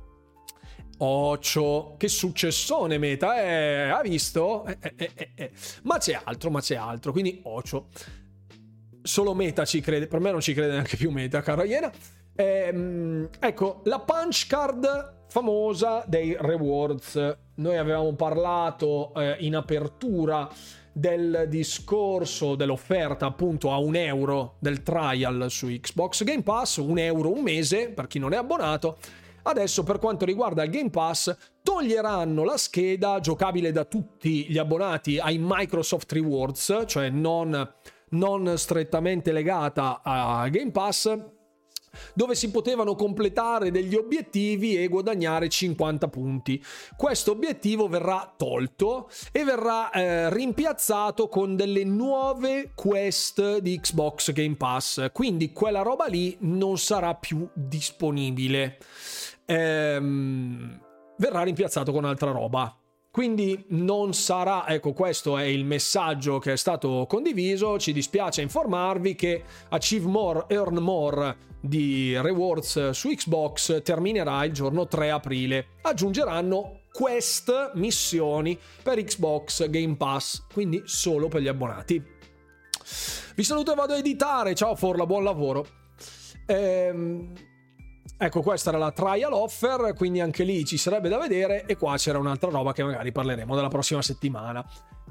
S1: che successone Meta, ha visto? Ma c'è altro, quindi occhio. Solo Meta ci crede, per me non ci crede neanche più Meta, caro Iena. Ecco, la punch card famosa dei rewards. Noi avevamo parlato in apertura del discorso dell'offerta appunto a €1 del trial su Xbox Game Pass, €1 un mese per chi non è abbonato. Adesso per quanto riguarda il Game Pass toglieranno la scheda giocabile da tutti gli abbonati ai Microsoft Rewards, cioè non strettamente legata a Game Pass, dove si potevano completare degli obiettivi e guadagnare 50 punti. Questo obiettivo verrà tolto e verrà rimpiazzato con delle nuove quest di Xbox Game Pass, quindi quella roba lì non sarà più disponibile, verrà rimpiazzato con altra roba. Quindi non sarà, ecco, questo è il messaggio che è stato condiviso. Ci dispiace informarvi che Achieve More, Earn More di rewards su Xbox terminerà il giorno 3 aprile. Aggiungeranno quest missioni per Xbox Game Pass, quindi solo per gli abbonati. Vi saluto e vado a editare. Ciao Forla, buon lavoro. Ecco, questa era la trial offer, quindi anche lì ci sarebbe da vedere, e qua c'era un'altra roba che magari parleremo della prossima settimana.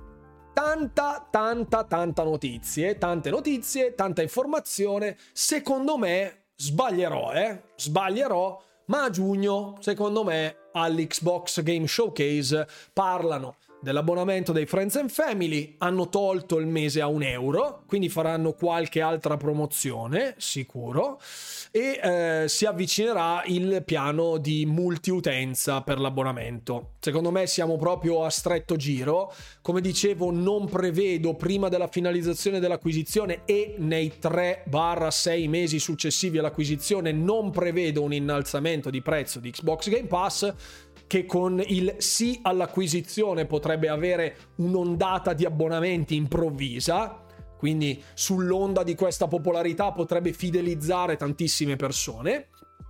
S1: Tante notizie, tanta informazione. Secondo me sbaglierò, ma a giugno, secondo me, all'Xbox Game Showcase parlano dell'abbonamento dei Friends and Family, hanno tolto il mese a €1, quindi faranno qualche altra promozione, sicuro, e si avvicinerà il piano di multiutenza per l'abbonamento. Secondo me siamo proprio a stretto giro. Come dicevo, non prevedo, prima della finalizzazione dell'acquisizione e nei 3-6 mesi successivi all'acquisizione, non prevedo un innalzamento di prezzo di Xbox Game Pass, che con il sì all'acquisizione potrebbe avere un'ondata di abbonamenti improvvisa. quindi sull'onda di questa popolarità potrebbe fidelizzare tantissime persone.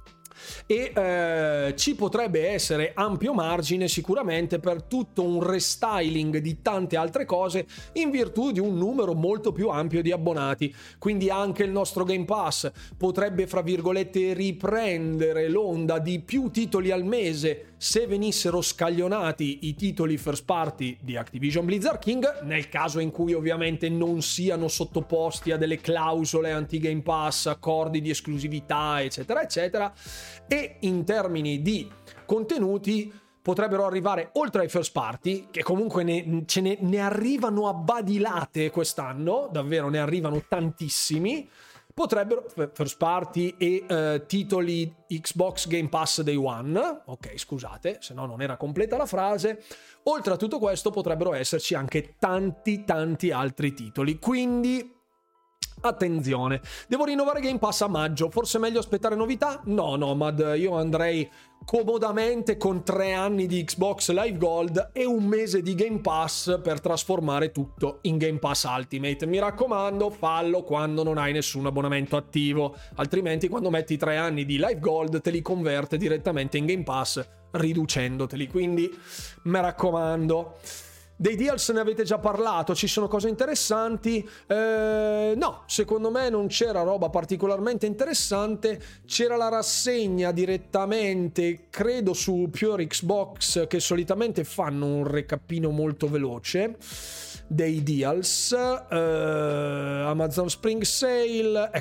S1: E ci potrebbe essere ampio margine sicuramente per tutto un restyling di tante altre cose in virtù di un numero molto più ampio di abbonati. Quindi anche il nostro Game Pass potrebbe, fra virgolette, riprendere l'onda di più titoli al mese se venissero scaglionati i titoli first party di Activision Blizzard King, nel caso in cui ovviamente non siano sottoposti a delle clausole anti-Game Pass, accordi di esclusività, eccetera eccetera. E in termini di contenuti potrebbero arrivare, oltre ai first party, che comunque ne arrivano a badilate quest'anno, davvero ne arrivano tantissimi, potrebbero first party e titoli Xbox Game Pass Day One, ok, scusate, se no non era completa la frase. Oltre a tutto questo potrebbero esserci anche tanti altri titoli, quindi attenzione. Devo rinnovare Game Pass a maggio, forse è meglio aspettare novità? No, Nomad, io andrei comodamente con 3 anni di Xbox Live Gold e un mese di Game Pass per trasformare tutto in Game Pass Ultimate. Mi raccomando, fallo quando non hai nessun abbonamento attivo, altrimenti quando metti 3 anni di Live Gold te li converte direttamente in Game Pass riducendoteli, quindi mi raccomando. Dei deals ne avete già parlato, ci sono cose interessanti? No, secondo me non c'era roba particolarmente interessante. C'era la rassegna direttamente, credo, su Pure Xbox, che solitamente fanno un recapino molto veloce dei deals. Amazon Spring Sale,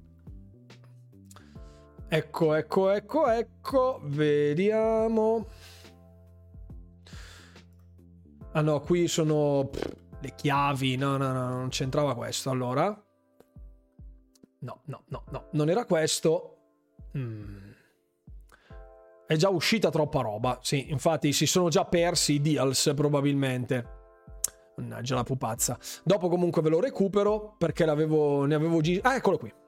S1: ecco, vediamo. Ah no, qui sono le chiavi, no, non c'entrava questo, allora. No, non era questo. È già uscita troppa roba, sì, infatti si sono già persi i deals probabilmente. Mannaggia la pupazza. Dopo comunque ve lo recupero perché ne avevo eccolo qui.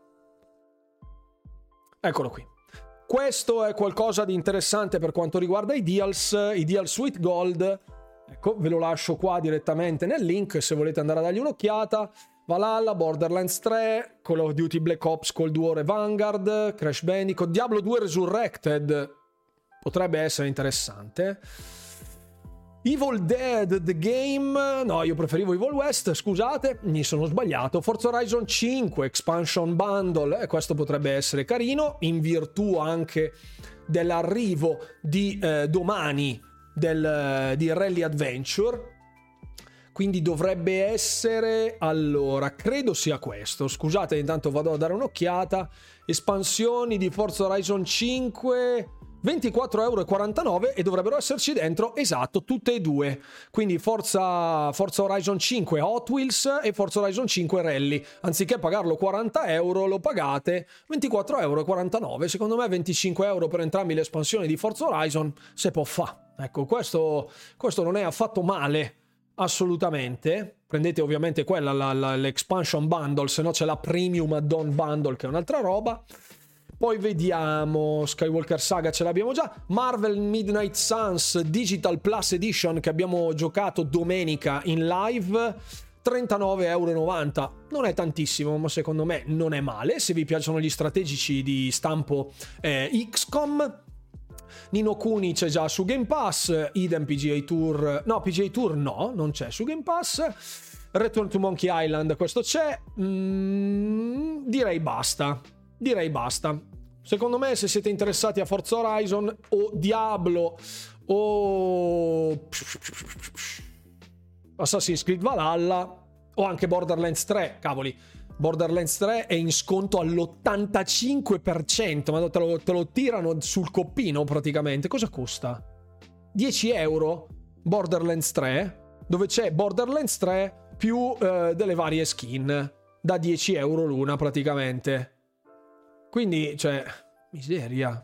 S1: Questo è qualcosa di interessante per quanto riguarda i deals with Gold. Ecco, ve lo lascio qua direttamente nel link se volete andare a dargli un'occhiata. Valhalla, Borderlands 3, Call of Duty Black Ops Cold War e Vanguard, Crash Bandicoot, Diablo 2 Resurrected potrebbe essere interessante. Evil Dead The Game, no, io preferivo Evil West, scusate, mi sono sbagliato. Forza Horizon 5 Expansion Bundle, questo potrebbe essere carino in virtù anche dell'arrivo di domani di Rally Adventure, quindi dovrebbe essere, allora credo sia questo, scusate, intanto vado a dare un'occhiata. Espansioni di Forza Horizon 5, 24,49 € e dovrebbero esserci dentro, esatto, tutte e due, quindi Forza Horizon 5 Hot Wheels e Forza Horizon 5 Rally, anziché pagarlo 40 € lo pagate 24,49 €. Secondo me 25 € per entrambi le espansioni di Forza Horizon se può fa'. Ecco, questo non è affatto male, assolutamente. Prendete ovviamente quella, l'expansion bundle, se no c'è la premium add-on bundle che è un'altra roba. Poi vediamo, Skywalker Saga ce l'abbiamo già, Marvel Midnight Suns Digital Plus Edition che abbiamo giocato domenica in live, 39,90 €. Non è tantissimo, ma secondo me non è male se vi piacciono gli strategici di stampo XCOM. Nino Kuni c'è già su Game Pass, idem PGA Tour no, non c'è su Game Pass. Return to Monkey Island, questo c'è. Direi basta. Secondo me, se siete interessati a Forza Horizon o Diablo o Assassin's Creed Valhalla o anche Borderlands 3, cavoli, Borderlands 3 è in sconto all'85%, ma te lo tirano sul coppino praticamente. Cosa costa? 10 € Borderlands 3, dove c'è Borderlands 3 più delle varie skin da 10 € l'una praticamente. Quindi, cioè, miseria.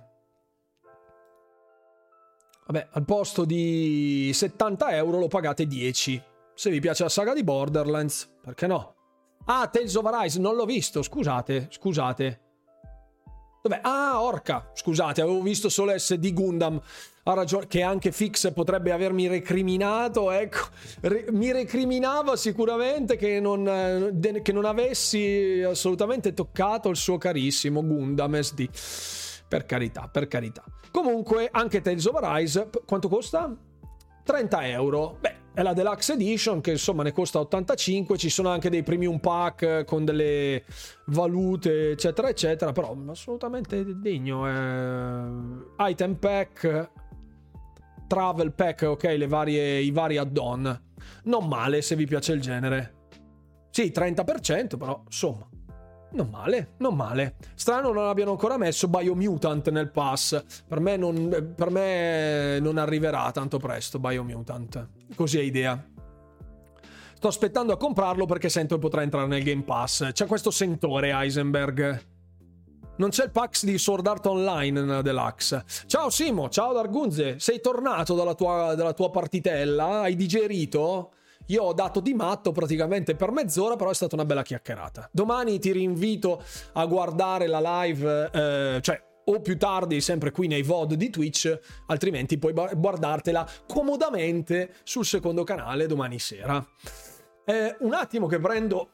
S1: Vabbè, al posto di 70 € lo pagate 10. Se vi piace la saga di Borderlands, perché no? Ah, Tales of Arise, non l'ho visto, scusate. Dov'è? Ah, orca, scusate, avevo visto solo SD Gundam. ha ragione, che anche Fix potrebbe avermi recriminato, ecco, mi recriminava sicuramente che non avessi assolutamente toccato il suo carissimo Gundam SD. Per carità. Comunque anche Tales of Arise quanto costa? 30 euro. Beh, è la Deluxe Edition che insomma ne costa 85, ci sono anche dei premium pack con delle valute eccetera eccetera, però assolutamente degno. Item pack, travel pack, ok, i vari add-on, non male se vi piace il genere. Sì, 30%, però insomma non male. Strano non abbiano ancora messo Biomutant nel pass. Per me non arriverà tanto presto Biomutant. Così è idea. Sto aspettando a comprarlo perché sento che potrà entrare nel Game Pass. C'è questo sentore, Heisenberg. Non c'è il pack di Sword Art Online nella Deluxe. Ciao Simo, ciao Dargunze. Sei tornato dalla tua partitella? Hai digerito? Io ho dato di matto praticamente per mezz'ora, però è stata una bella chiacchierata. Domani ti rinvito a guardare la live, o più tardi sempre qui nei VOD di Twitch, altrimenti puoi guardartela comodamente sul secondo canale domani sera. Un attimo che prendo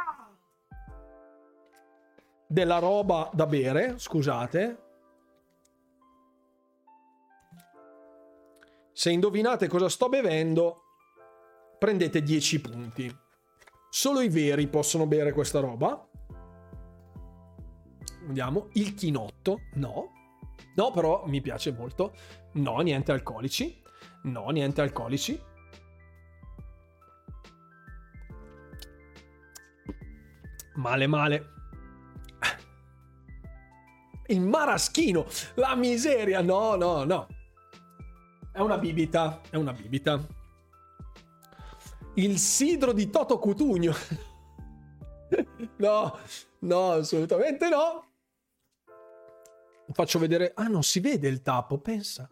S1: della roba da bere, scusate. Se indovinate cosa sto bevendo, prendete 10 punti. Solo i veri possono bere questa roba. Vediamo. Il chinotto. No, però mi piace molto. No, niente alcolici. Male. Il maraschino. La miseria. No. È una bibita. Il sidro di Toto Cutugno. No, assolutamente no. Faccio vedere. Ah, non si vede il tappo, pensa.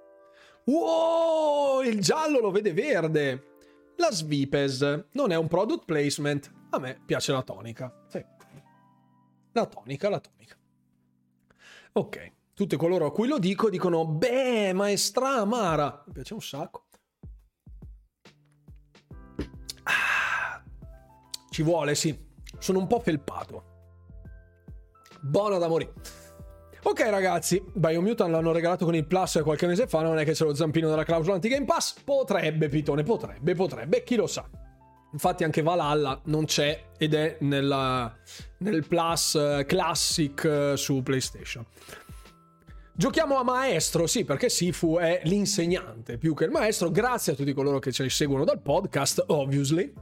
S1: Wow, il giallo lo vede verde. La Svipes non è un product placement. A me piace la tonica. Sì. La tonica. Ok. Tutti coloro a cui lo dico dicono: beh, ma è amara. Mi piace un sacco. Ci vuole, sì. Sono un po' felpato. Buono da morire. Ok ragazzi, Biomutant l'hanno regalato con il Plus qualche mese fa, non è che c'è lo zampino della clausola anti-Game Pass? Potrebbe, Pitone, potrebbe, chi lo sa. Infatti anche Valhalla non c'è ed è nel Plus Classic su PlayStation. Giochiamo a maestro, sì, perché Sifu è l'insegnante più che il maestro. Grazie a tutti coloro che ci seguono dal podcast, obviously.